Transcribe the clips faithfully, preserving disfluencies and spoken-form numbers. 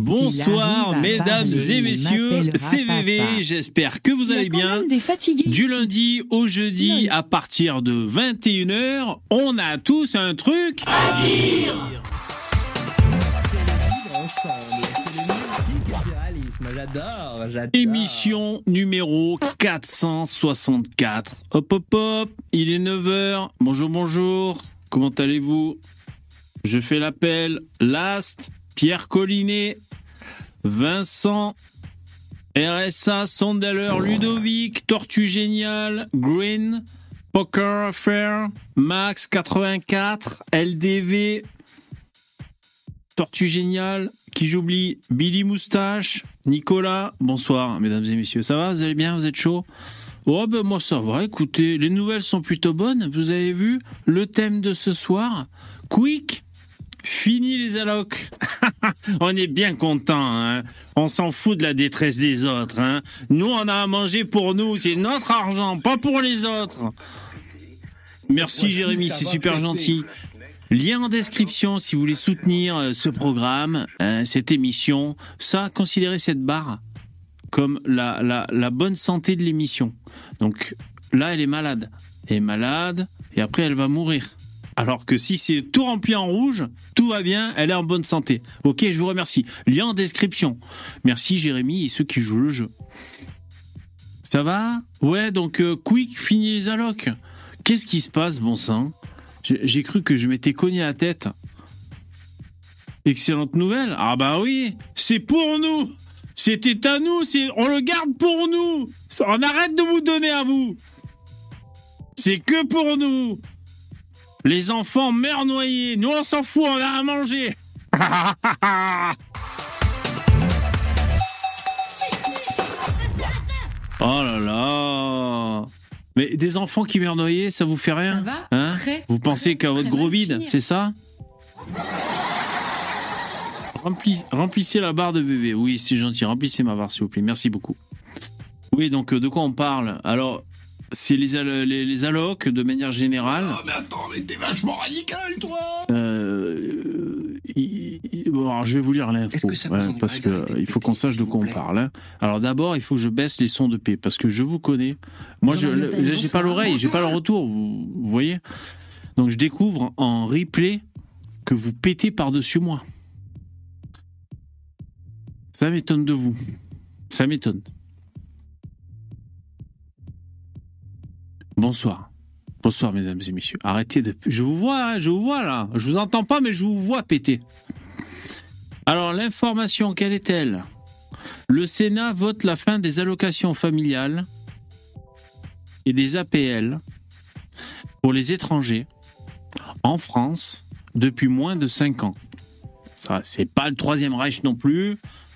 Bonsoir mesdames et messieurs, c'est V V, j'espère que vous allez bien. Du lundi au jeudi à partir de vingt et une heures, on a tous un truc à dire. J'adore, j'adore. Émission numéro quatre cent soixante-quatre. Hop hop hop, il est neuf heures. Bonjour bonjour, comment allez-vous? Je fais l'appel. Last, Pierre Collinet, Vincent, R S A, Sondaler, Ludovic, Tortue Génial, Green, Poker Affair, Max quatre-vingt-quatre, L D V, Tortue Génial, qui j'oublie, Billy Moustache, Nicolas. Bonsoir mesdames et messieurs, ça va? Vous allez bien? Vous êtes chaud? Oh ben moi ça va, écoutez, les nouvelles sont plutôt bonnes. Vous avez vu le thème de ce soir? Quick, fini les allocs. On est bien content, hein. On s'en fout de la détresse des autres, hein. Nous on a à manger pour nous, c'est notre argent, pas pour les autres. Merci Jérémy, c'est super gentil. Lien en description si vous voulez soutenir ce programme, euh, cette émission. Ça, considérez cette barre comme la, la, la bonne santé de l'émission. Donc là, elle est malade. Elle est malade et après, elle va mourir. Alors que si c'est tout rempli en rouge, tout va bien, elle est en bonne santé. Ok, je vous remercie. Lien en description. Merci Jérémy et ceux qui jouent le jeu. Ça va? Ouais, donc euh, quick, fini les allocs. Qu'est-ce qui se passe, bon sang? J'ai cru que je m'étais cogné la tête. Excellente nouvelle. Ah bah oui, c'est pour nous. C'était à nous, c'est, on le garde pour nous. On arrête de vous donner à vous. C'est que pour nous. Les enfants meurent noyés. Nous on s'en fout, on a à manger. Oh là là. Mais des enfants qui meurent noyés, ça vous fait rien? Ça va, hein? Très, Vous pensez qu'à votre gros bide, c'est ça? Remplis, remplissez la barre de bébé. Oui, c'est gentil. Remplissez ma barre, s'il vous plaît. Merci beaucoup. Oui, donc de quoi on parle? Alors, c'est les, all- les, les allocs de manière générale. Oh, mais attends, mais t'es vachement radical, toi. Euh, il, il, bon, alors je vais vous lire l'info, ouais, parce que il faut qu'on sache de quoi on parle. Hein. Alors d'abord, il faut que je baisse les sons de paix, parce que je vous connais. Moi, je, là, j'ai pas l'oreille, j'ai pas le retour, vous, vous voyez. Donc je découvre en replay que vous pétez par-dessus moi. Ça m'étonne de vous. Ça m'étonne. Bonsoir. Bonsoir, mesdames et messieurs. Arrêtez de... Je vous vois, hein, je vous vois, là. Je vous entends pas, mais je vous vois péter. Alors, l'information, quelle est-elle? Le Sénat vote la fin des allocations familiales et des A P L pour les étrangers en France depuis moins de cinq ans. Ça, c'est pas le troisième Reich non plus.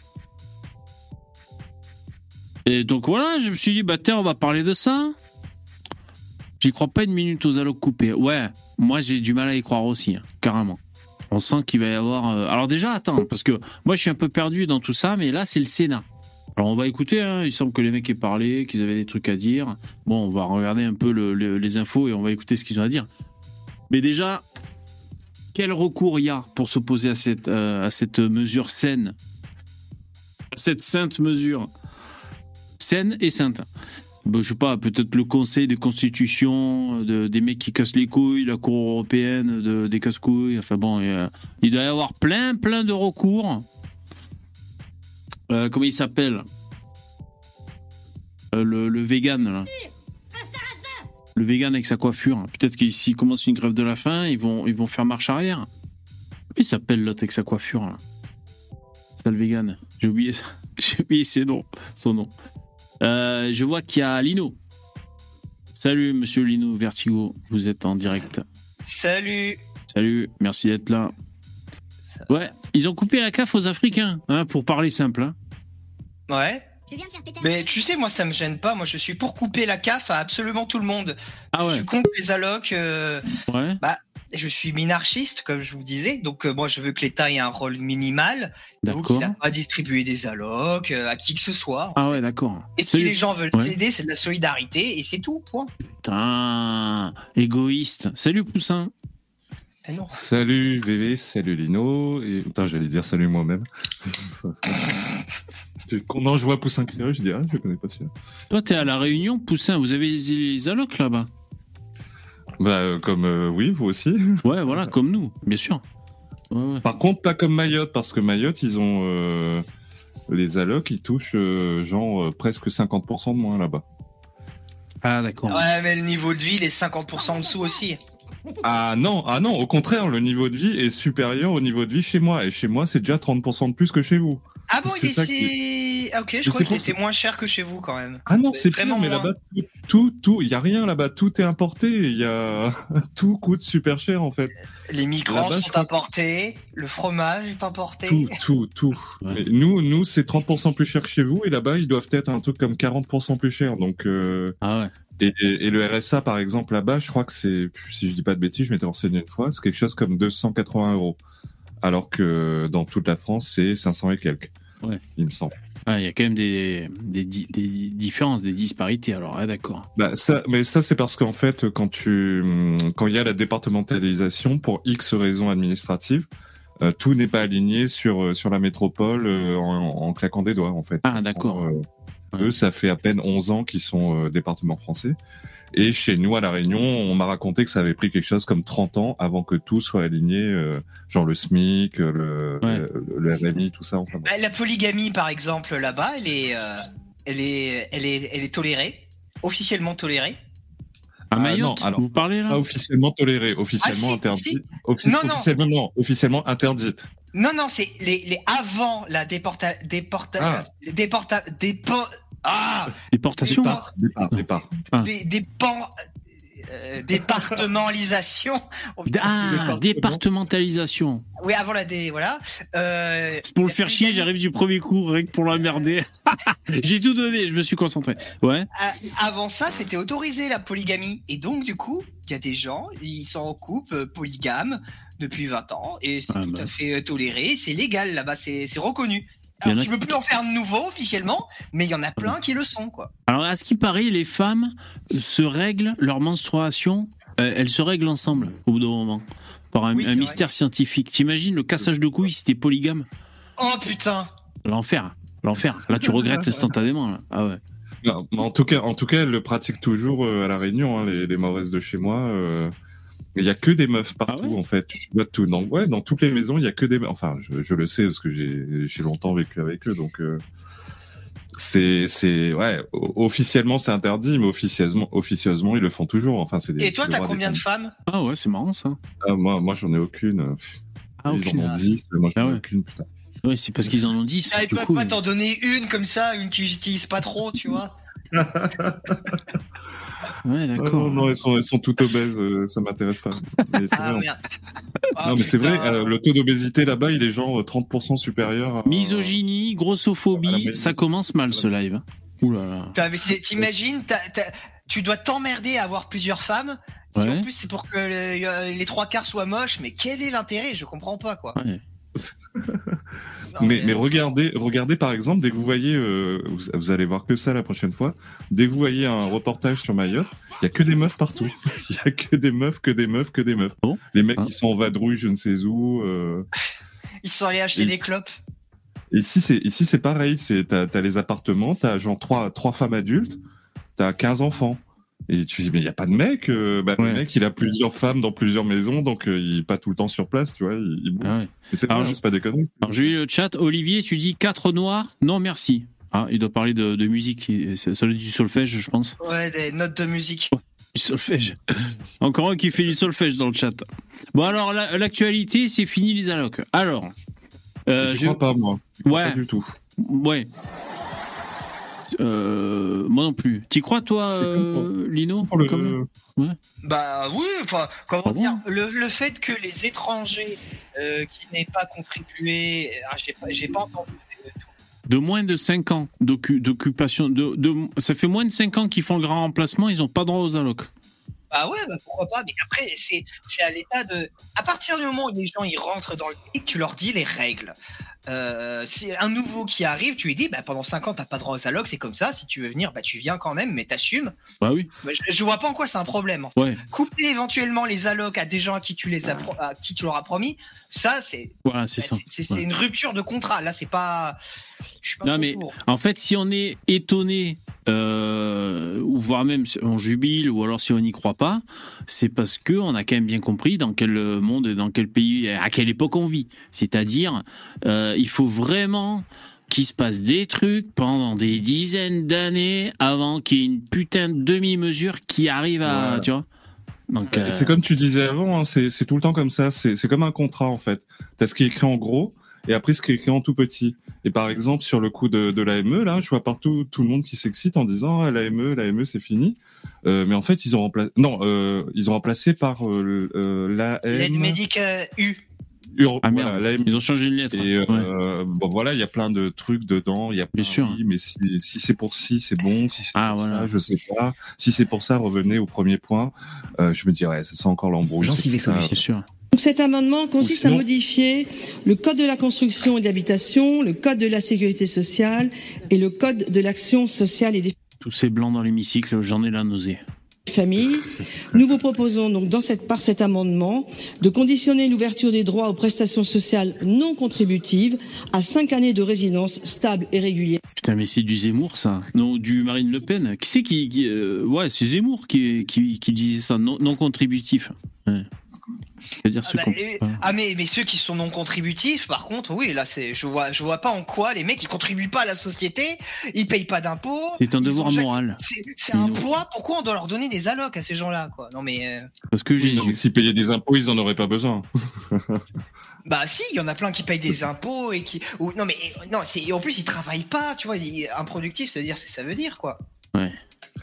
Et donc voilà, je me suis dit, bah tiens, on va parler de ça. J'y crois pas une minute aux allocs coupés. Ouais, moi j'ai du mal à y croire aussi, hein, carrément. On sent qu'il va y avoir... Euh... Alors déjà, attends, parce que moi je suis un peu perdu dans tout ça, mais là c'est le Sénat. Alors on va écouter, hein, il semble que les mecs aient parlé, qu'ils avaient des trucs à dire. Bon, on va regarder un peu le, le, les infos et on va écouter ce qu'ils ont à dire. Mais déjà, quel recours il y a pour s'opposer à cette, euh, à cette mesure saine? À cette sainte mesure. Saine et sainte. Ben, je sais pas, peut-être le Conseil de Constitution, de, des mecs qui cassent les couilles, la Cour européenne de, des casse-couilles, enfin bon, euh, il doit y avoir plein, plein de recours. Euh, comment il s'appelle euh, le, le vegan, là. Le vegan avec sa coiffure. Peut-être qu'ici commence une grève de la faim, ils vont, ils vont faire marche arrière. Comment il s'appelle l'autre avec sa coiffure, là? C'est le vegan. J'ai oublié ça. J'ai oublié ses noms, son nom. Euh, je vois qu'il y a Lino. Salut monsieur Lino Vertigo, vous êtes en direct. Salut. Salut, merci d'être là. Ouais, ils ont coupé la C A F aux Africains, hein, pour parler simple. Hein. Ouais. Mais tu sais, moi ça me gêne pas. Moi je suis pour couper la C A F à absolument tout le monde. Ah ouais. Je suis contre les allocs. Euh... Ouais. Bah, je suis minarchiste, comme je vous disais. Donc euh, moi je veux que l'État ait un rôle minimal. Donc il n'a pas distribué des allocs euh, à qui que ce soit. Ah ouais, d'accord. Et si les gens veulent ouais. s'aider, c'est de la solidarité et c'est tout, point. Putain, égoïste. Salut Poussin. Ben non. Salut V V, salut Lino. Et... Putain, j'allais dire salut moi-même. Non, je vois Poussin Crieux, je dis, ah, je connais pas celui-là. Toi, t'es à La Réunion, Poussin, vous avez les, les allocs là-bas? Bah, euh, comme euh, oui, vous aussi. Ouais, voilà, comme nous, bien sûr. Ouais, ouais. Par contre, pas comme Mayotte, parce que Mayotte, ils ont euh, les allocs, ils touchent euh, genre euh, presque cinquante pour cent de moins là-bas. Ah, d'accord. Ouais, mais le niveau de vie, il est cinquante pour cent en dessous aussi. Ah non, ah non, au contraire, le niveau de vie est supérieur au niveau de vie chez moi. Et chez moi, c'est déjà trente pour cent de plus que chez vous. Ah bon, il est ça si... qui... Ah, ok, je Mais crois c'est qu'il pour était moins cher que chez vous quand même. Ah non, c'est vraiment pire, mais moins. là-bas, tout, tout, il y a rien là-bas, tout est importé. Il y a tout coûte super cher en fait. Les migrants Là-bas, je sont crois- importés, le fromage est importé. Tout, tout, tout. Ouais. Mais nous, nous, c'est trente pour cent plus cher que chez vous, et là-bas, ils doivent être un truc comme quarante pour cent plus cher. Donc, euh, Ah ouais. et, et, et le R S A, par exemple, là-bas, je crois que c'est, si je dis pas de bêtises, je m'étais renseigné une fois, c'est quelque chose comme deux cent quatre-vingts euros. Alors que dans toute la France, c'est cinq cents et quelques. Ouais. Il me semble. Ah, il y a quand même des, des, di- des différences, des disparités, alors, ouais, d'accord. Bah ça, mais ça c'est parce qu'en fait quand tu quand il y a la départementalisation pour X raisons administratives, euh, tout n'est pas aligné sur sur la métropole euh, en, en claquant des doigts en fait. Ah, d'accord. Euh, Ouais. Eux, ça fait à peine onze ans qu'ils sont euh, département français. Et chez nous à La Réunion, on m'a raconté que ça avait pris quelque chose comme trente ans avant que tout soit aligné, euh, genre le SMIC, le, Ouais. le, le R M I, tout ça. Enfin, bon. Bah, la polygamie, par exemple, là-bas, elle est, euh, elle est, elle est, elle est tolérée, officiellement tolérée. À Ah, Mayotte, non, alors, vous parlez là? Pas officiellement tolérée, officiellement Ah, si, interdite. si. Offi- Non, non. Officiellement non, officiellement interdite. Non, non, c'est les, les avant la déporta, déporta, Ah. déporta, dépo, ah, Déportation? Départ, départ, départ. Ah. des, des pan- euh, départementalisation. Oh, putain. Ah, Département. départementalisation. Oui, avant la dé, voilà. Euh, C'est pour le la faire chier, polygamie- j'arrive du premier coup, rien que pour l'emmerder. J'ai tout donné, je me suis concentré. Ouais. A- Avant ça, c'était autorisé la polygamie. Et donc, du coup, il y a des gens, ils sont en couple euh, polygame depuis vingt ans. Et c'est Ah, tout bah. à fait euh, toléré. C'est légal là-bas, c'est c'est reconnu. Il y en Alors, a- tu peux plus en faire de nouveau officiellement, mais il y en a plein qui le sont, quoi. Alors, à ce qui paraît, les femmes se règlent leur menstruation, euh, elles se règlent ensemble au bout d'un moment, par un, Oui, un c'est mystère scientifique. T'imagines le cassage de couilles si t'es polygame? Oh putain! L'enfer, l'enfer. Là, tu regrettes instantanément. Là. Ah ouais. Non, mais en tout cas, en tout cas, elle le pratique toujours euh, à La Réunion, hein, les, les mauvaises de chez moi. euh, Il y a que des meufs partout, Ah ouais en fait. Tu vois tout. Dans, ouais, dans toutes les maisons, il y a que des meufs. Enfin, je, je le sais parce que j'ai j'ai longtemps vécu avec eux, donc euh, c'est c'est ouais. o- Officiellement, c'est interdit, mais officieusement, officieusement, ils le font toujours. Enfin, c'est. des- Et toi, c'est le t'as droit combien de des femmes? Ah ouais, c'est marrant ça. Ah, moi, moi, j'en ai aucune. Ah, Ils aucune. en ont dix, mais moi, j'en Ah ai ouais. aucune. Putain. Ouais, c'est parce qu'ils en ont dix. Ah, ils du peuvent coup, pas ils- t'en donner une comme ça, une que j'utilise pas trop, tu vois. Ouais, Ah, d'accord. non, non, elles sont, elles sont toutes obèses. euh, ça m'intéresse pas. Mais c'est Ah vrai, merde. Ah, non, mais c'est putain. vrai, euh, le taux d'obésité là-bas, il est genre euh, trente pour cent supérieur à... Misogynie, à grossophobie, la- ça commence mal ce live. Ouh là là. Putain, mais c'est- T'imagines, t'as- t'as- tu dois t'emmerder à avoir plusieurs femmes. Si Ouais. en plus c'est pour que le- les trois quarts soient moches, mais quel est l'intérêt? Je comprends pas, quoi. Ouais. Non, mais, mais regardez, regardez par exemple, dès que vous voyez, euh, vous, vous allez voir que ça la prochaine fois, dès que vous voyez un reportage sur Mayotte, il y a que des meufs partout. Il y a que des meufs, que des meufs, que des meufs. Bon. Les mecs, Ah. ils sont en vadrouille, je ne sais où. Euh... Ils sont allés acheter Et- des clopes. Et ici, c'est ici, c'est pareil. C'est t'as, t'as les appartements, t'as genre trois trois femmes adultes, t'as quinze enfants. Et tu dis mais il y a pas de mec. euh, bah, Ouais. Le mec, il a plusieurs femmes dans plusieurs maisons, donc euh, il est pas tout le temps sur place, tu vois. Il, il bouge. Ah ouais. Mais c'est Alors, pas, je- c'est pas des conneries. Alors j'ai eu le chat. Olivier, tu dis quatre noirs? Non, merci. Ah, il doit parler de, de musique. Il- C'est ça, du solfège, je pense. Ouais, des notes de musique. Du solfège. Encore un qui fait du solfège dans le chat. Bon alors, la- l'actualité, c'est fini les allocs. Alors, euh, je je... crois pas moi. Je crois Ouais. pas du tout. Ouais. Euh, moi non plus. T'y crois toi, C'est comme pour- euh, Lino Pour le- Comme- Bah oui, enfin, comment Ah bon dire, le, le fait que les étrangers euh, qui n'aient pas contribué, ah, j'ai pas, j'ai pas entendu. De moins de cinq ans d'occu- d'occupation. De, de, ça fait moins de cinq ans qu'ils font le grand remplacement, ils n'ont pas droit aux allocs. Bah ouais, bah pourquoi pas, mais après, c'est, c'est à l'état de. À partir du moment où les gens ils rentrent dans le pays, tu leur dis les règles. Euh, c'est un nouveau qui arrive, tu lui dis bah, pendant cinq ans t'as pas droit aux allocs, c'est comme ça, si tu veux venir bah tu viens quand même mais t'assumes. Bah oui. Bah, je, je vois pas en quoi c'est un problème en fait. Ouais. Couper éventuellement les allocs à des gens à qui tu les as pro- à qui tu leur as promis, ça c'est Voilà, c'est bah, ça. c'est, c'est Ouais. une rupture de contrat, là c'est pas je suis pas Non mais pour. en fait, si on est étonné euh, ou voire même si on jubile ou alors si on n'y croit pas, c'est parce que on a quand même bien compris dans quel monde, dans quel pays, à quelle époque on vit. C'est-à-dire, euh, il faut vraiment qu'il se passe des trucs pendant des dizaines d'années avant qu'il y ait une putain de demi-mesure qui arrive à, Ouais. tu vois. Donc, euh, C'est comme tu disais avant, hein, c'est, c'est tout le temps comme ça. C'est, c'est comme un contrat en fait. T'as ce qui est écrit en gros et après ce qui est écrit en tout petit. Et par exemple sur le coup de, de l'A M E, là, je vois partout tout le monde qui s'excite en disant ah, l'A M E, l'A M E c'est fini. Euh, mais en fait ils ont remplacé, non, euh, ils ont remplacé par euh, euh, l'A M. L'aide médicale U. Ur- ah voilà, merde, l'A M. ils ont changé une lettre. Et Ouais. euh, bon voilà, il y a plein de trucs dedans. Il y a plein, Bien sûr. oui, mais si, si c'est pour ci, c'est bon. Si c'est Ah, pour voilà. ça, je sais pas. Si c'est pour ça, revenez au premier point. Euh, je me dirais, ça sent encore l'embrouille. J'en suis tout ça. vaisseau. C'est sûr. Donc cet amendement consiste Ou sinon- à modifier le code de la construction et de l'habitation, le code de la sécurité sociale et le code de l'action sociale et des Tous ces blancs dans l'hémicycle, j'en ai la nausée. familles. Nous vous proposons donc dans cette, par cet amendement de conditionner l'ouverture des droits aux prestations sociales non contributives à cinq années de résidence stable et régulière. Putain, mais c'est du Zemmour, ça. Non, du Marine Le Pen. Qui c'est qui, qui euh, ouais, c'est Zemmour qui, qui, qui disait ça, non, non contributif. Ouais. C'est-à-dire Ah, ceux bah, qui ont- et- ah, mais, mais ceux qui sont non contributifs, par contre, oui, là, c'est, je vois, je vois pas en quoi les mecs ils contribuent pas à la société, ils payent pas d'impôts. C'est un ils devoir ont jamais- moral. C'est, c'est un Ils- poids. Pourquoi on doit leur donner des allocs à ces gens-là, quoi? Non mais, euh, Parce que Oui, non, mais Jésus. s'ils payaient des impôts, ils en auraient pas besoin. bah si, il y en a plein qui payent des impôts et qui, ou, non mais, non, c'est, en plus ils travaillent pas, tu vois, ils- improductif, ça veut dire ce que ça veut dire, quoi. Ouais.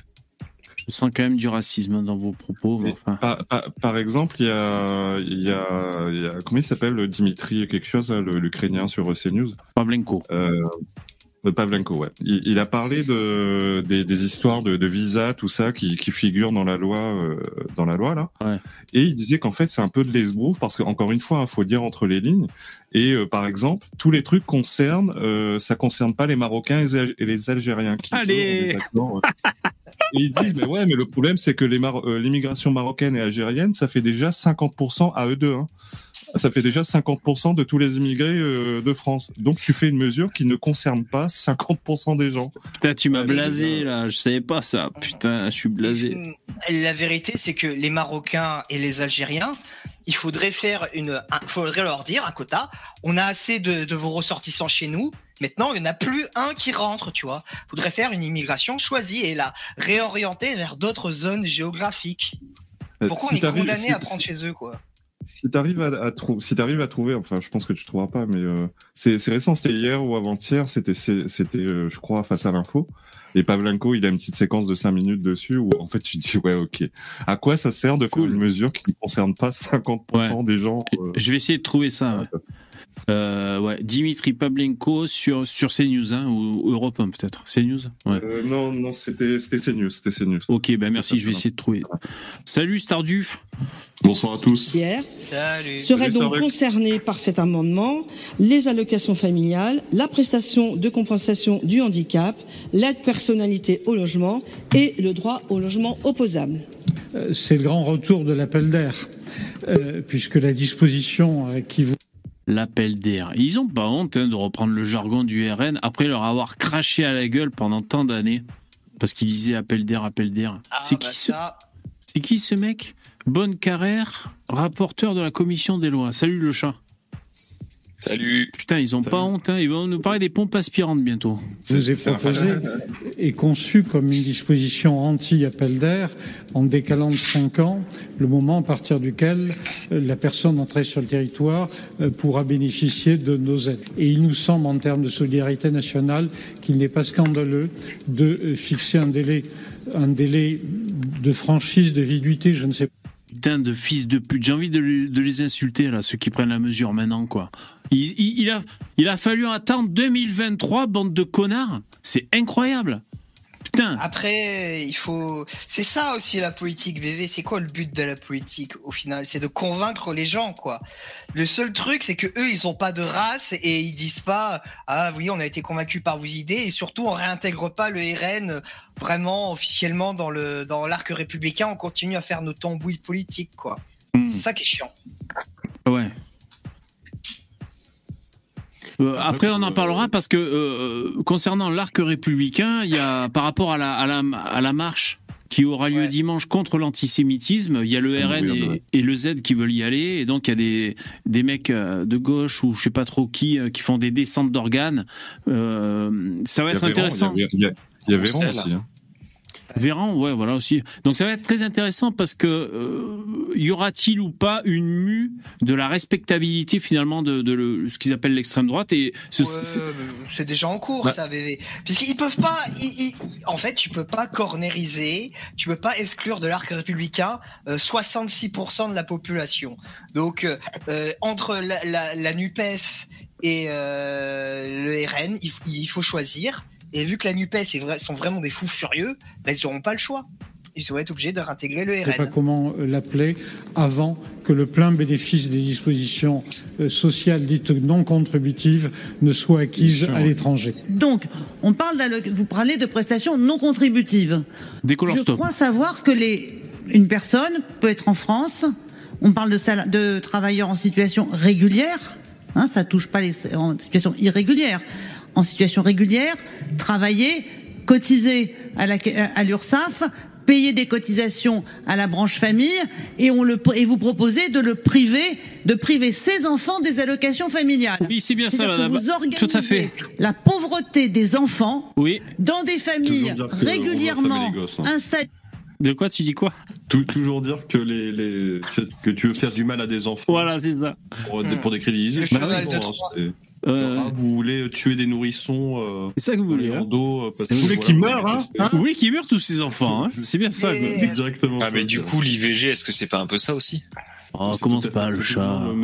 Je sens quand même du racisme dans vos propos. Mais Mais enfin, par, par, par exemple, il y a, il y, a, il y a, comment il s'appelle, Dimitri quelque chose, le- l'Ukrainien sur CNews. Pavlenko. Euh, Pavlenko, ouais. Il, il a parlé de des, des histoires de, de visa, tout ça, qui, qui figurent dans la loi, euh, dans la loi là. Ouais. Et il disait qu'en fait c'est un peu de l'esbrouf parce que encore une fois, il faut dire entre les lignes. Et euh, par exemple, tous les trucs concernent, euh, ça concerne pas les Marocains et les, et les Algériens qui Allez. eux, ont des accords, euh. Et ils disent mais ouais, mais le problème c'est que les Mar- euh, l'immigration marocaine et algérienne, ça fait déjà cinquante pour cent à eux deux. Hein. Ça fait déjà cinquante pour cent de tous les immigrés euh, de France. Donc tu fais une mesure qui ne concerne pas cinquante pour cent des gens. Putain, tu m'as Ouais, blasé mais- là. Je savais pas ça. Putain, je suis blasé. La vérité, c'est que les Marocains et les Algériens, il faudrait faire une, un, faudrait leur dire un quota. On a assez de, de vos ressortissants chez nous. Maintenant, il n'y en a plus un qui rentre, tu vois. Faudrait faire une immigration choisie et la réorienter vers d'autres zones géographiques. Pourquoi Si on est t'arrives- condamné si- à prendre chez eux, quoi? Si t'arrives à, à, trou- si t'arrives à trouver, enfin, je pense que tu trouveras pas, mais euh, c'est c'est récent, c'était hier ou avant-hier, c'était c'est- c'était, euh, je crois, Face à l'info. Et Pavlenko, il a une petite séquence de cinq minutes dessus où en fait tu te dis ouais, ok, à quoi ça sert de faire Cool. une mesure qui ne concerne pas cinquante pour cent des gens euh, Je vais essayer de trouver ça. Ouais. Euh, ouais. Dimitri Pavlenko sur sur CNews hein, ou Europe un peut-être. CNews. Ouais. euh, Non, non, c'était c'était CNews, c'était CNews. Ok, ben merci. Je vais essayer de trouver. Salut Starduf. Bonsoir à tous. Hier Salut. seraient Salut, donc Starbucks. concernés par cet amendement les allocations familiales, la prestation de compensation du handicap, l'aide personnalité au logement et le droit au logement opposable. Euh, C'est le grand retour de l'appel d'air, euh, puisque la disposition euh, qui vous L'appel d'air. Ils ont pas honte hein, de reprendre le jargon du R N après leur avoir craché à la gueule pendant tant d'années parce qu'ils disaient appel d'air, appel d'air. Ah, c'est bah qui ce ça, C'est qui ce mec? Bonne Carrère, rapporteur de la commission des lois. Salut le chat. Salut. Putain, ils ont pas honte, hein. Ils vont nous parler des pompes aspirantes bientôt. vous est c'est un proposé est conçu comme une disposition anti-appel d'air en décalant de cinq ans le moment à partir duquel euh, la personne entrée sur le territoire euh, pourra bénéficier de nos aides. Et il nous semble, en termes de solidarité nationale, qu'il n'est pas scandaleux de euh, fixer un délai, un délai de franchise, de viduité, je ne sais pas. Putain de fils de pute. J'ai envie de, lui- de les insulter, là, ceux qui prennent la mesure maintenant, quoi. Il, il, il a, il a fallu attendre deux mille vingt-trois, bande de connards. C'est incroyable. Putain. Après, il faut. C'est ça aussi la politique, V V. C'est quoi le but de la politique au final? C'est de convaincre les gens, quoi. Le seul truc, c'est que eux, ils ont pas de race et ils disent pas ah oui, on a été convaincus par vos idées et surtout on réintègre pas le R N vraiment officiellement dans le dans l'arc républicain. On continue à faire nos tambouilles politiques, quoi. Mmh. C'est ça qui est chiant. Ouais. Euh, après, on en parlera parce que euh, concernant l'arc républicain, il y a par rapport à la à la à la marche qui aura lieu ouais. dimanche contre l'antisémitisme, il y a le R N et, et le Z qui veulent y aller, et donc il y a des des mecs de gauche ou je sais pas trop qui qui font des descentes d'organes. Euh, ça va être Véran, intéressant. Il y a, il y a, il y a Véran aussi. Hein. Véran, ouais, voilà aussi. Donc ça va être très intéressant parce que euh, y aura-t-il ou pas une mue de la respectabilité finalement de, de le, ce qu'ils appellent l'extrême droite et ce, ouais, c'est... c'est déjà en cours bah. ça, V V. Puisqu'ils peuvent pas, ils, ils, en fait, tu peux pas cornériser, tu peux pas exclure de l'arc républicain euh, soixante-six pour cent de la population. Donc euh, entre la, la, la NUPES et euh, le R N, il, il faut choisir. Et vu que la NUPES sont vraiment des fous furieux, bah, ils n'auront pas le choix. Ils vont être obligés de réintégrer le R N. Je ne sais pas comment l'appeler avant que le plein bénéfice des dispositions sociales dites non contributives ne soit acquise à l'étranger. Donc, on parle vous parlez de prestations non contributives. Décolore Je stop. crois savoir que les, une personne peut être en France. On parle de, sal- de travailleurs en situation régulière. Hein, ça touche pas les en situation irrégulière. En situation régulière, travailler, cotiser à, la, à l'URSSAF, payer des cotisations à la branche famille, et on le et vous proposez de le priver, de priver ses enfants des allocations familiales. Oui, c'est bien C'est-à-dire ça, madame. Vous organisez tout à fait. La pauvreté des enfants oui. dans des familles régulièrement gosses, hein. installées. De quoi tu dis quoi? Tout, Toujours dire que les, les que tu veux faire du mal à des enfants. Voilà, c'est ça. Pour, mmh. pour décrédibiliser. Bah oui, bon, euh, ah, vous voulez tuer des nourrissons euh, c'est ça que vous voulez hein. dos, parce vous voulez voilà, qu'ils meurent hein, hein Vous voulez qu'ils meurent tous ces enfants hein c'est bien ça mais... c'est exactement ah ça, mais du coup l'I V G est-ce que c'est pas un peu ça aussi? Oh commence pas le chat hein.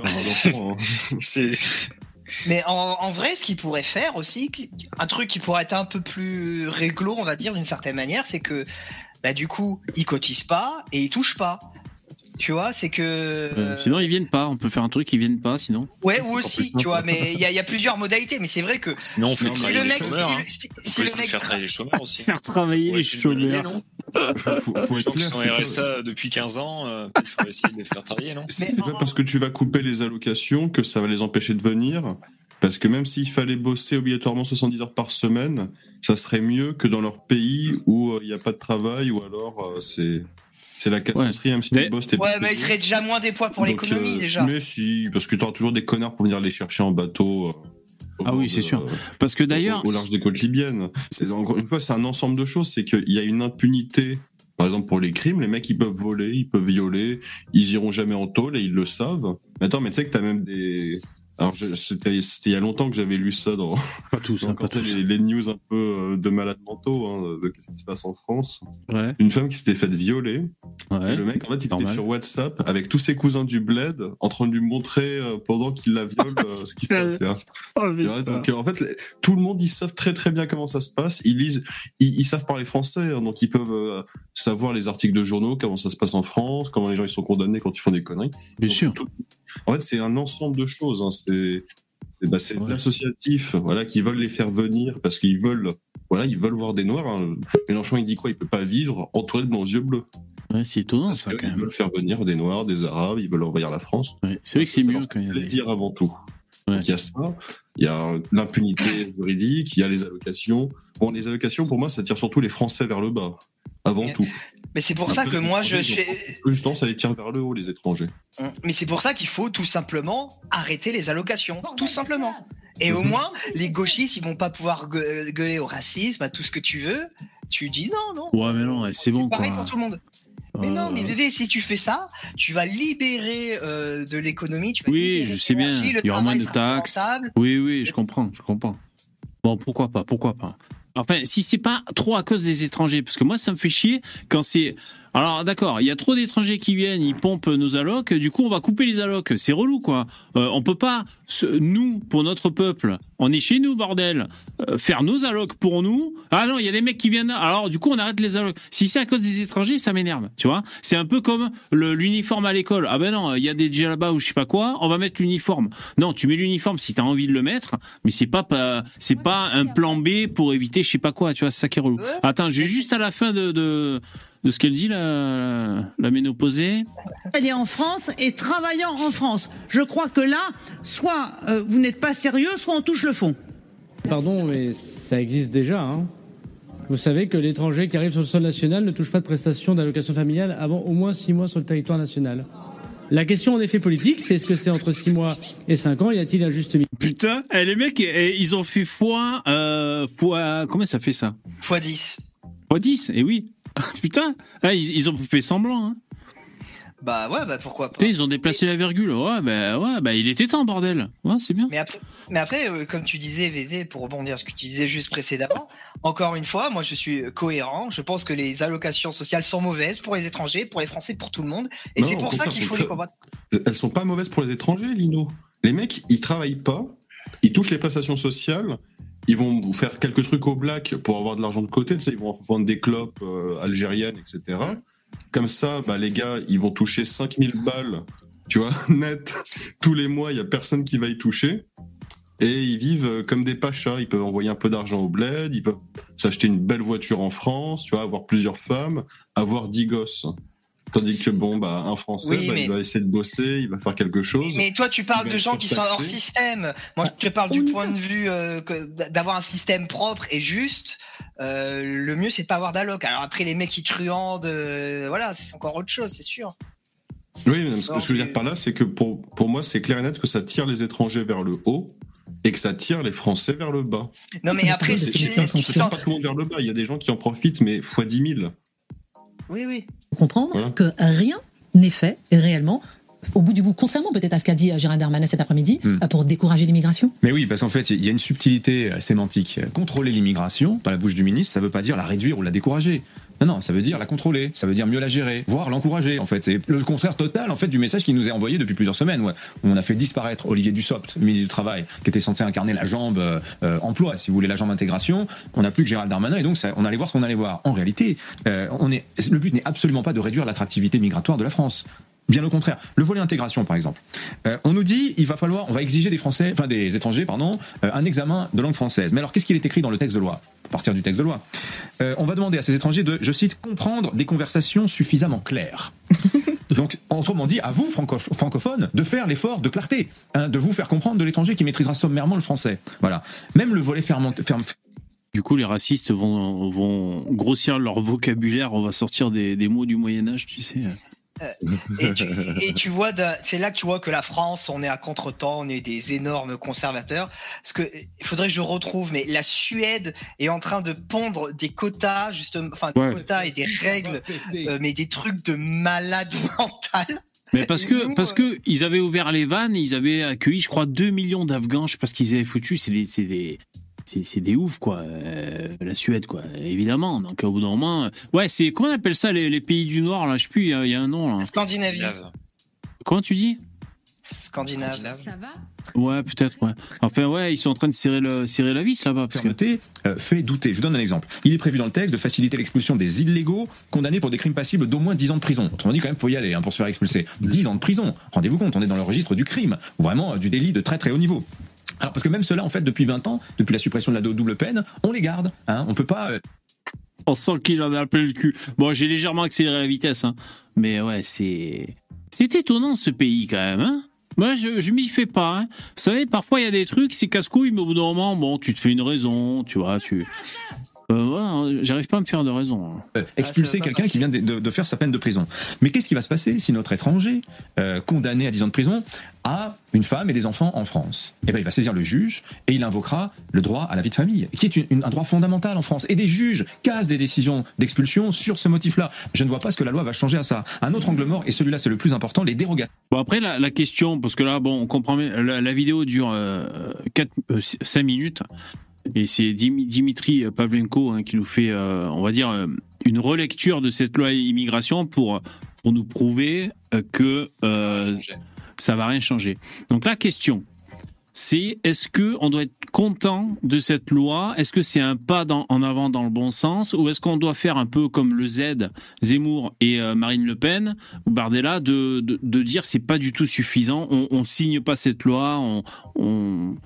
C'est mais en, en vrai, ce qu'il pourrait faire aussi, un truc qui pourrait être un peu plus réglo, on va dire d'une certaine manière, c'est que bah, du coup, ils cotisent pas et ils touchent pas. Tu vois, c'est que. Euh, sinon, ils viennent pas. On peut faire un truc, ils viennent pas, sinon. Ouais, ou aussi, tu vois, mais il y, y a plusieurs modalités. Mais c'est vrai que. Non, on fait si travailler le les mec, chômeurs. Si, hein. si, on si peut le mec faire travailler les chômeurs aussi. Faire travailler les chômeurs. faut, faut, faut les gens être clair, qui sont R S A depuis quinze ans, euh, il faut essayer de les faire travailler, non? C'est, c'est pas parce que tu vas couper les allocations que ça va les empêcher de venir. Parce que même s'il fallait bosser obligatoirement soixante-dix heures par semaine, ça serait mieux que dans leur pays où il euh, n'y a pas de travail ou alors euh, c'est. C'est la casserie, ouais. même si mais, tu bosses, t'es ouais, mais il serait déjà moins des poids pour Donc, l'économie, euh, déjà. Mais si, parce que tu auras toujours des connards pour venir les chercher en bateau. Euh, ah oui, c'est de, sûr. Euh, parce que d'ailleurs. Au, au large des côtes libyennes. C'est, encore une fois, c'est un ensemble de choses. C'est qu'il y a une impunité. Par exemple, pour les crimes, les mecs, ils peuvent voler, ils peuvent violer, ils iront jamais en tôle et ils le savent. Mais attends, mais tu sais que t'as même des. Alors, je, c'était, c'était il y a longtemps que j'avais lu ça dans, pas tous, dans hein, pas tous. Les, les news un peu de malades mentaux, hein, de ce qui se passe en France. Ouais. Une femme qui s'était faite violer. Ouais. Et le mec, en fait, il Normal. était sur WhatsApp avec tous ses cousins du bled en train de lui montrer euh, pendant qu'il la viole euh, ce qui se passe. Oh, ouais, donc, en fait, tout le monde, ils savent très très bien comment ça se passe. Ils lisent, ils, ils savent parler français, hein, donc ils peuvent euh, savoir les articles de journaux, comment ça se passe en France, comment les gens ils sont condamnés quand ils font des conneries. Bien donc, sûr. Tout, en fait, c'est un ensemble de choses. Hein, c'est C'est, bah, c'est ouais. l'associatif, voilà, qui veulent les faire venir parce qu'ils veulent, voilà, ils veulent voir des noirs. Hein. Mélenchon, il dit quoi? Il peut pas vivre entouré de bons yeux bleus. Ouais, c'est étonnant parce ça. Quand ils même. veulent faire venir des noirs, des arabes, ils veulent envahir la France. Ouais, c'est vrai que c'est ça mieux quand il y a plaisir des... avant tout. Ouais. Donc il y a ça, il y a l'impunité juridique, il y a les allocations. Bon, les allocations, pour moi, ça tire surtout les Français vers le bas, avant okay. tout. Mais c'est pour Un ça que moi je suis. Justement, ça les tire vers le haut, les étrangers. Mais c'est pour ça qu'il faut tout simplement arrêter les allocations, tout simplement. Et au moins, les gauchistes, ils vont pas pouvoir gueuler au racisme, à tout ce que tu veux. Tu dis non, non. Ouais, mais non, c'est, c'est bon, pareil quoi. pour tout le monde. Mais non, mais bébé, si tu fais ça, tu vas libérer euh, de l'économie. Tu vas oui, je sais bien. Il y aura moins de taxes. Oui, oui, je comprends, je comprends. Bon, pourquoi pas, pourquoi pas. Enfin, si c'est pas trop à cause des étrangers, parce que moi, ça me fait chier quand c'est... Alors, d'accord, il y a trop d'étrangers qui viennent, ils pompent nos allocs, du coup, on va couper les allocs. C'est relou, quoi. Euh, on peut pas, nous, pour notre peuple, On est chez nous, bordel. Euh, faire nos allocs pour nous. Ah non, il y a des mecs qui viennent. Alors, du coup, on arrête les allocs. Si c'est à cause des étrangers, ça m'énerve. Tu vois, c'est un peu comme le, l'uniforme à l'école. Ah ben non, il y a des djellabas ou je sais pas quoi. On va mettre l'uniforme. Non, tu mets l'uniforme si t'as envie de le mettre, mais c'est pas, pas c'est pas un plan B pour éviter je sais pas quoi. Tu vois, c'est ça qui est relou. Attends, je vais juste à la fin de de, de ce qu'elle dit la, la, la ménopausée. Elle est en France et travaillant en France. Je crois que là, soit euh, vous n'êtes pas sérieux, soit on touche le fond. Pardon, mais ça existe déjà. Hein. Vous savez que l'étranger qui arrive sur le sol national ne touche pas de prestations d'allocation familiale avant au moins six mois sur le territoire national. La question en effet politique, c'est est-ce que c'est entre six mois et cinq ans, y a-t-il un juste milieu? Putain, eh, les mecs, eh, ils ont fait fois, euh, fois, comment ça fait ça? fois dix. fois dix, et oui. Putain, ah, ils, ils ont fait semblant, hein. Bah ouais, bah pourquoi pas. Putain, ils ont déplacé la virgule. Ouais, bah ouais, bah il était temps, bordel. Ouais, c'est bien. Mais après, mais après euh, comme tu disais, V V, pour rebondir à ce que tu disais juste précédemment, encore une fois, moi je suis cohérent. Je pense que les allocations sociales sont mauvaises pour les étrangers, pour les Français, pour tout le monde. Et Non, c'est au pour ça contraire, qu'il sont faut très- les combattre. Elles sont pas mauvaises pour les étrangers, Lino. Les mecs, ils travaillent pas, ils touchent les prestations sociales, ils vont faire quelques trucs au black pour avoir de l'argent de côté, tu sais, ils vont vendre des clopes euh, algériennes, et cetera. Comme ça, bah, les gars, ils vont toucher cinq mille balles, tu vois, net, tous les mois, il y a personne qui va y toucher. Et ils vivent euh, comme des pachas, ils peuvent envoyer un peu d'argent au bled, ils peuvent s'acheter une belle voiture en France, tu vois, avoir plusieurs femmes, avoir dix gosses. Tandis que bon, bah, un Français, Oui, bah, mais- il va essayer de bosser, il va faire quelque chose. Mais toi, tu parles Il va de être gens qui sont hors surtaxé. système. Moi, je te parle du point de vue euh, que- d'avoir un système propre et juste. Euh, le mieux, c'est de pas avoir d'alloc. Alors après, les mecs qui truandent, euh, voilà, c'est encore autre chose, c'est sûr. Oui, mais ce que je veux dire par là, c'est que pour, pour moi, c'est clair et net que ça tire les étrangers vers le haut et que ça tire les Français vers le bas. Non, mais après, c'est si tu c'est- si tu c'est sens- pas tout le monde vers le bas. Il y a des gens qui en profitent, mais fois dix mille. Oui, oui. comprendre Voilà. que rien n'est fait réellement au bout du bout, contrairement peut-être à ce qu'a dit euh, Gérald Darmanin cet après-midi, Hmm. euh, pour décourager l'immigration. Mais oui, parce qu'en fait, il y a une subtilité euh, sémantique. Contrôler l'immigration, dans la bouche du ministre, ça veut pas dire la réduire ou la décourager. Non, non, ça veut dire la contrôler, ça veut dire mieux la gérer, voire l'encourager, en fait. C'est le contraire total, en fait, du message qui nous est envoyé depuis plusieurs semaines, ouais, où on a fait disparaître Olivier Dussopt, ministre du Travail, qui était censé incarner la jambe euh, euh, emploi, si vous voulez, la jambe intégration. On n'a plus que Gérald Darmanin, et donc ça, on allait voir ce qu'on allait voir. En réalité, euh, on est, le but n'est absolument pas de réduire l'attractivité migratoire de la France. Bien au contraire. Le volet intégration, par exemple. Euh, on nous dit, il va falloir, on va exiger des Français, enfin des étrangers, pardon, euh, un examen de langue française. Mais alors, qu'est-ce qu'il est écrit dans le texte de loi? À partir du texte de loi. Euh, on va demander à ces étrangers de, je cite, comprendre des conversations suffisamment claires. Donc, autrement dit, à vous, franco- francophones, de faire l'effort de clarté, hein, de vous faire comprendre de l'étranger qui maîtrisera sommairement le français. Voilà. Même le volet ferment, ferme, Du coup, les racistes vont, vont grossir leur vocabulaire. On va sortir des, des mots du Moyen-Âge, tu sais. Et tu, et tu vois, de- c'est là que tu vois que la France, on est à contre-temps, on est des énormes conservateurs. Parce que il faudrait que je retrouve, mais la Suède est en train de pondre des quotas, justement, enfin des Ouais. quotas et des règles, euh, mais des trucs de malade mental. Mais parce Et que nous, parce euh, que ils avaient ouvert les vannes, ils avaient accueilli, je crois, deux millions d'Afghans. Je sais pas ce qu'ils avaient foutu. C'est des c'est des c'est c'est des oufs quoi. Euh, la Suède quoi, évidemment. Donc au bout d'un moment, euh, ouais, c'est comment on appelle ça les, les pays du Nord là. Je sais plus. Il y, a- il y a un nom là. Scandinavie. Comment tu dis? Scandinave. Ça va? Ouais, peut-être. Ouais. Enfin ouais, ils sont en train de serrer le serrer la vis là-bas. Parce que... fermeté euh, fait douter. Je vous donne un exemple. Il est prévu dans le texte de faciliter l'expulsion des illégaux condamnés pour des crimes passibles d'au moins dix ans de prison. Autrement dit, quand même, faut y aller hein, pour se faire expulser. dix ans de prison. Rendez-vous compte, on est dans le registre du crime, ou vraiment euh, du délit de très très haut niveau. Alors parce que même ceux-là, en fait, depuis vingt ans, depuis la suppression de la double peine, on les garde. Hein, on peut pas. Euh... On sent qu'il en a appelé le cul. Bon, j'ai légèrement accéléré la vitesse, hein. Mais ouais, c'est c'est étonnant ce pays quand même. Hein. Moi, je, je m'y fais pas. Hein. Vous savez, parfois il y a des trucs, c'est casse-couille, mais au bout d'un moment, bon, tu te fais une raison, tu vois, tu. Euh, voilà, j'arrive pas à me faire de raison. Hein. Euh, expulser quelqu'un qui vient de, de, de faire sa peine de prison. Mais qu'est-ce qui va se passer si notre étranger, euh, condamné à dix ans de prison, a une femme et des enfants en France? Eh ben, il va saisir le juge et il invoquera le droit à la vie de famille, qui est une, une, un droit fondamental en France. Et des juges cassent des décisions d'expulsion sur ce motif-là. Je ne vois pas ce que la loi va changer à ça. Un autre angle mort, et celui-là c'est le plus important, les dérogations. Bon, après, la, la question, parce que là, bon, on comprend bien, la, la vidéo dure euh, quatre, euh, cinq minutes. Et c'est Dim- Dimitri Pavlenko hein, qui nous fait, euh, on va dire, euh, une relecture de cette loi immigration pour, pour nous prouver euh, que euh, ça va rien changer. Donc la question, c'est est-ce que on doit être content de cette loi? Est-ce que c'est un pas dans, en avant dans le bon sens, ou est-ce qu'on doit faire un peu comme le Z, Zemmour et euh, Marine Le Pen ou Bardella, de, de, de dire c'est pas du tout suffisant, on, on signe pas cette loi, on, on...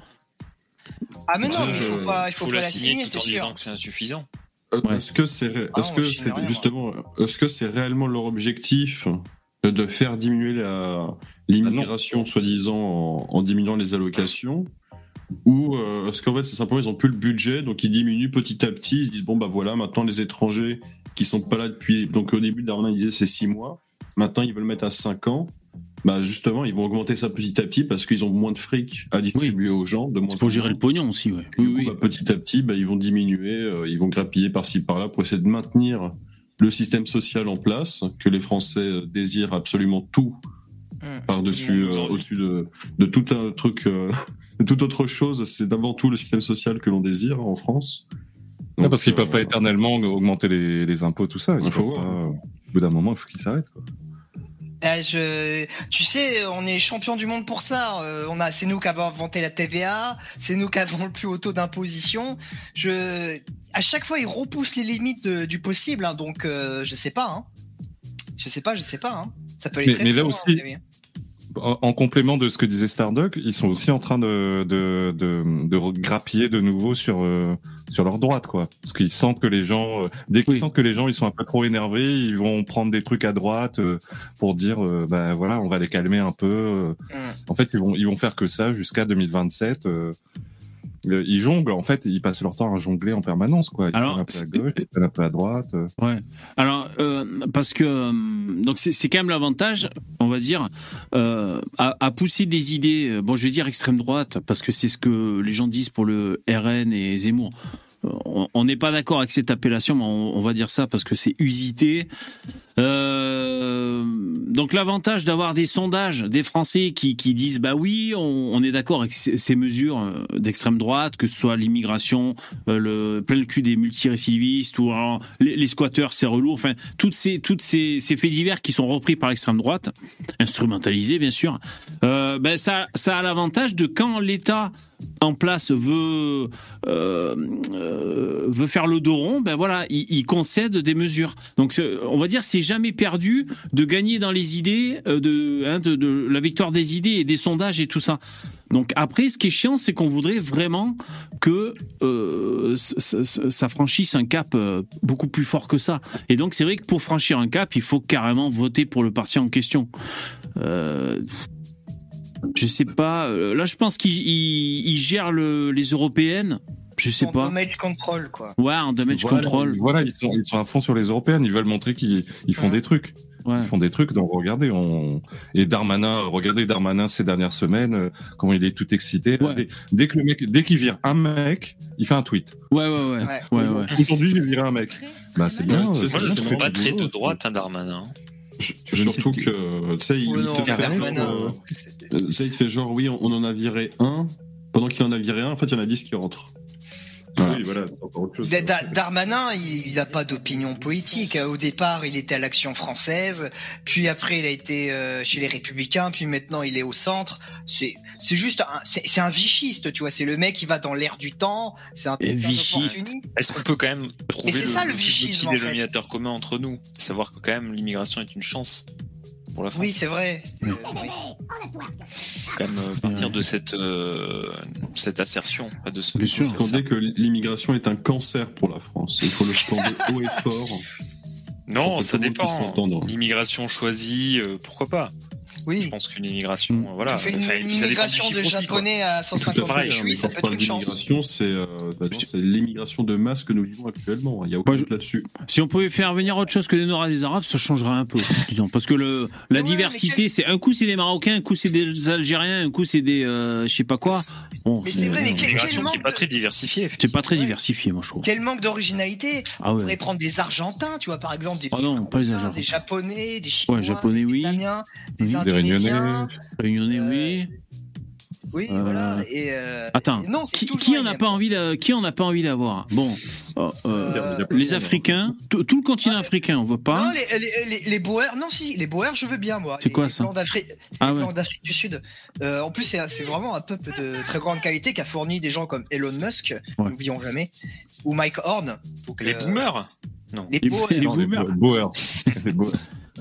Ah mais non, Euh, il faut pas, il faut, faut pas la la signer signer, tout c'est en sûr. disant que c'est insuffisant. Euh, Ouais. Est-ce que c'est, Ah est-ce non, que je signe c'est rien, justement, est-ce que c'est réellement leur objectif de, de faire diminuer la l'immigration, soi-disant, en, en diminuant les allocations, ou euh, est-ce qu'en fait c'est simplement ils ont plus le budget, donc ils diminuent petit à petit, ils se disent bon bah voilà, maintenant les étrangers qui sont pas là depuis, donc au début Darmanin il disait c'est six mois, maintenant ils veulent le mettre à cinq ans. Bah justement, ils vont augmenter ça petit à petit parce qu'ils ont moins de fric à distribuer aux gens. De moins C'est pour gérer le pognon aussi, ouais. Oui, Du coup, oui. bah, petit à petit, bah, ils vont diminuer, euh, ils vont grappiller par-ci par-là pour essayer de maintenir le système social en place, que les Français euh, désirent absolument tout Mmh. par-dessus, euh, au-dessus de, de tout un truc, euh, de toute autre chose. C'est d'abord tout le système social que l'on désire en France. Ouais, Donc, parce qu'ils euh, peuvent pas éternellement augmenter les, les impôts, tout ça. Ils Il faut peuvent voir. pas- Au bout d'un moment, il faut qu'ils s'arrêtent. Quoi. Ah, je... Tu sais, on est champion du monde pour ça. Euh, on a, c'est nous qui avons inventé la T V A, c'est nous qui avons le plus haut taux d'imposition. Je, à chaque fois, ils repoussent les limites de- du possible. Hein, donc, euh, je sais pas. Hein. Je sais pas, je sais pas. Hein. Ça peut aller Mais- très mais très là loin, aussi, à mon avis. En, en complément de ce que disait Stardock, ils sont aussi en train de, de, de, de grappiller de nouveau sur, euh, sur leur droite, quoi. Parce qu'ils sentent que les gens, euh, dès qu'ils Oui. sentent que les gens ils sont un peu trop énervés, ils vont prendre des trucs à droite euh, pour dire, euh, bah voilà, on va les calmer un peu. euh. Mmh. En fait, ils vont, ils vont faire que ça jusqu'à deux mille vingt-sept. Euh, euh, ils jonglent, en fait, ils passent leur temps à jongler en permanence, quoi. Ils Alors, prennent un peu à gauche, ils prennent un peu à droite. euh. Ouais. Alors, euh, parce que euh, donc c'est c'est quand même l'avantage, on va dire, euh, à, à pousser des idées. euh, Bon, je vais dire extrême droite parce que c'est ce que les gens disent pour le R N et Zemmour. Euh, On on n'est pas d'accord avec cette appellation, mais on, on va dire ça parce que c'est usité. Euh, donc l'avantage d'avoir des sondages des Français qui, qui disent bah oui, on, on est d'accord avec ces, ces mesures euh, d'extrême droite, que ce soit l'immigration, euh, le plein le cul des multirécidivistes ou alors, les, les squatteurs, c'est relou. Enfin, toutes ces toutes ces, ces faits divers qui sont repris par l'extrême droite, instrumentalisés bien sûr. Euh, ben ça ça a l'avantage de quand l'État en place veut euh, euh, veut faire le dos rond, ben voilà, il, il concède des mesures. Donc c'est- on va dire c'est jamais perdu de gagner dans les idées, euh, de, hein, de de la victoire des idées et des sondages et tout ça. Donc après, ce qui est chiant, c'est qu'on voudrait vraiment que euh, ça, ça- ça franchisse un cap euh, beaucoup plus fort que ça. Et donc c'est vrai que pour franchir un cap, il faut carrément voter pour le parti en question. Euh, je sais pas. euh, Là, je pense qu'ils ils- ils gèrent le, les européennes. Je sais En pas. damage control, quoi. Ouais, en damage Voilà, control. Voilà, ils sont, ils sont à fond sur les européennes. Ils veulent montrer qu'ils ils font Mmh. des trucs. Ouais. Ils font des trucs. Donc regardez, on et Darmanin, regardez Darmanin ces dernières semaines, euh, comment il est tout excité. Ouais. Dès, dès que le mec, dès qu'il vire un mec, il fait un tweet. Ouais, ouais, ouais. Ouais. Ouais, ouais. Aujourd'hui, j'ai viré un mec. Bah c'est bien. Ouais, c'est euh, ça, Moi, je c'est ne bien, trouve c'est pas du très boulot, de droite, hein, Darmanin. Je- Surtout que, tu sais, il, Oh il non, te fait Darmanin, genre, euh, c'est- euh, tu sais, il te fait genre, oui, on, on en a viré un. Pendant qu'il en a viré un, en fait, il y en a dix qui rentrent. Voilà. Oui, voilà, c'est encore autre chose. Da- Da- Darmanin, il n'a pas d'opinion politique. Au départ, il était à l'Action française, puis après, il a été euh, chez les Républicains, puis maintenant, il est au centre. C'est, c'est juste, un, c'est, c'est un vichiste, tu vois. C'est le mec qui va dans l'air du temps. C'est un Et putain vichiste. d'opportuniste. Est-ce qu'on peut quand même trouver c'est le, ça, le le vichisme, petit en fait. dénominateur commun entre nous? Savoir que quand même l'immigration est une chance pour la France. Oui, c'est vrai. C'est- oui. Quand même euh, partir de cette, euh, cette assertion, pas de ce Bien sûr. Scander que l'immigration est un cancer pour la France. Il faut le scander haut et fort. Non, Pour que ça tout le monde puisse dépend. l'entendre. L'immigration choisie, euh, pourquoi pas? Je Oui. pense qu'une immigration, Mm. euh, voilà. Tu fais une, Enfin, une ça dépend du immigration de chiffre aussi, quoi. japonais à cent Tout cinquante pareil, mille hein, mais juifs, quand ça je peut être parle une chance. d'immigration, c'est euh, d'abord, c'est l'immigration de masse que nous vivons actuellement. Il y a aucun Moi, je- doute là-dessus. Si on pouvait faire venir autre chose que des Noirs et des Arabes, ça changerait un peu, disons. Parce que le, la Ouais, diversité, mais c'est un coup c'est des Marocains, un coup c'est des Algériens, un coup c'est des, euh, je sais pas quoi. Bon, Mais c'est vrai, mais quel, quel L'immigration qui manque n'est pas de- très diversifiée. c'est pas très diversifié, moi je trouve. Quel manque d'originalité. Ah On ouais. pourrait prendre des Argentins, tu vois, par exemple, des, Ah non, pas les Argentins. des Japonais, des Chinois, Japonais, des oui. Vietnamiens, Oui. des Des Indonésiens. Réunionnais. Réunionnais, Euh, oui. Oui, Euh, voilà. Et euh, Attends, et non, c'est qui, toujours qui les en a mêmes. pas envie de, qui en a pas envie d'avoir? Bon, euh, euh, les Africains, tout, tout le continent africain, on veut pas. Non, les, les, les, les Boers, non, si, les Boers, je veux bien, moi. C'est Les- quoi, les ça clans d'Afrique- C'est Ah les ouais. clans d'Afrique du Sud. Euh, en plus, c'est c'est vraiment un peuple de très grande qualité qui a fourni des gens comme Elon Musk, Ouais. n'oublions jamais, ou Mike Horn. Donc, Les euh, boomers Non. Les Les- Boers, les Non, les boomers. Boers. Les Boers.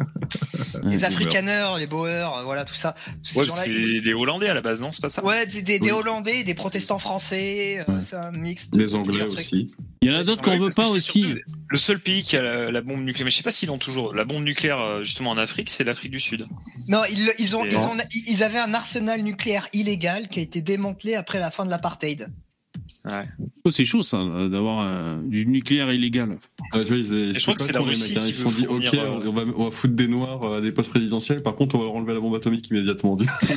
les Afrikaners, les Boers, euh, voilà, tout ça. Tous ces Ouais, gens-là, c'est ils- des Hollandais à la base, non? C'est pas ça? Ouais, des, des, des Oui. Hollandais, des protestants français, euh, Ouais. c'est un mix. Les Anglais plusieurs trucs. aussi. Il y en a d'autres qu'on Ouais, veut parce que pas c'était aussi. surtout Le seul pays qui a la, la bombe nucléaire, mais je sais pas s'ils l'ont toujours, la bombe nucléaire euh, justement en Afrique, c'est l'Afrique du Sud. Non, ils, ils, ont, Et ils, non. ont, ils avaient un arsenal nucléaire illégal qui a été démantelé après la fin de l'apartheid. Ouais. Oh, c'est chaud ça, d'avoir euh, du nucléaire illégal. Ah, tu vois, ils, ils, je crois que pas c'est la cons, les Russie mecs, hein. qui Ils se veut sont dit, fournir, ok, euh, on va, on va foutre des noirs euh, à des postes présidentiels. Par contre, on va leur enlever la bombe atomique immédiatement.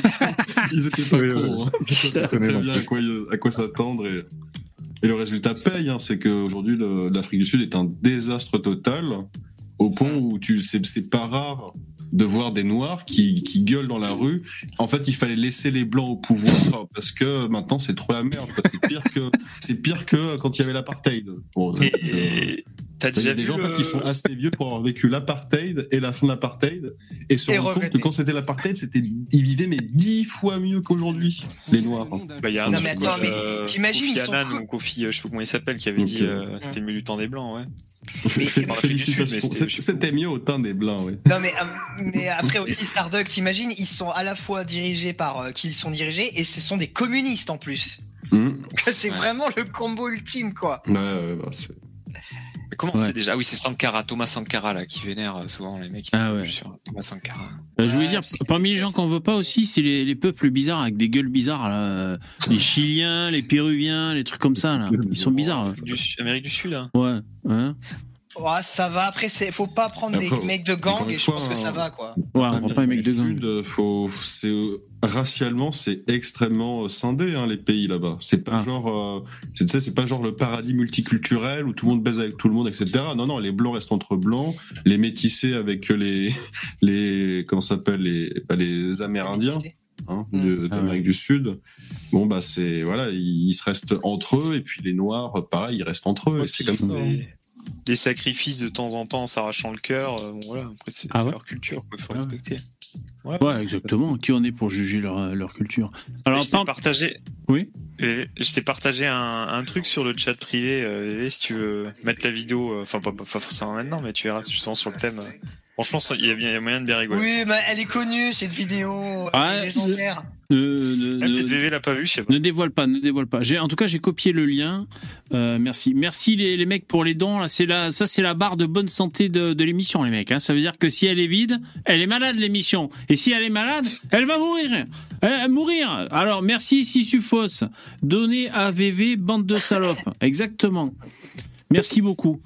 Ils étaient pas Oui, cons. hein. Ils savaient très bien à quoi, à quoi s'attendre. Et, et le résultat paye. Hein, c'est qu'aujourd'hui, le- l'Afrique du Sud est un désastre total. Au point où tu, c'est, c'est pas rare de voir des noirs qui, qui gueulent dans la rue. En fait, il fallait laisser les blancs au pouvoir parce que maintenant c'est trop la merde. quoi. C'est pire que c'est pire que quand il y avait l'apartheid. Bon, Et, donc, euh, et t'as il y déjà a des vu gens en fait, le... qui sont assez vieux pour avoir vécu l'apartheid et la fin de l'apartheid et se Et rendre compte regretter. que quand c'était l'apartheid, c'était ils vivaient mais dix fois mieux qu'aujourd'hui les noirs. Bah, il y a un Non, truc, mais attends, euh, mais t'imagines, Kofi ils sont Annan cool. ou Kofi, euh, je sais pas comment il s'appelle, qui avait Donc, dit euh, euh, c'était mieux du temps des blancs, ouais. Mais c'est pas l'Afrique du Sud, mais Félicitations. c'était- je sais C'était mieux au teint des blancs, oui. Non, mais, euh, mais après aussi, Starduck, t'imagines, ils sont à la fois dirigés par euh, qui ils sont dirigés et ce sont des communistes en plus. Mmh. C'est Ouais. vraiment le combo ultime, quoi. Ouais, ouais, bah, c'est- Mais comment Ouais. c'est déjà? Ah oui, c'est Sankara, Thomas Sankara, là, qui vénère euh, souvent les mecs qui Ah sont ouais. sur Thomas Sankara. Euh, je voulais Ouais, dire, c'est- parmi les gens qu'on veut pas aussi, c'est les, les peuples bizarres avec des gueules bizarres, là. Euh, les Chiliens, les Péruviens, les trucs comme ça, là. Ils sont bizarres. Afrique du Sud- Amérique du Sud, hein. Ouais. Hein Ouais, ça va. Après, c'est, faut pas prendre Après, des mecs de gang encore une et je fois, pense que ça hein. va, quoi. Ouais, on prend pas les mecs de gang. Sud, euh, faut, c'est, euh, racialement, c'est extrêmement euh, scindé, hein, les pays là-bas. C'est pas Ah. genre, euh, c'est, tu sais, c'est pas genre le paradis multiculturel où tout le monde baise avec tout le monde, et cetera. Non, non, les blancs restent entre blancs, les métissés avec les, les, comment ça s'appelle, les, bah, les Amérindiens. Hein, Mm. de- Ah d'Amérique ouais. du Sud. Bon, bah, c'est, voilà, ils, ils se restent entre eux, et puis les Noirs, pareil, ils restent entre eux, Ouais, et c'est puis comme ils ça. font hein. Des, des sacrifices de temps en temps en s'arrachant le cœur. euh, bon, voilà, après, c'est, Ah c'est ouais leur culture, quoi, faut Ah ouais. respecter. Ouais, exactement. Qui on est pour juger leur, leur culture? Alors, je t'ai par- partagé. Oui. Et je t'ai partagé un, un truc sur le chat privé. Euh, si tu veux mettre la vidéo, euh, enfin pas, pas forcément maintenant, mais tu verras justement sur le thème. euh, Franchement, ça- il y, a bien- il y a moyen de bien rigoler. Oui, mais elle est connue, cette vidéo. euh, Ouais. légendaire. Euh, ne- Ah, ne- peut-être V V l'a pas vu, je sais pas. Ne dévoile pas, ne dévoile pas. J'ai, en tout cas, j'ai copié le lien. Euh, merci, merci les, les mecs pour les dons. Là, c'est la, ça c'est la barre de bonne santé de, de l'émission, les mecs. Hein. Ça veut dire que si elle est vide, elle est malade l'émission. Et si elle est malade, elle va mourir. Elle va mourir. Alors merci Sissufos. Donnez à V V, bande de salopes. Exactement. Merci beaucoup.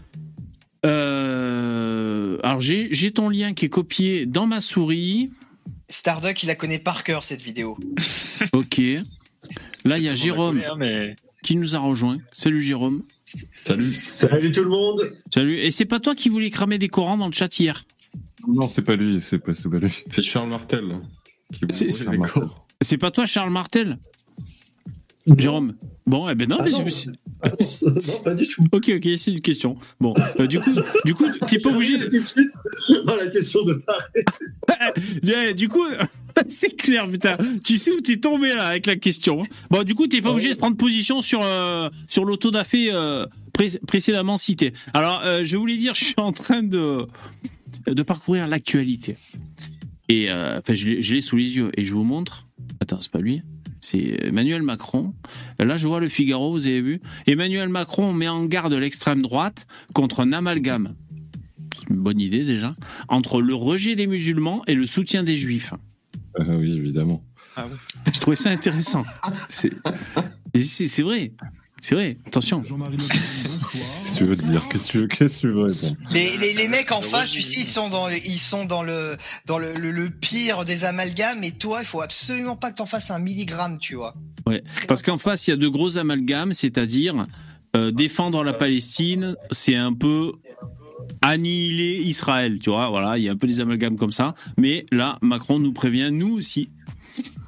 Euh, alors j'ai, j'ai ton lien qui est copié dans ma souris. Starduck, il la connaît par cœur, cette vidéo. Ok. Là, il y a Tout le monde Jérôme la connaît, hein, mais... qui nous a rejoint. Salut Jérôme. Salut. Salut tout le monde. Salut. Et c'est pas toi qui voulais cramer des Corans dans le chat hier? Non, c'est pas lui, c'est pas, c'est pas lui. C'est Charles Martel. hein, qui C'est- brûle c'est les Martel. corps. C'est pas toi, Charles Martel? Jérôme. Bon, eh ben non, Ah mais non, c'est- non, pas du tout. Ok, ok, c'est une question. Bon, euh, du coup, du coup, t'es pas obligé. Tout De... de suite dans la question de taré. Eh, du coup, c'est clair, putain. Tu sais où t'es tombé là avec la question. Bon, du coup, t'es pas obligé de prendre position sur euh, sur l'auto da fé euh, pré- précédemment cité. Alors, euh, je voulais dire, je suis en train de de parcourir l'actualité. Et euh, enfin, je l'ai je l'ai sous les yeux et je vous montre. Attends, c'est pas lui. C'est Emmanuel Macron. Là, je vois le Figaro, vous avez vu. Emmanuel Macron met en garde l'extrême droite contre un amalgame. C'est une bonne idée déjà. Entre le rejet des musulmans et le soutien des juifs. Ah oui, évidemment. Ah ouais. Je trouvais ça intéressant. C'est c'est- c'est vrai. C'est vrai. Attention. Qu'est-ce que tu veux te dire? Qu'est-ce que tu veux, qu'est-ce que tu veux répondre? Les, les, les mecs en face, tu sais, ils sont dans, le- ils sont dans le, dans le, le, le pire des amalgames. Et toi, il faut absolument pas que t'en fasses un milligramme, tu vois. Ouais. Parce qu'en face, il y a de gros amalgames, c'est-à-dire euh, défendre la Palestine, c'est un peu annihiler Israël, tu vois. Voilà, il y a un peu des amalgames comme ça. Mais là, Macron nous prévient, nous aussi.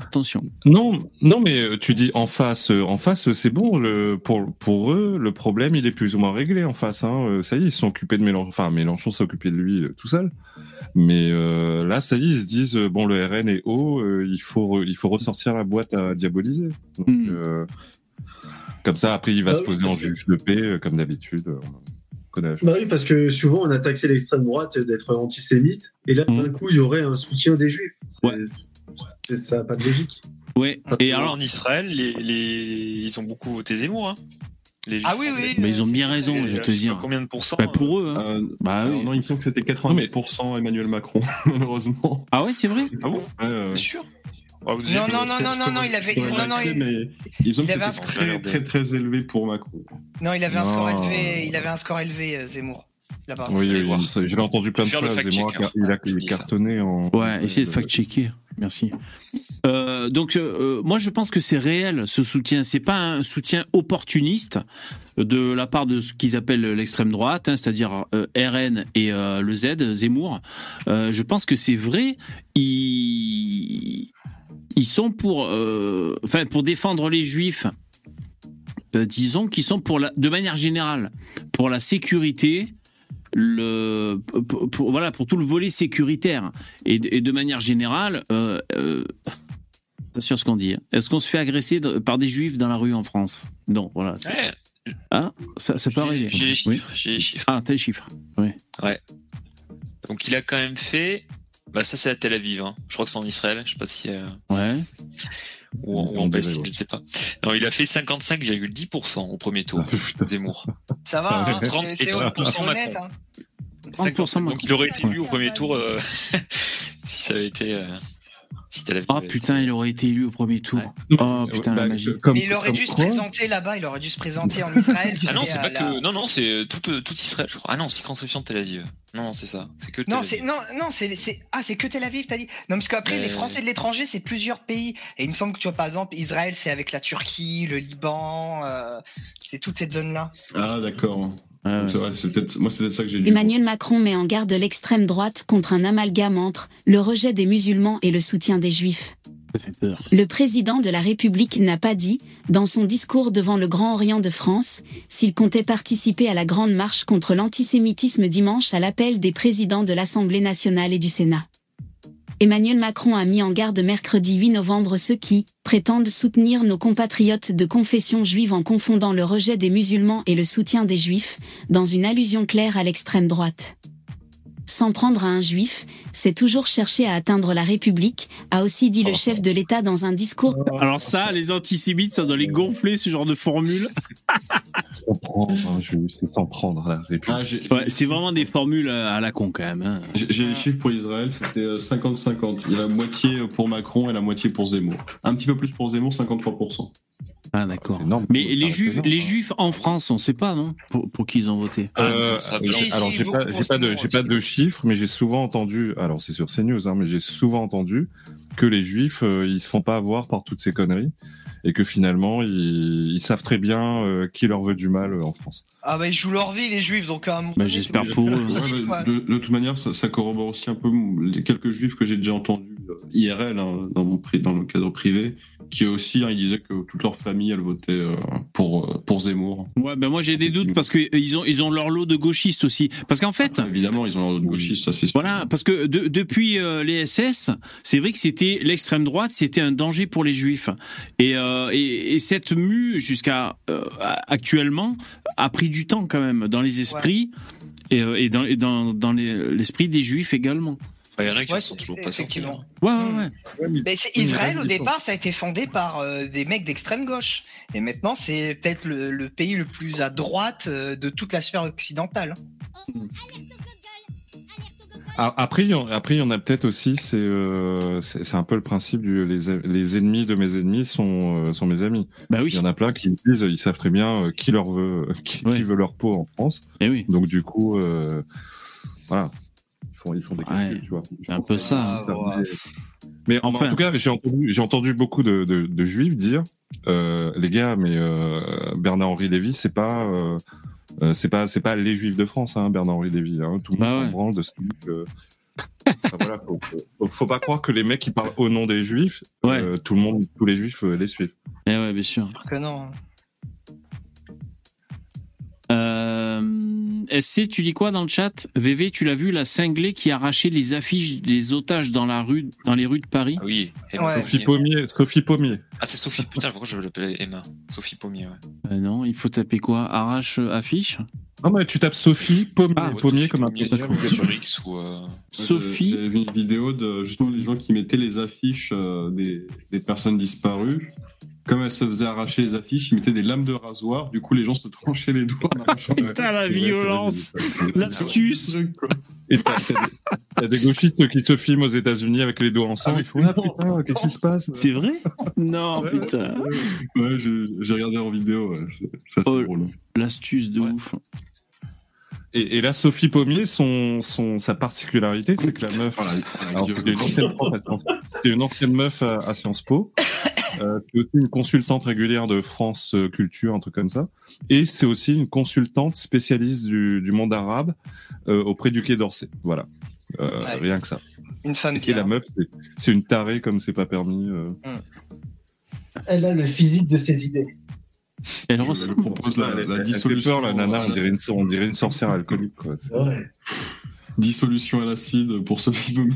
Attention. Non, non, mais tu dis en face, en face, c'est bon. Le, pour pour eux, le problème, il est plus ou moins réglé en face. Hein. Ça y est, ils sont occupés de Mélenchon. Enfin, Mélenchon s'est occupé de lui euh, tout seul. Mais euh, là, ça y est, ils se disent euh, bon, le R N est haut, euh, il faut il faut ressortir la boîte à diaboliser. Donc, mmh. euh, comme ça, après, il va ah, se poser oui, en juge de paix, euh, comme d'habitude. Euh, Bah oui, parce que souvent on a taxé l'extrême droite d'être antisémite, et là d'un coup il y aurait un soutien des juifs. C'est, ouais. c'est, ça n'a pas de logique. Ouais. Enfin, et alors en Israël, les, les... ils ont beaucoup voté Zemmour. Hein. Les ah oui, oui. Bah, ils ont bien raison, je vais te dire. Combien de pourcents bah, pour eux. Hein. Euh, bah oui. Non, il me semble que c'était quatre-vingt-dix pour cent Emmanuel Macron, malheureusement. Ah ouais, c'est vrai. Ah bon euh... C'est sûr. Oh, non, non, non, non, non, non, il avait, non, non, il, mais il, il avait un score très, très, très élevé pour Macron. Non, il avait un score élevé, il avait un score élevé, Zemmour. Là-bas. Oui, oui, oui, je l'ai entendu plein de fois. Zemmour, hein. Il a il cartonné en. Ouais, essayez de fact-checker. Merci. Euh, donc, euh, moi, je pense que c'est réel ce soutien. C'est pas un soutien opportuniste de la part de ce qu'ils appellent l'extrême droite, hein, c'est-à-dire euh, R N et euh, le Z, Zemmour. Euh, je pense que c'est vrai. Ils Ils sont pour, euh, enfin, pour défendre les Juifs. Euh, disons qu'ils sont pour la, de manière générale, pour la sécurité, le, pour, pour, voilà, pour tout le volet sécuritaire. Et, et de manière générale, euh, euh, attention à ce qu'on dit. Est-ce qu'on se fait agresser de, par des Juifs dans la rue en France ? Non, voilà. Ouais. Hein ? Ça, ça peut arriver. J'ai les chiffres. Oui. J'ai les chiffres. Ah, t'as les chiffres. Oui. Ouais. Donc il a quand même fait. Bah ça c'est à Tel Aviv, hein. Je crois que c'est en Israël, je sais pas si euh... ouais ou, ou en Palestine, je ne sais pas. Non, il a fait cinquante-cinq virgule dix pour cent au premier tour, Zemmour. Ça va, hein, trente c'est, et trente pour cent honnête, Macron. Hein. trente pour cent Macron. Donc il aurait été élu au premier tour euh, si ça avait été. Euh... Si Tel Aviv oh putain, il aurait été élu au premier tour. Ouais. Oh putain, bah, la magie. Comme, Mais il aurait dû se présenter là-bas, il aurait dû se présenter en Israël. Ah non, c'est pas la... que. Non, non, c'est tout, tout Israël, je crois. Ah non, circonscription de Tel Aviv. Non, non, c'est ça. C'est que. Tel non, Aviv. c'est non, non, c'est, c'est ah, c'est que Tel Aviv, t'as dit. Non, parce qu'après, euh... les Français de l'étranger, c'est plusieurs pays. Et il me semble que tu vois, par exemple, Israël, c'est avec la Turquie, le Liban, euh, c'est toute cette zone-là. Ah d'accord. Ah ouais. C'est vrai, c'est peut-être, moi, c'est peut-être ça que j'ai lu. Emmanuel Macron met en garde l'extrême droite contre un amalgame entre le rejet des musulmans et le soutien des juifs. Ça fait peur. Le président de la République n'a pas dit, dans son discours devant le Grand Orient de France, s'il comptait participer à la grande marche contre l'antisémitisme dimanche à l'appel des présidents de l'Assemblée nationale et du Sénat. Emmanuel Macron a mis en garde mercredi huit novembre ceux qui prétendent soutenir nos compatriotes de confession juive en confondant le rejet des musulmans et le soutien des juifs, dans une allusion claire à l'extrême droite. S'en prendre à un juif, c'est toujours chercher à atteindre la République, a aussi dit le chef de l'État dans un discours. Alors ça, les antisémites, ça doit les gonfler, ce genre de formule. S'en prendre un juif, c'est s'en prendre à la République. Ah, j'ai, ouais, c'est vraiment des formules à la con quand même. Hein. J'ai, j'ai les chiffres pour Israël, c'était cinquante cinquante. Il y a la moitié pour Macron et la moitié pour Zemmour. Un petit peu plus pour Zemmour, cinquante-trois pour cent. Ah d'accord. Énorme, mais les juifs, énorme, les juifs en France, on sait pas, non, pour, pour qui ils ont voté. Euh, ah, j'ai, alors j'ai pas, j'ai pas de, j'ai pas de chiffres, mais j'ai souvent entendu. Alors c'est sur CNews, hein, mais j'ai souvent entendu que les juifs, euh, ils se font pas avoir par toutes ces conneries et que finalement ils, ils savent très bien euh, qui leur veut du mal euh, en France. Ah bah ils jouent leur vie les juifs, donc. Euh, bah, j'espère pour eux. Ouais, bah, de, de toute manière, ça, ça corrobore aussi un peu les quelques juifs que j'ai déjà entendus I R L hein, dans mon dans le cadre privé. Qui aussi, hein, ils disaient que toute leur famille, elle votait euh, pour euh, pour Zemmour. Ouais, ben moi j'ai des doutes parce que ils ont ils ont leur lot de gauchistes aussi. Parce qu'en fait, ah, évidemment, ils ont leur lot de gauchistes, ça c'est sûr. Voilà, parce que de, depuis euh, les S S, c'est vrai que c'était l'extrême droite, c'était un danger pour les Juifs. Et euh, et, et cette mue jusqu'à euh, actuellement a pris du temps quand même dans les esprits ouais. et, euh, et dans et dans dans les, l'esprit des Juifs également. Il y en a qui ouais, sont toujours pas effectivement. Ouais, ouais, ouais. Mais c'est Israël, au départ, ça a été fondé par euh, des mecs d'extrême gauche. Et maintenant, c'est peut-être le, le pays le plus à droite euh, de toute la sphère occidentale. Après, il y en, après, il y en a peut-être aussi, c'est, euh, c'est, c'est un peu le principe du les, les ennemis de mes ennemis sont, euh, sont mes amis. Bah oui. Il y en a plein qui disent, ils savent très bien euh, qui leur veut, qui, ouais. qui veut leur peau en France. Et oui. Donc, du coup, euh, voilà. Ils font, ils font des calculs, ouais, tu vois. C'est un peu ça. ça ouais. Mais en, enfin. en tout cas, j'ai entendu, j'ai entendu beaucoup de, de, de juifs dire, euh, les gars, mais euh, Bernard-Henri Lévy, c'est pas, euh, c'est pas, c'est pas les juifs de France, hein, Bernard-Henri Lévy. Hein, tout le monde bah s'en ouais. branle de ce truc. Euh... Enfin, voilà, faut, faut, faut pas croire que les mecs qui parlent au nom des juifs, Ouais. euh, tout le monde, tous les juifs euh, les suivent. Eh ouais, bien sûr. Alors que non. Euh, S C, tu dis quoi dans le chat? V V, tu l'as vu, la cinglée qui a arraché les affiches des otages dans la rue, dans les rues de Paris? Ah oui. Ouais. Sophie Pommier, Sophie Pommier. Ah, c'est Sophie. Putain, pourquoi je l'appelais Emma? Sophie Pommier, ouais. Euh, non, il faut taper quoi? Arrache euh, affiche? Non, mais tu tapes Sophie Pommier, Ah, Ouais, Pommier Sophie comme un Pommier sur, sur X ou. Euh... Sophie. J'avais vu une vidéo de justement les gens qui mettaient les affiches euh, des, des personnes disparues. Comme elles se faisaient arracher les affiches, ils mettaient des lames de rasoir. Du coup, les gens se tranchaient les doigts. en arrachant les Putain, la affiches. violence, Ouais, l'astuce. c'est vrai, quoi. Et t'as, t'as des, t'as des gauchistes qui se filment aux États-Unis avec les doigts ensemble. Ah, Ils font ah putain, qu'est-ce qui se passe? C'est vrai? Non, Ouais, putain. Ouais, j'ai, j'ai regardé en vidéo. Ouais. C'est, ça, c'est Oh, drôle. L'astuce de Ouais. ouf. Et, et là, Sophie Pommier, son, son, sa particularité, c'est que la meuf. Voilà, Alors, c'était une ancienne prof à Sciences Po. C'était une ancienne meuf à, à Sciences Po. Euh, c'est aussi une consultante régulière de France euh, Culture, un truc comme ça. Et c'est aussi une consultante spécialiste du, du monde arabe euh, auprès du Quai d'Orsay. Voilà. Euh, Ouais. Rien que ça. Une femme Et bien. la meuf, c'est, c'est une tarée comme c'est pas permis. euh. Elle a le physique de ses idées. Elle Je ressemble. propose la, Elle- la elle fait dissolution. peur, la nana, on dirait une, on dirait une sorcière alcoolique. Quoi. Ouais. Dissolution à l'acide pour Sophie Pommier.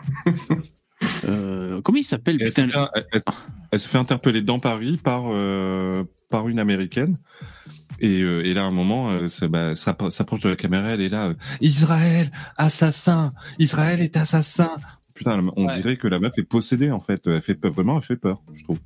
Euh, comment il s'appelle, Elle se, putain? fait, elle- elle- elle se fait interpeller dans Paris par, euh, par une américaine. Et, euh, et là, à un moment, euh, ça, bah, ça s'appro- s'approche de la caméra, elle est là. euh, Israël, assassin! Israël est assassin! Putain, on Ouais. dirait que la meuf est possédée, en fait. Elle fait peur, vraiment, elle fait peur, je trouve.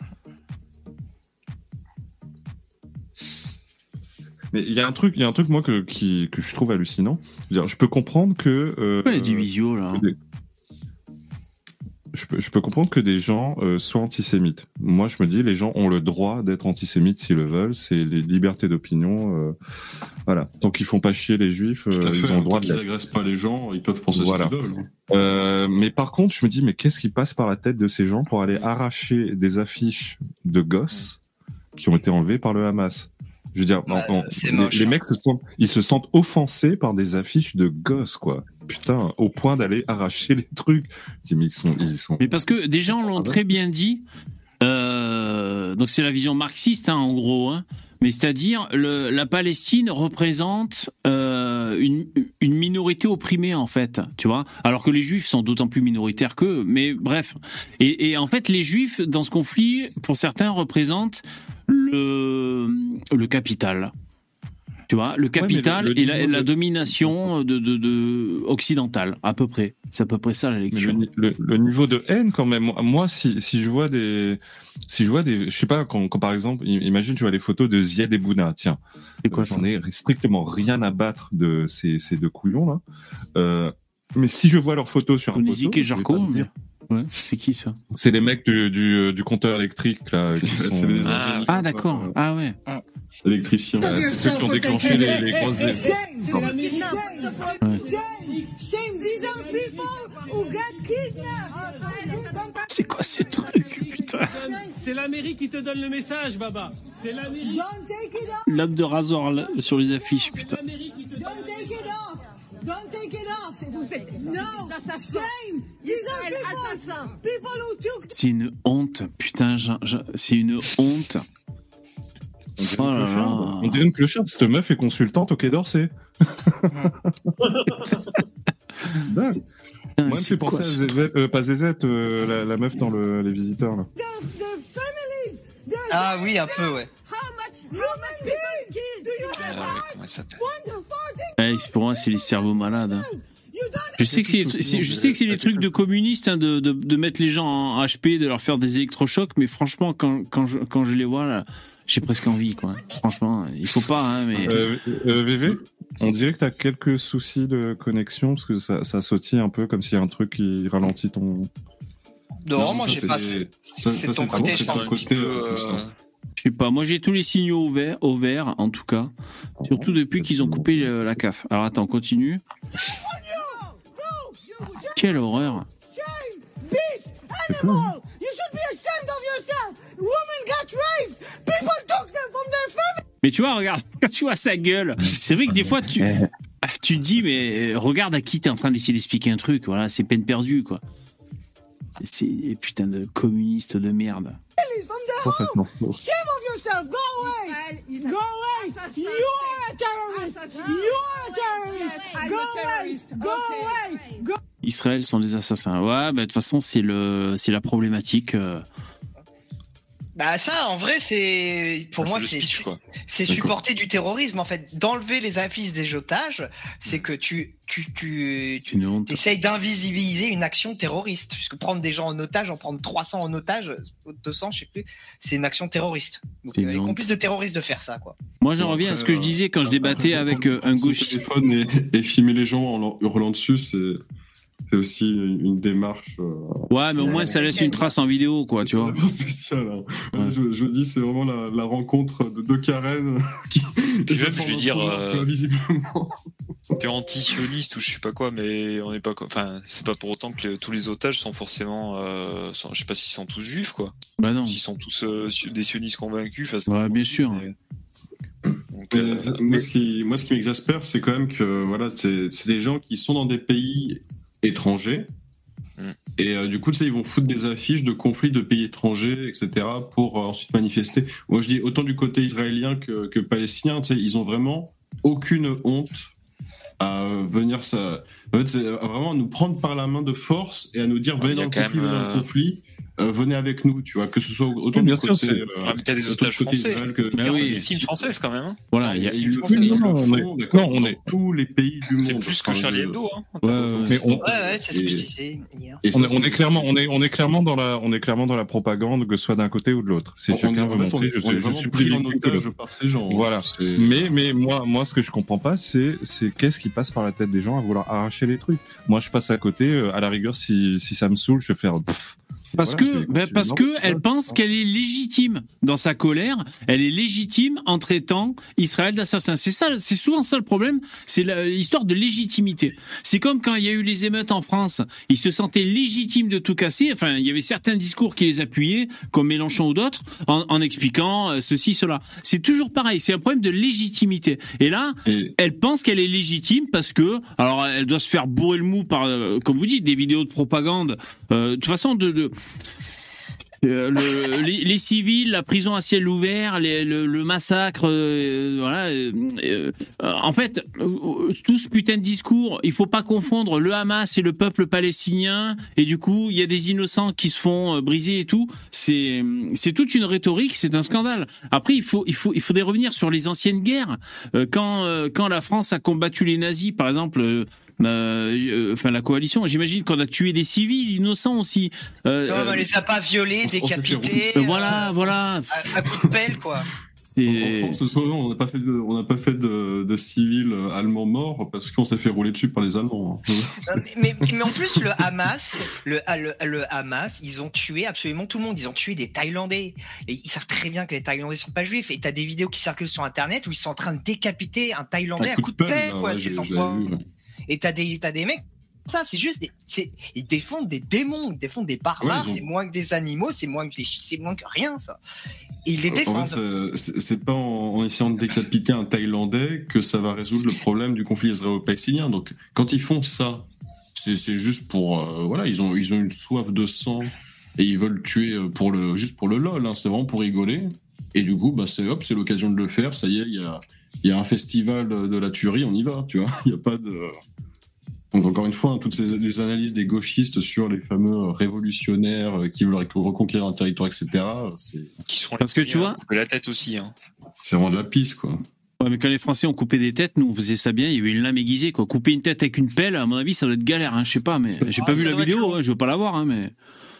Mais il y a un truc, il y a un truc, moi, que, qui, que je trouve hallucinant. Je veux dire, je peux comprendre que. Euh, Pourquoi il y a des visios, là? que des- Je peux, je peux comprendre que des gens euh, soient antisémites. Moi, je me dis, les gens ont le droit d'être antisémites s'ils le veulent. C'est les libertés d'opinion. Euh, voilà. Tant qu'ils font pas chier les juifs, euh, Tout à fait, ils ont le droit tant de qu'ils l'être. agressent pas les gens, ils peuvent penser Voilà. ce qu'ils veulent. Euh, mais par contre, je me dis, mais qu'est-ce qui passe par la tête de ces gens pour aller arracher des affiches de gosses qui ont été enlevées par le Hamas? Je veux dire, Bah, en- en- c'est les, moche, les hein. mecs se sentent, ils se sentent offensés par des affiches de gosses, quoi. Putain, au point d'aller arracher les trucs. Je dis, mais ils sont, ils sont. Mais parce que des gens l'ont très bien dit. Euh, donc c'est la vision marxiste, hein, en gros. Hein. Mais c'est-à-dire, le, la Palestine représente euh, une, une minorité opprimée, en fait. Tu vois. Alors que les Juifs sont d'autant plus minoritaires qu'eux. Mais bref. Et, et en fait, les Juifs, dans ce conflit, pour certains, représentent le, le capital. Tu vois, le capital le- le et la, niveau la de- domination de, de, de occidentale, à peu près. C'est à peu près ça la Mais lecture. le, le- le niveau de haine quand même. Moi, moi, si, si je vois des, si je vois des, je sais pas, quand, quand par exemple, i- imagine tu vois les photos de Ziad et Bouna, tiens, C'est quoi euh, ça? j'en ai strictement rien à battre de ces, ces deux couillons là. Euh, mais si je vois leurs photos sur un poteau, Tonizik et je vais Jarko, pas me mais... dire. Ouais, c'est qui ça? C'est les mecs du, du, du compteur électrique là. Qui C'est sont... des Ah, ingénieurs, Ah d'accord, ah ouais. électriciens. Euh, c'est ceux qui ont déclenché les, les grosses. Pardon. C'est quoi ces trucs, putain? C'est la mairie qui te donne le message, Baba. C'est la mairie. Lame de rasoir là, sur les affiches, putain. Don't take it off. Vous êtes no shame. Israël assassin. People who took. C'est une honte, putain, j'en- j'en- c'est une honte. On dirait Oh une là clocharde. là. On dirait une clocharde. Cette meuf est consultante au Quai d'Orsay. Dingue. Putain, Moi, elle me c'est fait quoi, penser à ce Zézette, euh, pas Zézette, euh, la, la meuf dans le, les visiteurs là. Ah oui, un peu, ouais. How much? How much people killed? Do you Ah, ouais, comment elle s'appelle? Eh, c'est pour moi, c'est les cerveaux malades. hein. Je sais que c'est, c'est- je sais que c'est les trucs de communistes hein, de, de, de mettre les gens en H P, de leur faire des électrochocs, mais franchement, quand, quand, je, quand je les vois là, j'ai presque envie, quoi. Franchement, il faut pas, hein, mais. Euh, euh, V V, on dirait que t'as quelques soucis de connexion parce que ça, ça sautille un peu comme s'il y a un truc qui ralentit ton. Non, moi ça, j'ai c'est pas. des- C'est ça- c'est ça, ton c'est côté, ton- je c'est ton pense, un petit côté, peu. euh, tout ça. euh, Je sais pas, moi j'ai tous les signaux au vert, au vert en tout cas. Surtout depuis qu'ils ont coupé euh, la C A F. Alors attends, continue. Quelle horreur. Animal. You should be ashamed of yourself. Women got raped. People took them from their family. Mais tu vois, regarde, quand tu vois sa gueule, c'est vrai que des fois tu, ah, tu te dis, mais regarde à qui t'es en train d'essayer d'expliquer un truc. Voilà, c'est peine perdue, quoi. C'est putain de communistes de merde. Shame of yourself. Go away. Go away. You are a terrorist. You are a terrorist. Go away. Go away. Go. Israël sont des assassins. Ouais, bah de toute façon, c'est le, c'est la problématique. Euh... Bah ça, en vrai, c'est pour Ah, moi, c'est le c'est speech, quoi. c'est supporter du terrorisme en fait. D'enlever les affiches des otages, c'est que tu tu tu tu essayes d'invisibiliser une action terroriste. Puisque prendre des gens en otage, en prendre trois cents en otage, deux cents, je sais plus, c'est une action terroriste. Donc, euh, les complices de terroristes de faire ça, quoi. Moi, j'en reviens à ce que je disais quand je débattais avec euh, un gauchiste. Téléphone et, et filmer les gens en leur hurlant dessus, c'est. C'est aussi une démarche. Euh... Ouais, mais au moins ça laisse une trace en vidéo, quoi, tu vois. C'est spécial. Hein. Ouais. Je, je dis, c'est vraiment la, la rencontre de deux Karen qui. Puis même, je veux dire, euh... visiblement. T'es anti-sioniste ou je sais pas quoi, mais on n'est pas. Enfin, c'est pas pour autant que les, tous les otages sont forcément. Euh, sont, je sais pas s'ils sont tous juifs, quoi. Bah non. S'ils sont tous euh, des sionistes convaincus. Face ouais, bien sûr. Mais... Donc, euh, moi, ce qui, moi, ce qui m'exaspère, c'est quand même que voilà, c'est, c'est des gens qui sont dans des pays étrangers. Mm. Et euh, du coup, tu sais, ils vont foutre des affiches de conflits de pays étrangers, et cetera, pour euh, ensuite manifester. Moi, je dis autant du côté israélien que, que palestinien, tu sais, ils ont vraiment aucune honte à venir ça. En fait, c'est à vraiment nous prendre par la main de force et à nous dire venez dans le conflit, venez dans le conflit. Euh, venez avec nous, tu vois, que ce soit autant bien du sûr, côté. C'est... Euh, ah, mais t'as des otages français. Que... Mais oui, des films françaises quand même. Hein. Voilà, il y a. Ils oui, non, non, on est... non, on est tous les pays du monde. C'est plus que Charlie Hebdo. Hein. Ouais, ouais, mais on... ouais, ouais, c'est ce que je disais hier. On, est, on est clairement, on est, on est clairement dans la, on est clairement dans la propagande, que ce soit d'un côté ou de l'autre. Si on chacun est, veut montrer, je, je suis pris en otage par ces gens. Voilà. C'est... Mais, mais moi, moi, ce que je comprends pas, c'est, c'est qu'est-ce qui passe par la tête des gens à vouloir arracher les trucs. Moi, je passe à côté. À la rigueur, si, si ça me saoule, je vais faire. Pff, Parce voilà, que, ben parce que elle pense qu'elle est légitime dans sa colère. Elle est légitime en traitant Israël d'assassin. C'est ça, c'est souvent ça le problème. C'est la, l'histoire de légitimité. C'est comme quand il y a eu les émeutes en France. Ils se sentaient légitimes de tout casser. Enfin, il y avait certains discours qui les appuyaient, comme Mélenchon ou d'autres, en, en expliquant ceci, cela. C'est toujours pareil. C'est un problème de légitimité. Et là, Et... elle pense qu'elle est légitime parce que, alors, elle doit se faire bourrer le mou par, comme vous dites, des vidéos de propagande. Euh, de toute façon, de, de Euh, le, les, les civils, la prison à ciel ouvert, les, le, le massacre, euh, voilà. Euh, euh, en fait, euh, tout ce putain de discours, il faut pas confondre le Hamas et le peuple palestinien. Et du coup, il y a des innocents qui se font euh, briser et tout. C'est, c'est toute une rhétorique, c'est un scandale. Après, il faut, il faut, il faudrait revenir sur les anciennes guerres. Euh, quand, euh, quand la France a combattu les nazis, par exemple. Euh, Euh, enfin la coalition, j'imagine qu'on a tué des civils innocents aussi. Euh, non, on les a pas violés, décapités. Euh, voilà, euh, voilà. À, à coup de pelle, quoi. Et... En France, on n'a pas fait de, on n'a pas fait de, de civils allemands morts parce qu'on s'est fait rouler dessus par les Allemands. mais, mais, mais en plus, le Hamas, le, le, le Hamas, ils ont tué absolument tout le monde. Ils ont tué des Thaïlandais. Et ils savent très bien que les Thaïlandais sont pas juifs. Et t'as des vidéos qui circulent sur Internet où ils sont en train de décapiter un Thaïlandais à coup de pelle, quoi, ouais, ces enfants. Et t'as des, t'as des mecs, ça, c'est juste des, c'est, ils défendent des démons, ils défendent des barbares, ouais, ont... c'est moins que des animaux, c'est moins que des, c'est moins que rien, ça. Et ils les défendent. En fait, c'est, c'est pas en, en essayant de décapiter un Thaïlandais que ça va résoudre le problème du conflit israélo-palestinien. Donc, quand ils font ça, c'est, c'est juste pour, euh, voilà, ils ont, ils ont une soif de sang et ils veulent tuer pour le, juste pour le lol, hein, c'est vraiment pour rigoler. Et du coup, bah, c'est hop, c'est l'occasion de le faire, ça y est, il y a, il y a un festival de la tuerie, on y va, tu vois. Il n'y a pas de... Donc encore une fois, hein, toutes ces, les analyses des gauchistes sur les fameux révolutionnaires qui veulent reconquérir un territoire, et cetera. C'est... Qui sont Parce que tu vois, couper la tête aussi. Hein. C'est vraiment de la pisse, quoi. Ouais, mais quand les Français ont coupé des têtes, nous on faisait ça bien. Il y avait une lame aiguisée, quoi. Couper une tête avec une pelle, à mon avis, ça doit être galère. Hein. Je sais pas, mais j'ai ah, pas vu la vidéo. Hein, je veux pas la voir, hein, mais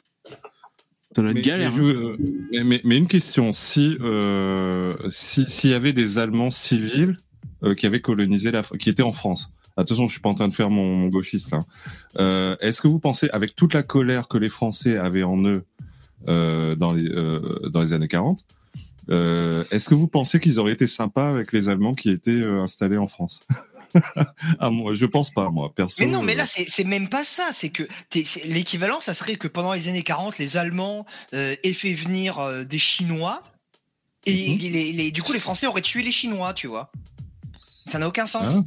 ça doit être mais, galère. Mais, je, mais, mais, mais une question, si euh, si s'il y avait des Allemands civils euh, qui avaient colonisé la, qui étaient en France. Attention, je suis pas en train de faire mon, mon gauchiste là. Euh, est-ce que vous pensez, avec toute la colère que les Français avaient en eux euh, dans les euh, dans les années quarante, euh, est-ce que vous pensez qu'ils auraient été sympas avec les Allemands qui étaient euh, installés en France? Ah, moi, je pense pas, moi, perso. Mais non, mais là, c'est, c'est même pas ça. C'est que c'est, l'équivalent, ça serait que pendant les années quarante, les Allemands euh, aient fait venir euh, des Chinois et mm-hmm. les, les, du coup, les Français auraient tué les Chinois, tu vois. Ça n'a aucun sens. Ah.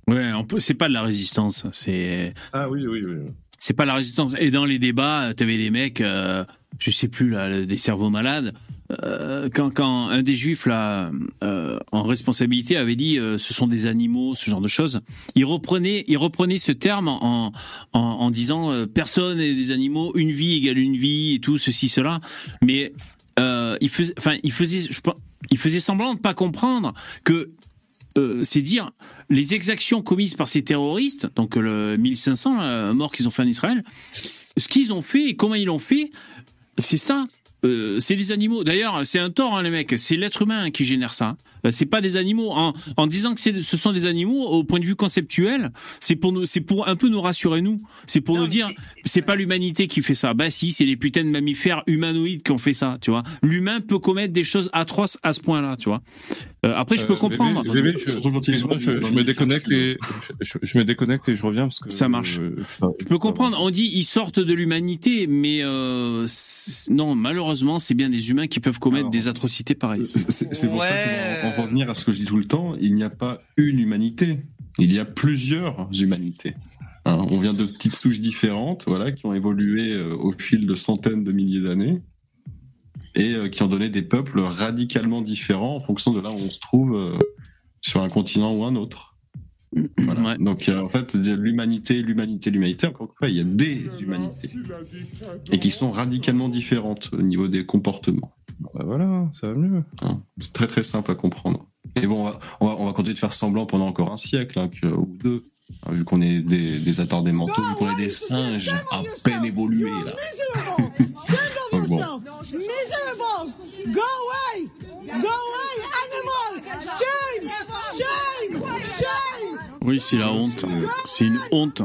Ouais, on peut, c'est pas de la résistance. C'est. Ah oui, oui, oui. C'est pas la résistance. Et dans les débats, t'avais des mecs, euh, je sais plus là, des cerveaux malades. Euh, quand, quand un des juifs là, euh, en responsabilité avait dit, euh, ce sont des animaux, ce genre de choses. Il reprenait, il reprenait ce terme en en, en disant, euh, personne n'est des animaux, une vie égale une vie et tout, ceci, cela. Mais euh, il faisait, enfin, il faisait, je pense, il faisait semblant de pas comprendre que. Euh, c'est dire les exactions commises par ces terroristes, donc le mille cinq cents euh, morts qu'ils ont fait en Israël, ce qu'ils ont fait et comment ils l'ont fait, c'est ça. Euh, c'est les animaux. D'ailleurs, c'est un tort, hein, les mecs. C'est l'être humain qui génère ça. Euh, c'est pas des animaux. En, en disant que c'est, ce sont des animaux, au point de vue conceptuel, c'est pour nous, c'est pour un peu nous rassurer nous. C'est pour non, nous dire, c'est... c'est pas l'humanité qui fait ça. Bah si, c'est les putains de mammifères humanoïdes qui ont fait ça. Tu vois. L'humain peut commettre des choses atroces à ce point-là. Tu vois. Euh, après, je peux euh, comprendre. Bébé, bébé, je, je, je, je me déconnecte et je, je me déconnecte et je reviens parce que ça marche. Euh, je, je peux comprendre. On dit ils sortent de l'humanité, mais euh, non, malheureusement, c'est bien des humains qui peuvent commettre Alors, des atrocités pareilles. C'est, c'est pour ouais. ça qu'on va en revenir à ce que je dis tout le temps. Il n'y a pas une humanité. Il y a plusieurs humanités. Hein, on vient de petites souches différentes, voilà, qui ont évolué euh, au fil de centaines de milliers d'années. Et euh, qui ont donné des peuples radicalement différents en fonction de là où on se trouve euh, sur un continent ou un autre. Voilà. Ouais. Donc euh, en fait, l'humanité, l'humanité, l'humanité, encore une fois, il y a des humanités. Et qui sont radicalement différentes au niveau des comportements. Bah voilà, ça va mieux. Hein, c'est très très simple à comprendre. Et bon, on va, on va, on va continuer de faire semblant pendant encore un siècle, hein, que, ou deux, hein, vu qu'on est des, des attardés mentaux, vu qu'on est des singes à peine évolués, là. Donc, bon. Miserable! Go away! Go away, animal! Shame! Shame! Shame! Oui, c'est la honte. C'est une honte.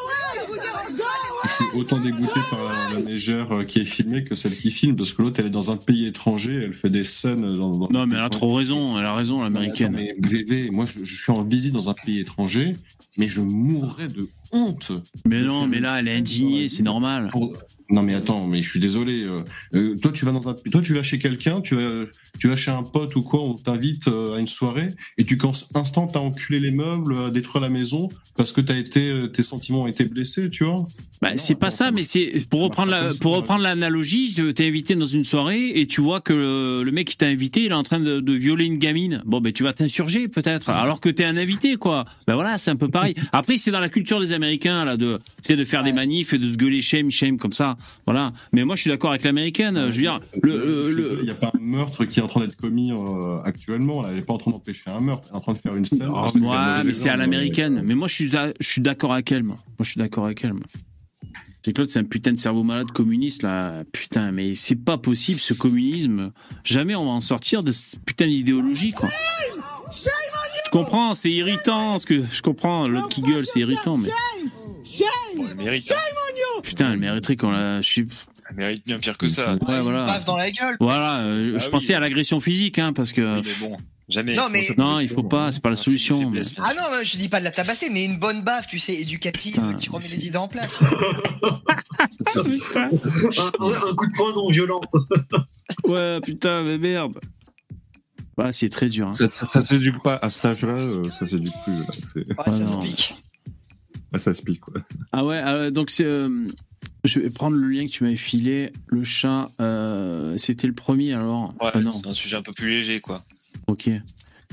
Je suis autant dégoûté par la, la nageur qui est filmée que celle qui filme, parce que l'autre, elle est dans un pays étranger, elle fait des scènes dans... dans non, mais elle a trop raison, elle a raison, l'américaine. Mais V V, moi, je, je suis en visite dans un pays étranger, mais je mourrais de honte. Mais non, mais là, elle est indignée, c'est normal. Pour... Non, mais attends, mais je suis désolé. Euh, euh, toi, tu vas dans un, toi, tu vas chez quelqu'un, tu vas, tu vas chez un pote ou quoi, on t'invite euh, à une soirée et tu commences instant à enculer les meubles, à détruire la maison parce que t'as été, euh, tes sentiments ont été blessés, tu vois. Bah, non, c'est attends, pas ça, mais c'est pour reprendre la, pour reprendre l'analogie, t'es invité dans une soirée et tu vois que le, le mec qui t'a invité, il est en train de, de violer une gamine. Bon, ben, tu vas t'insurger peut-être, alors que t'es un invité, quoi. Ben voilà, c'est un peu pareil. Après, c'est dans la culture des Américains là de, c'est de faire ouais. des manifs et de se gueuler shame, shame comme ça. Voilà. Mais moi, je suis d'accord avec l'américaine. Je veux dire, le, le... il n'y a pas un meurtre qui est en train d'être commis euh, actuellement. Là. Elle n'est pas en train d'empêcher un meurtre. Elle est en train de faire une scène. Oh, moi, mais c'est à l'américaine. Mais moi, je suis, je suis d'accord avec elle. Moi, moi je suis d'accord avec elle. Moi. C'est que l'autre, c'est un putain de cerveau malade communiste là. Putain, mais c'est pas possible ce communisme. Jamais on va en sortir de cette putain d'idéologie, quoi. Je comprends, c'est irritant. Ce que je comprends, l'autre qui gueule, c'est irritant, mais. Bon, elle mérite. Hein. Putain, elle mériterait qu'on la. Je suis... Elle mérite bien pire que ça. Ouais, voilà. Baffe dans la gueule. Voilà, euh, ah, je oui. pensais à l'agression physique, hein, parce que. Oui, mais bon, jamais. Non, mais. Non, il faut pas, c'est pas la solution. Mais... Ah non, je dis pas de la tabasser, mais une bonne baffe, tu sais, éducative, Putain, qui remet les idées en place. un, un coup de poing non violent. Ouais, putain, mais merde. Bah, c'est très dur. Hein. Ça, ça, ça s'éduque pas à cet âge-là, euh, ça s'éduque plus. Là. C'est... Ouais, ah, ça non. se pique. Ouais, ça se pique, ouais. Ah ouais, euh, donc c'est, euh, je vais prendre le lien que tu m'avais filé. Le chat, euh, c'était le premier alors. Ouais, ah, non. C'est un sujet un peu plus léger, quoi. Ok. Un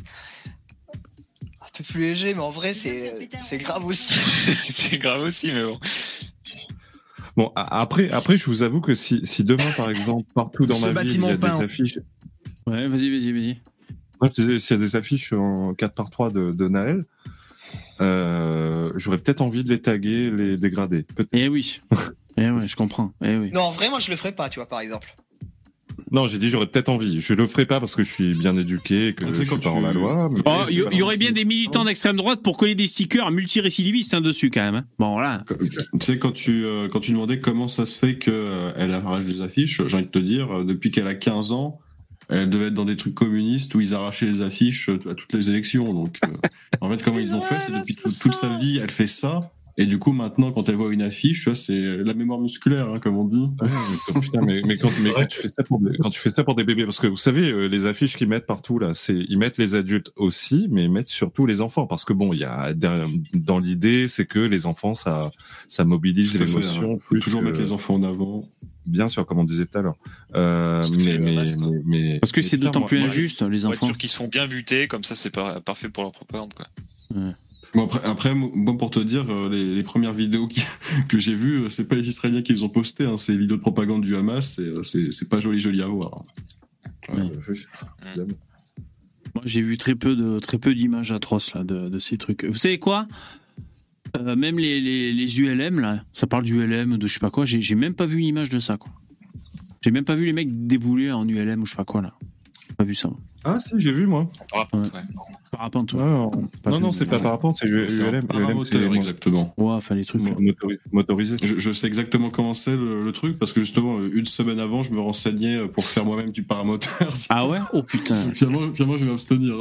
peu plus léger, mais en vrai, c'est, c'est grave aussi. C'est grave aussi, mais bon. Bon, après, après, je vous avoue que si, si demain, par exemple, partout dans Ce ma ville, il y a peint. des affiches. Ouais, vas-y, vas-y, vas-y. Moi, je disais, s'il y a des affiches en quatre par trois de, de Naël, euh, j'aurais peut-être envie de les taguer, les dégrader. Peut-être. Eh oui. Eh ouais, je comprends. Eh oui. Non, en vrai, moi, je le ferais pas, tu vois, par exemple. Non, j'ai dit j'aurais peut-être envie. Je le ferai pas parce que je suis bien éduqué et que je suis pas en la loi. Il oh, y, y aurait bien des militants d'extrême droite pour coller des stickers multirécidivistes hein, dessus quand même. Hein. Bon voilà. Tu sais quand tu euh, quand tu demandais comment ça se fait que euh, elle arrache des affiches, j'ai envie de te dire euh, depuis qu'elle a quinze ans, elle devait être dans des trucs communistes où ils arrachaient les affiches à toutes les élections. Donc euh, en fait comment ils ont fait, c'est depuis toute, toute sa vie elle fait ça. Et du coup, maintenant, quand elle voit une affiche, tu vois, c'est la mémoire musculaire, hein, comme on dit. Ouais, mais, putain, mais, mais, quand, mais quand, tu fais ça pour des, quand tu fais ça pour des bébés, parce que vous savez, euh, les affiches qu'ils mettent partout, là, c'est, ils mettent les adultes aussi, mais ils mettent surtout les enfants. Parce que bon, il y a, dans l'idée, c'est que les enfants, ça, ça mobilise l'émotion. Hein. Toujours que... mettre les enfants en avant. Bien sûr, comme on disait tout à l'heure. Euh, mais, mais, mais, mais, parce que mais c'est putain, d'autant moi, plus moi, injuste, les enfants. Pour être sûr qu'ils se font bien buter, comme ça, c'est par, parfait pour leur propagande, quoi. Ouais. Bon, après, après, bon, pour te dire, les, les premières vidéos qui, que j'ai vues, c'est pas les Israéliens qui les ont postées, hein, c'est les vidéos de propagande du Hamas, et c'est, c'est pas joli joli à voir. Ouais. Ouais. Moi, j'ai vu très peu de très peu d'images atroces là de, de ces trucs. Vous savez quoi, euh, même les, les, les U L M là, ça parle du U L M, de je sais pas quoi, j'ai, j'ai même pas vu une image de ça, quoi. J'ai même pas vu les mecs débouler en U L M ou je sais pas quoi là. J'ai pas vu ça. Ah si, j'ai vu moi. Parapente, ouais. Parapente, ouais. Non, non, non, c'est pas parapente, c'est U L M. Paramoteur, exactement. Ouais, enfin les trucs motori- motorisés. Je, je sais exactement comment c'est le, le truc, parce que justement, une semaine avant, je me renseignais pour faire moi-même du paramoteur. Ah ouais? Oh putain. Finalement, finalement je vais m'abstenir.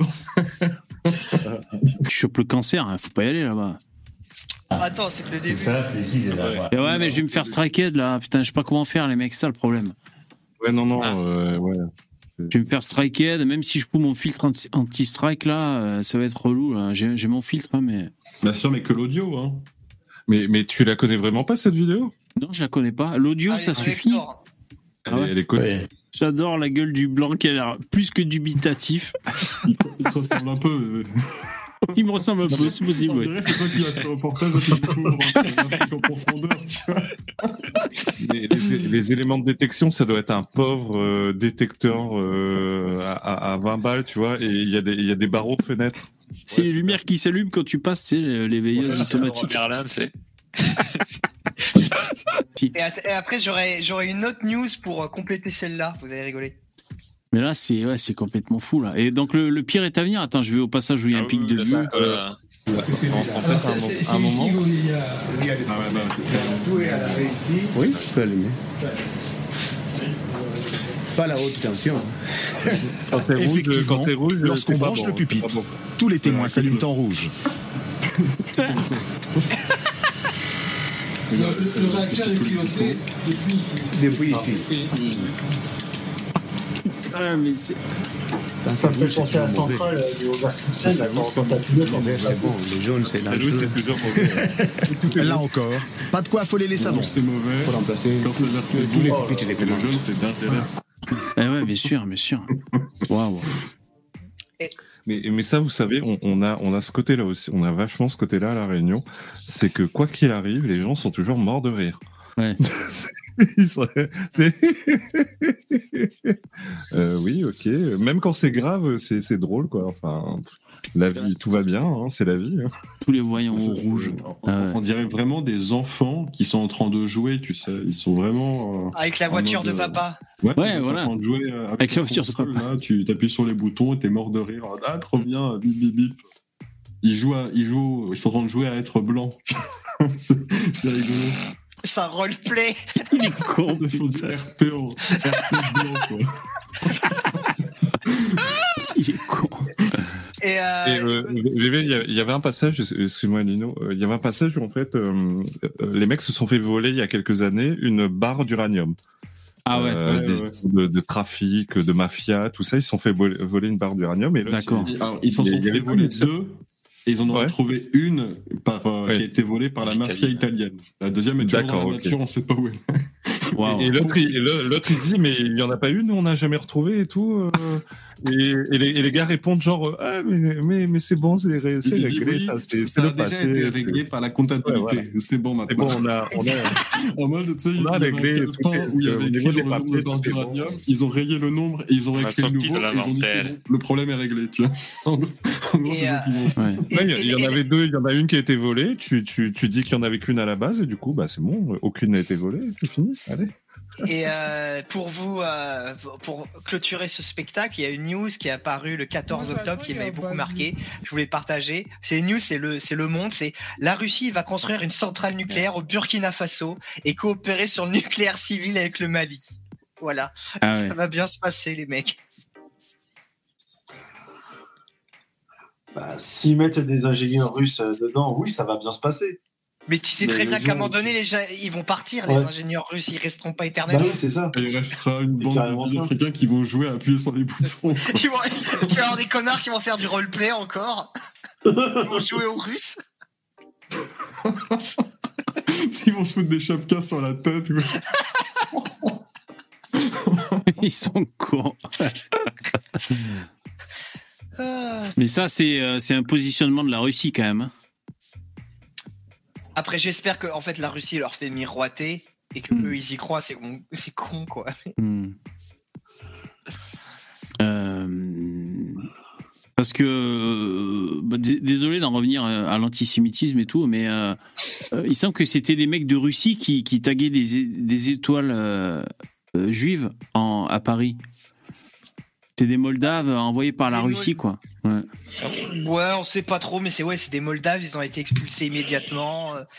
Tu chopes le cancer, hein, faut pas y aller là-bas. Ah. Attends, c'est que le début. Ça fait plaisir ouais. ouais, mais je vais me faire striked là, putain, je sais pas comment faire les mecs, c'est ça le problème. Ouais, non, non, ah. euh, ouais. Je vais me faire striked, même si je pousse mon filtre anti-strike là, euh, ça va être relou là. J'ai, j'ai mon filtre, hein, mais. Bien sûr, mais que l'audio, hein. Mais, mais tu la connais vraiment pas cette vidéo? Non, je la connais pas. L'audio, ah, ça suffit. Elle, ah ouais. elle est connue. Ouais. J'adore la gueule du blanc qui a l'air plus que dubitatif. Il te ressemble un peu. Il me ressemble un peu, c'est possible. On dirait c'est toi qui as fait un reportage en profondeur, tu vois. Les, les, les éléments de détection, ça doit être un pauvre euh, détecteur euh, à, à vingt balles, tu vois, et il y, y a des barreaux de fenêtres. C'est ouais, les lumières qui s'allument quand tu passes, tu sais, les veilleuses ouais, automatiques. Berlin, c'est. et, at- et après, j'aurais, j'aurais une autre news pour compléter celle-là. Vous allez rigoler. Mais là, c'est, ouais, c'est complètement fou, là. Et donc, le, le pire est à venir. Attends, je vais au passage où il y a un ah pic oui, de vue. Euh, en, en fait, c'est, c'est, c'est un ici moment... où il y a, il y a des ah, ouais, bah, tout est à l'arrêt ici. Oui, je peux allumer. Pas la haute tension. Quand c'est rouge, quand c'est rouge, lorsqu'on branche bon, le pupitre, bon. Tous les témoins s'allument en rouge. le, le, le réacteur est piloté depuis ici. Depuis ici. Ah, mais c'est... Ça me fait penser à la centrale du Rasmussen, là, quand ça pilote. C'est bon, les jaunes, c'est dangereux. Là encore, pas de quoi affoler les savants. C'est mauvais. Faut remplacer quand c'est vert, c'est tous les bon. pitchs et les Le jaune, c'est dangereux. Eh ouais, bien sûr, bien sûr. Waouh. Mais, mais ça, vous savez, on, on, a, on a ce côté-là aussi, on a vachement ce côté-là à La Réunion, c'est que quoi qu'il arrive, les gens sont toujours morts de rire. Ouais. Serait... euh, oui, ok. Même quand c'est grave, c'est, c'est drôle, quoi. Enfin, la vie, tout va bien, hein, c'est la vie. Hein. Tous les voyants rouges. On, ah ouais. on dirait vraiment des enfants qui sont en train de jouer, tu sais. Ils sont vraiment. Euh, avec la voiture de papa. Ouais, ouais voilà. En train de jouer euh, avec, avec la voiture de papa. Là, tu appuies sur les boutons et t'es mort de rire. Ah, trop bien, bip bip bip. Ils jouent, à, ils jouent, ils sont en train de jouer à être blancs. c'est, c'est rigolo. C'est un roleplay. Il est con, c'est faux du R P en R P blanc, quoi. Il est con. Et, euh... Et euh, il y avait un passage, excuse-moi Nino, il y avait un passage où en fait euh, les mecs se sont fait voler il y a quelques années une barre d'uranium. Ah ouais. Euh, ouais, des ouais. De, de trafic, de mafia, tout ça, ils se sont fait voler une barre d'uranium. Et là, d'accord. Il, alors, ils s'en sont fait voler deux. Et ils en ont ouais. retrouvé une par, euh, ouais. qui a été volée par la mafia italienne. La deuxième est toujours dans la okay. nature, on ne sait pas où elle est. Wow. Et, et, l'autre, il, et l'autre, il dit, mais il n'y en a pas une, on n'a jamais retrouvé et tout. Euh, et, et, les, et les gars répondent genre, ah, mais, mais, mais c'est bon, c'est, c'est il réglé. Oui, ça, c'est, ça c'est a déjà été réglé par la comptabilité. Ouais, voilà. C'est bon maintenant. C'est bon, on a. On a en mode, tu sais, il y avait un calepin où il y avait écrit le nombre de barres d'uranium, ils ont rayé le nombre et ils ont écrit le nouveau. Ils ont dit, c'est bon, le problème est réglé, tu vois. En gros, il y en avait deux, il y en a une qui a été volée, tu, tu, tu dis qu'il n'y en avait qu'une à la base, et du coup, bah, c'est bon, aucune n'a été volée, c'est fini, allez. Et euh, pour vous, euh, pour clôturer ce spectacle, il y a une news qui est apparue le quatorze octobre qui m'avait beaucoup marqué. Je voulais partager. C'est une news, c'est le, c'est le Monde. C'est la Russie va construire une centrale nucléaire au Burkina Faso et coopérer sur le nucléaire civil avec le Mali. Voilà, ah ouais. Ça va bien se passer, les mecs. Bah, s'ils mettent des ingénieurs russes dedans, oui, ça va bien se passer. Mais tu sais Mais très le bien jour qu'à un moment où- donné, les, ja- ils vont partir, Ouais. les ingénieurs russes, ils resteront pas Bah éternellement. oui, c'est ça. Et il restera une C'est bande carrément de dix ça. Africains qui vont jouer à appuyer sur les boutons. quoi. Ils vont- Tu vas avoir des connards qui vont faire du roleplay encore. Ils vont jouer aux Russes. Ils vont se foutre des chapkas sur la tête. quoi. Ils sont cons. Ah. Mais ça, c'est euh, c'est un positionnement de la Russie quand même. hein. Après, j'espère que en fait, la Russie leur fait miroiter et que Mm. eux ils y croient. C'est con, c'est con quoi. Hmm. Euh, Parce que, euh, bah, d- désolé d'en revenir euh, à l'antisémitisme et tout, mais euh, euh, il semble que c'était des mecs de Russie qui, qui taguaient des, é- des étoiles euh, euh, juives en, à Paris. C'est des Moldaves envoyés par la Des Russie, quoi. Ouais. Ouais, on sait pas trop, mais c'est ouais, c'est des Moldaves. Ils ont été expulsés immédiatement. euh.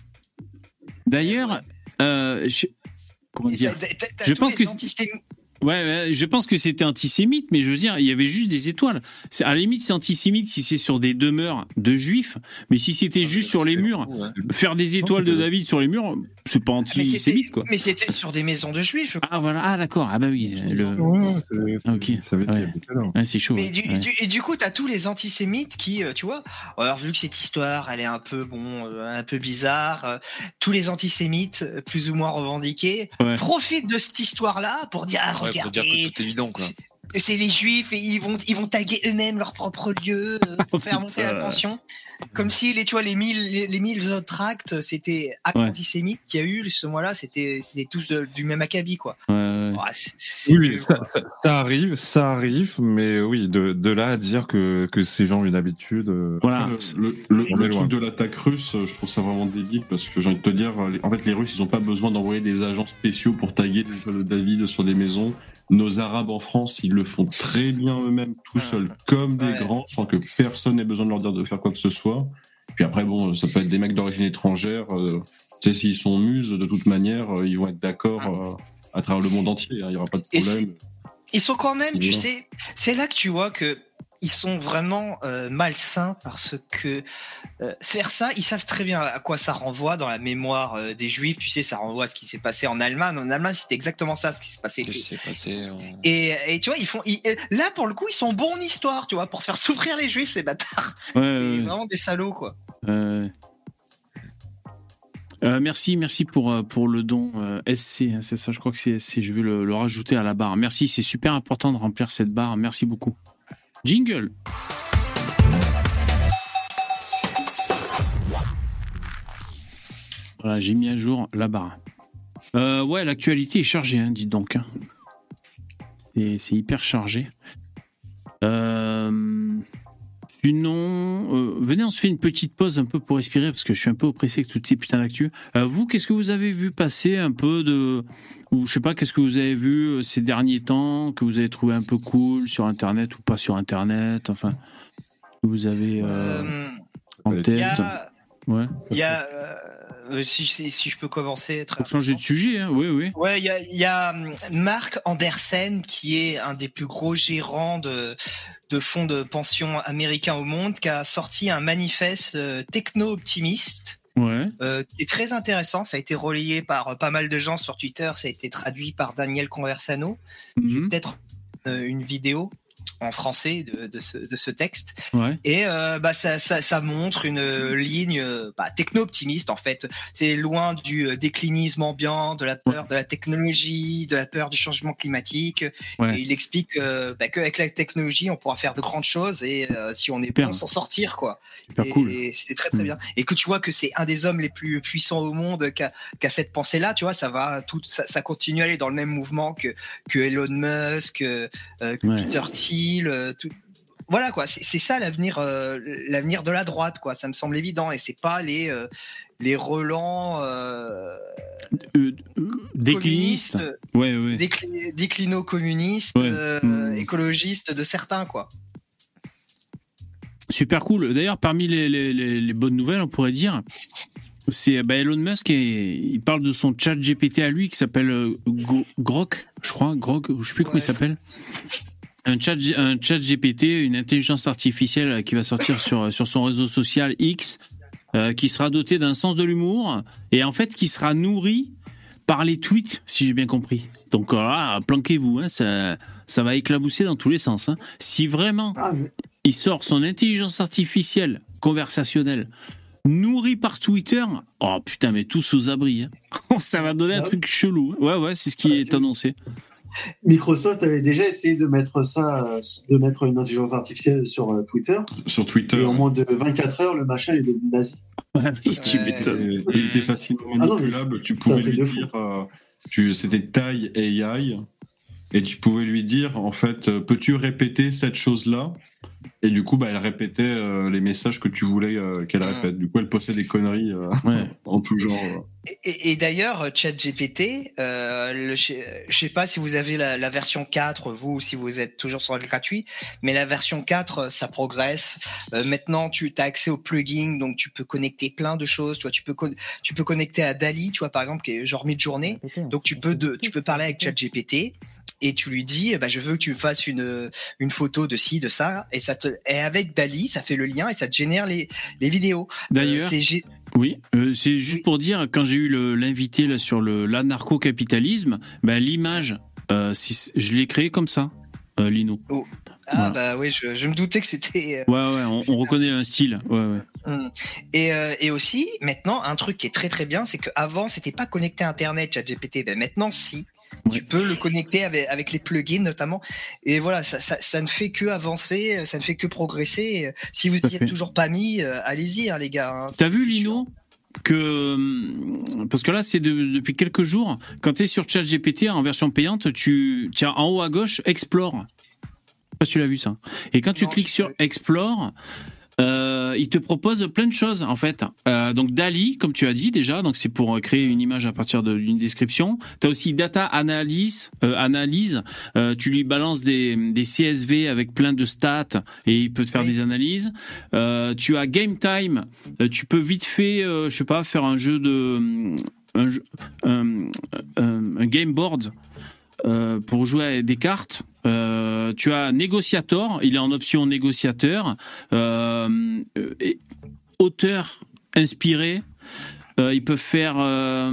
D'ailleurs, euh, je, comment Et dire t'as- t'as- t'as Je tous pense les que antisémites- Ouais, ouais, je pense que c'était antisémite, mais je veux dire, il y avait juste des étoiles. C'est, à la limite, c'est antisémite si c'est sur des demeures de juifs, mais si c'était juste sur les murs, faire des étoiles de David sur les murs, c'est pas Ah, mais c'était- antisémite, quoi. Mais c'était sur des maisons de juifs, je crois. Ah, voilà, ah, d'accord, ah, bah oui, le... Ouais, c'est- Ah, ok, ça veut dire ouais. tout à l'heure. Ouais, c'est chaud. Mais ouais. du, Ouais. du- et du coup, t'as tous les antisémites qui, euh, tu vois, alors vu que cette histoire, elle est un peu bon, euh, un peu bizarre, euh, tous les antisémites, euh, plus ou moins revendiqués, Ouais. profitent de cette histoire-là pour dire, ah, Ouais, pour dire regardez, que tout est évident, quoi. c'est- c'est les juifs et ils vont, ils vont taguer eux-mêmes leur propre lieu euh, pour faire monter Putain. la tension. Comme si les, tu vois, les mille, les, les mille autres actes, c'était actes Ouais. antisémites qu'il y a eu ce mois-là, c'était, c'était tous de- du même acabit, quoi. Ouais, ouais. Ouais, c'est- c'est Oui, oui, nul, ça, quoi. ça- ça arrive, ça arrive, mais oui, de, de là à dire que, que ces gens ont une habitude. euh, Voilà. Le, le, On le est loin. truc de l'attaque russe, je trouve ça vraiment débile parce que j'ai envie de te dire, les- en fait, les Russes, ils ont pas besoin d'envoyer des agents spéciaux pour taguer des étoiles de David sur des maisons. Nos Arabes en France, ils le font très bien eux-mêmes, tout seuls, comme des Ouais. grands, sans que personne n'ait besoin de leur dire de faire quoi que ce soit. Puis après, bon, ça peut être des mecs d'origine étrangère. Euh, tu sais, s'ils sont muses, de toute manière, euh, ils vont être d'accord euh, à travers le monde entier. hein, Il y aura pas de Et problème. Ils sont quand même, C'est tu bien. sais, c'est là que tu vois que ils sont vraiment euh, malsains parce que euh, faire ça, ils savent très bien à quoi ça renvoie dans la mémoire euh, des Juifs. Tu sais, ça renvoie à ce qui s'est passé en Allemagne. En Allemagne, c'était exactement ça, ce qui s'est passé. Qu'est-ce qui s'est passé en- Et, et tu vois, ils font, ils- là pour le coup, ils sont bons en histoire, tu vois, pour faire souffrir les Juifs, ces bâtards. Ouais, C'est ouais, ouais. vraiment des salauds, quoi. Euh, euh, merci, merci pour, euh, pour le don euh, S C, hein, c'est ça, je crois que c'est S C, je vais le, le rajouter à la barre. Merci, c'est super important de remplir cette barre, merci beaucoup. Jingle. Voilà, j'ai mis à jour la barre. Euh, ouais, l'actualité est chargée, hein, dites donc. hein. C'est, c'est hyper chargé. Euh... Sinon, euh, venez, on se fait une petite pause un peu pour respirer parce que je suis un peu oppressé avec toutes ces putains d'actu. Euh, vous, qu'est-ce que vous avez vu passer un peu de. Ou je sais pas, qu'est-ce que vous avez vu euh, ces derniers temps, que vous avez trouvé un peu cool sur Internet ou pas sur Internet, enfin, que vous avez euh, Euh, en Il tête. y a, Ouais. il y a euh, si, si, si je peux commencer très Pour changer de sujet, hein, oui, oui. Ouais, il y a, il y a hum, Mark Andersen qui est un des plus gros gérants de, de fonds de pension américains au monde, qui a sorti un manifeste euh, techno-optimiste. Ouais. Euh, qui est très intéressant, ça a été relayé par euh, pas mal de gens sur Twitter, ça a été traduit par Daniel Conversano. J'ai Mhm. peut-être euh, une vidéo en français de, de, ce, de ce texte. Ouais. Et euh, bah, ça, ça, ça montre une euh, ligne euh, bah, techno-optimiste en fait. C'est loin du euh, déclinisme ambiant, de la peur de la technologie, de la peur du changement climatique. Ouais. Et il explique euh, bah, qu'avec la technologie, on pourra faire de grandes choses et euh, si on est Super. bon, s'en sortir quoi. Super et, cool. et c'est très très Mm. bien. Et que tu vois que c'est un des hommes les plus puissants au monde qui a, qui a cette pensée-là, tu vois, ça va tout, ça, ça continue à aller dans le même mouvement que que Elon Musk, euh, que Ouais. Peter Thiel, euh, tout. Voilà quoi, c'est c'est ça l'avenir, euh, l'avenir de la droite quoi. Ça me semble évident et c'est pas les euh, les relents euh, Euh, euh, décliniste. communistes, Ouais, ouais. décli- déclino-communistes, Ouais. euh, Mm. écologistes de certains quoi. Super cool. D'ailleurs, parmi les, les, les, les bonnes nouvelles, on pourrait dire, c'est bah, Elon Musk, et il parle de son chat G P T à lui qui s'appelle euh, Go- Grok, je crois, Grok, je sais plus comment il s'appelle. Un chat, un chat G P T, une intelligence artificielle qui va sortir sur, sur son réseau social X. euh, qui sera doté d'un sens de l'humour et en fait qui sera nourri par les tweets, si j'ai bien compris. Donc là, planquez-vous, hein, ça, ça va éclabousser dans tous les sens. Hein. Si vraiment Ah, mais- il sort son intelligence artificielle conversationnelle nourrie par Twitter, oh putain, mais tous aux abris. Hein. Ça va donner un Ah truc chelou. Ouais, ouais, c'est ce qui Parce est que- annoncé. Microsoft avait déjà essayé de mettre ça, euh, de mettre une intelligence artificielle sur euh, Twitter. Sur Twitter. Et en moins de vingt-quatre heures, le machin est devenu nazi. Ouais, mais tu Ouais. m'étonnes. Et- Il était facilement Ah non, mais manipulable. tu c'est pouvais un truc lui de fou. dire, euh, tu, c'était taille A I, et tu pouvais lui dire, en fait, euh, peux-tu répéter cette chose-là? Et du coup, bah, elle répétait euh, les messages que tu voulais euh, qu'elle répète. Du coup, elle postait des conneries euh, Ouais. en tout genre. euh. Et, et d'ailleurs, ChatGPT, euh, le- je je sais pas si vous avez la, la version quatre, vous, ou si vous êtes toujours sur le gratuit, mais la version quatre, ça progresse. Euh, maintenant, tu as accès au plugin, donc tu peux connecter plein de choses. Tu vois, tu peux con- tu peux connecter à Dali, tu vois, par exemple, qui est genre mid-journée. Donc tu peux de, tu peux parler avec ChatGPT. Et tu lui dis, bah, je veux que tu fasses une, une photo de ci, de ça, et ça te, et avec Dali, ça fait le lien et ça te génère les, les vidéos. D'ailleurs, Euh, c'est gé- oui, euh, c'est juste pour dire, quand j'ai eu le- l'invité là, sur le, l'anarcho-capitalisme, bah, l'image, euh, si- je l'ai créée comme ça, euh, Lino. Oh. Ah, Voilà. bah oui, je, je me doutais que c'était. euh, Ouais, ouais, on, on reconnaît un style. Ouais, ouais. Mm. Et, euh, et aussi, maintenant, un truc qui est très très bien, c'est qu'avant, c'était pas connecté à Internet, ChatGPT. Ben maintenant, si. Tu peux le connecter avec, avec les plugins notamment. Et voilà, ça, ça, ça ne fait que avancer, ça ne fait que progresser. Si vous Tout à n'y êtes fait. toujours pas mis, euh, allez-y, hein, les gars. hein. T'as vu, Lino, que hum, parce que là c'est de- depuis quelques jours, quand tu es sur ChatGPT en version payante, tu tiens en haut à gauche Explore. Je sais pas si tu l'as vu ça. Et quand tu Non, cliques j'ai sur pas vu. Explore, euh, il te propose plein de choses en fait. Euh, donc Dali, comme tu as dit déjà, donc c'est pour créer une image à partir de- d'une description. T'as aussi Data Analyse, euh, analyse. Euh, tu lui balances des, des C S V avec plein de stats et il peut te faire Oui. des analyses. Euh, tu as Game Time. Euh, tu peux vite fait, euh, je sais pas, faire un jeu de un, jeu- un, un- un game board. Euh, pour jouer à des cartes. Euh, tu as négociator, il est en option négociateur, euh, et auteur inspiré. Euh, ils peuvent faire. Euh,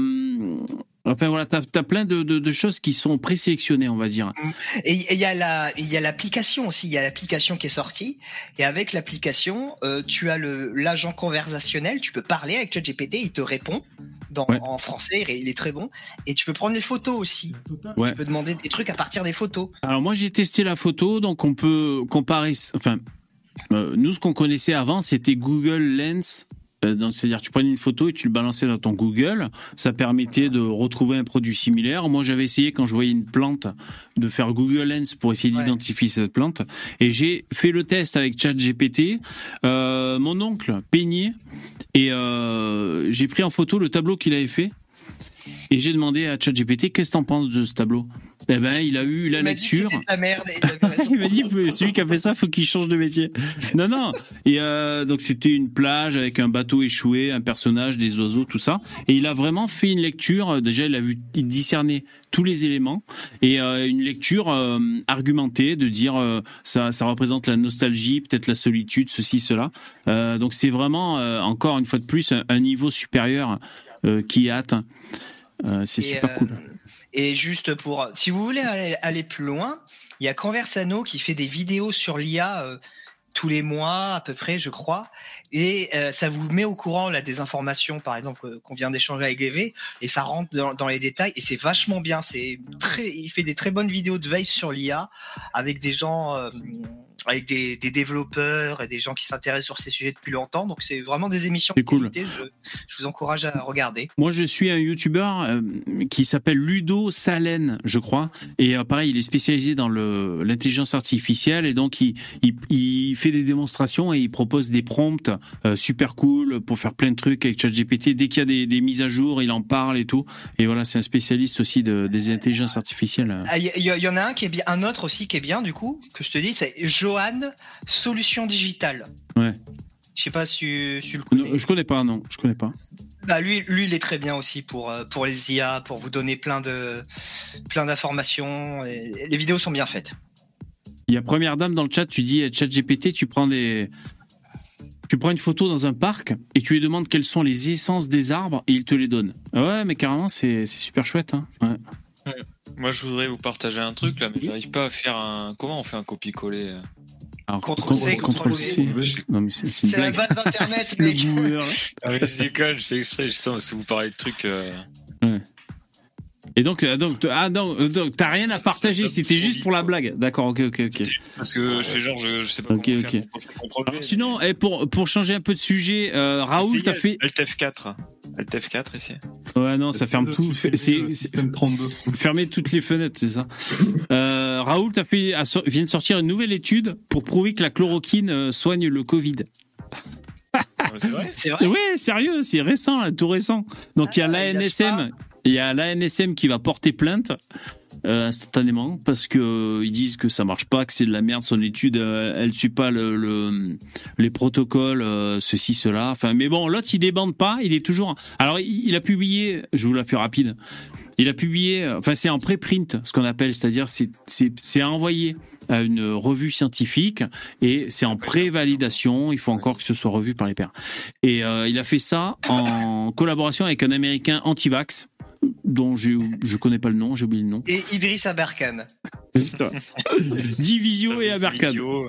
enfin voilà, t'as as plein de, de, de choses qui sont présélectionnées, on va dire. Et et il y a la, il y a l'application aussi. Il y a l'application qui est sortie. Et avec l'application, euh, tu as le l'agent conversationnel. Tu peux parler avec ChatGPT, il te répond dans, Ouais. en français. Il est très bon. Et tu peux prendre les photos aussi. Ouais. Tu peux demander des trucs à partir des photos. Alors moi j'ai testé la photo, donc on peut comparer. Enfin, euh, nous ce qu'on connaissait avant, c'était Google Lens. Euh, donc c'est-à-dire tu prenais une photo et tu le balançais dans ton Google, ça permettait de retrouver un produit similaire. Moi j'avais essayé quand je voyais une plante de faire Google Lens pour essayer Ouais. d'identifier cette plante et j'ai fait le test avec ChatGPT. Euh, mon oncle peignait et euh, j'ai pris en photo le tableau qu'il avait fait et j'ai demandé à ChatGPT qu'est-ce que t'en penses de ce tableau. Eh ben il a eu la il m'a dit que lecture. c'était de la merde. Et il avait raison. Il m'a dit, celui qui a fait ça, faut qu'il change de métier. Non, non. Et euh, donc c'était une plage avec un bateau échoué, un personnage, des oiseaux, tout ça. Et il a vraiment fait une lecture. Déjà, il a vu, il discernait tous les éléments et euh, une lecture euh, argumentée de dire euh, ça, ça représente la nostalgie, peut-être la solitude, ceci, cela. Euh, donc c'est vraiment euh, encore une fois de plus un, un niveau supérieur euh, qui est atteint. Euh, c'est Et, super euh, cool. Et juste pour, si vous voulez aller, aller plus loin, il y a Conversano qui fait des vidéos sur l'I A euh, tous les mois à peu près, je crois, et euh, ça vous met au courant là des informations, par exemple euh, qu'on vient d'échanger avec G V, et ça rentre dans, dans les détails et c'est vachement bien. C'est très, il fait des très bonnes vidéos de veille sur l'I A avec des gens. Euh, avec des, des développeurs et des gens qui s'intéressent sur ces sujets depuis longtemps. Donc c'est vraiment des émissions de C'est cool. qualité. Je, je vous encourage à regarder. Moi, je suis un youtubeur euh, qui s'appelle Ludo Salen, je crois. Et euh, pareil, il est spécialisé dans le, l'intelligence artificielle. Et donc, il, il, il fait des démonstrations et il propose des prompts euh, super cool pour faire plein de trucs avec ChatGPT. Dès qu'il y a des, des mises à jour, il en parle et tout. Et voilà, c'est un spécialiste aussi de, des intelligences artificielles. Il y, y- y en a un qui est bien, un autre aussi qui est bien du coup, que je te dis, c'est Johan Solutions Digitales. Ouais. Je sais pas si, si tu le connais. Non, je connais pas, non. Je connais pas. Bah lui, lui, il est très bien aussi pour euh, pour les I A, pour vous donner plein de plein d'informations. Et les vidéos sont bien faites. Il y a Première Dame dans le chat, tu dis ChatGPT, tu prends des... Tu prends une photo dans un parc et tu lui demandes quelles sont les essences des arbres et il te les donne. Ouais, mais carrément, c'est, c'est super chouette. Hein. Ouais. Ouais. Moi, je voudrais vous partager un truc là, mais j'arrive pas à faire un. Comment on fait un copier-coller? Alors, Contrôle C, contrôle C. Non, mais c'est, c'est, c'est la base d'internet, mec. Ah, mais je déconne, je fais exprès, je sens que vous parlez de trucs. Euh... Ouais. Et donc, donc, ah non, donc t'as rien à partager, c'était juste pour la blague. D'accord, ok, ok, ok. Parce que je fais genre, je, je sais pas. Ok, ok. Alors, sinon, mais... pour pour changer un peu de sujet, euh, Raoul, t'as fait Alt F quatre, Alt F quatre ici. Ouais, non, ça ferme tout. C'est, c'est, c'est... trente-deux. Fermer toutes les fenêtres, c'est ça. Euh, Raoul, t'as fait vient de sortir une nouvelle étude pour prouver que la chloroquine soigne le Covid. C'est vrai, c'est vrai. Oui, sérieux, c'est récent, là, tout récent. Donc ah, il y a l'A N S M. Il y a l'A N S M qui va porter plainte euh, instantanément parce que euh, ils disent que ça marche pas, que c'est de la merde. Son étude, euh, elle suit pas le, le les protocoles, euh, ceci, cela. Enfin, mais bon, l'autre il débande pas, il est toujours. Alors il, il a publié, je vous la fais rapide. Il a publié, enfin c'est en préprint, ce qu'on appelle, c'est-à-dire c'est c'est c'est envoyé à une revue scientifique et c'est en pré-validation. Il faut encore que ce soit revu par les pairs. Et euh, il a fait ça en collaboration avec un Américain anti-vax dont je je connais pas le nom, j'ai oublié le nom. Et Idriss Aberkan. Divisio et Aberkan. Bon,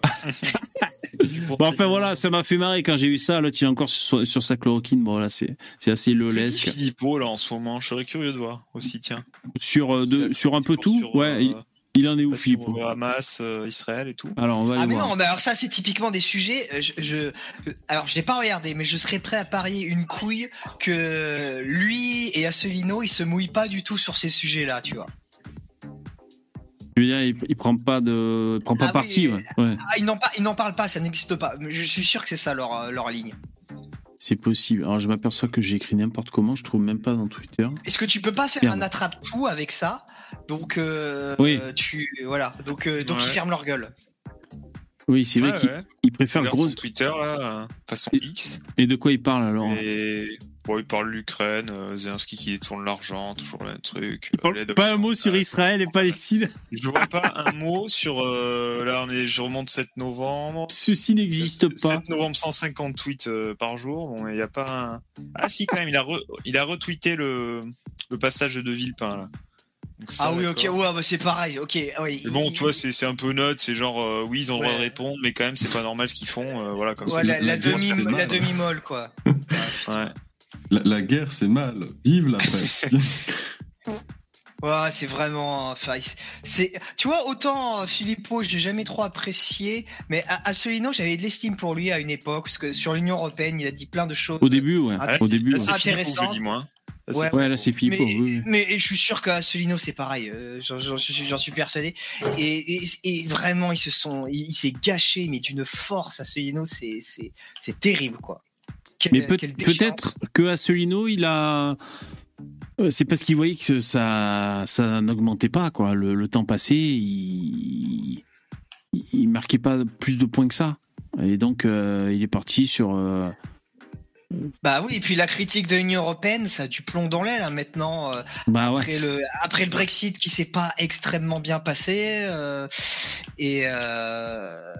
enfin voilà, ça m'a fait marrer quand j'ai vu ça. L'autre il est encore sur, sur sa chloroquine. Bon là c'est c'est assez lolesque. Philippot là en ce moment, je serais curieux de voir aussi tiens. Sur euh, de sur un peu tout, sur, ouais. Euh... Il... Il en est où, Philippe? Hamas, euh, Israël et tout. Alors, on va ah, mais voir. non, mais alors ça, c'est typiquement des sujets. Je, je, alors, je l'ai pas regardé, mais je serais prêt à parier une couille que lui et Asselineau, ils se mouillent pas du tout sur ces sujets-là, tu vois. Tu veux dire, il, il prend pas de, il prend pas ah, parti, oui, ouais. ouais. Ah, ils n'en, par, ils n'en parlent pas, ça n'existe pas. Je suis sûr que c'est ça leur, leur ligne. C'est possible. Alors, je m'aperçois que j'ai écrit n'importe comment, je trouve même pas dans Twitter. Est-ce que tu peux pas faire Merde. un attrape-tout avec ça? Donc, euh, oui. tu, voilà. Donc, euh, donc ouais. ils ferment leur gueule. Oui, c'est ouais, vrai ouais. qu'ils préfèrent le gros. Twitter, là, façon et, X. Et de quoi ils parlent alors? Et... Bon, il parle de l'Ukraine, euh, Zelensky qui détourne l'argent, toujours le même truc. Il parle pas un mot sur Israël et Palestine. Je vois pas un mot sur. Euh, là, on est, je remonte sept novembre. Ceci n'existe pas. sept novembre, cent cinquante tweets euh, par jour. Bon, il y a pas un. Ah, si, quand même, il a, re, il a retweeté le, le passage de Villepin, là. Ça, ah oui, ok, ouais, bah c'est pareil, ok. Oui, mais bon, il... tu vois, c'est, c'est un peu neutre, c'est genre, euh, oui, ils ont le ouais. droit de répondre, mais quand même, c'est pas normal ce qu'ils font, euh, voilà, comme ouais, ça. La, la, demi, la demi-molle, quoi. Ouais. La, la guerre, c'est mal. Vive la paix. Ouais, c'est vraiment. Enfin, c'est. Tu vois, autant Philippot, j'ai jamais trop apprécié, mais Asselineau, j'avais de l'estime pour lui à une époque, parce que sur l'Union européenne, il a dit plein de choses. Au début, ouais. Ah, Au début, ouais. Intéressant. Je dis moi. Là, ouais, ouais, là c'est Philippot. Mais, oui. mais je suis sûr qu'Asselineau c'est pareil. Euh, j'en, j'en, j'en suis persuadé. Et, et, et vraiment, ils se sont, il, il s'est gâché, mais d'une force. Asselineau, c'est, c'est, c'est terrible, quoi. Quel, mais peut, peut-être que Asselineau, il a. C'est parce qu'il voyait que ça, ça n'augmentait pas, quoi. Le, le temps passé, il, il marquait pas plus de points que ça. Et donc, euh, il est parti sur. Euh, Bah oui, et puis la critique de l'Union européenne, ça a du plomb dans l'aile hein, maintenant. Euh, bah ouais. après, le, après le Brexit qui s'est pas extrêmement bien passé. Euh, et euh,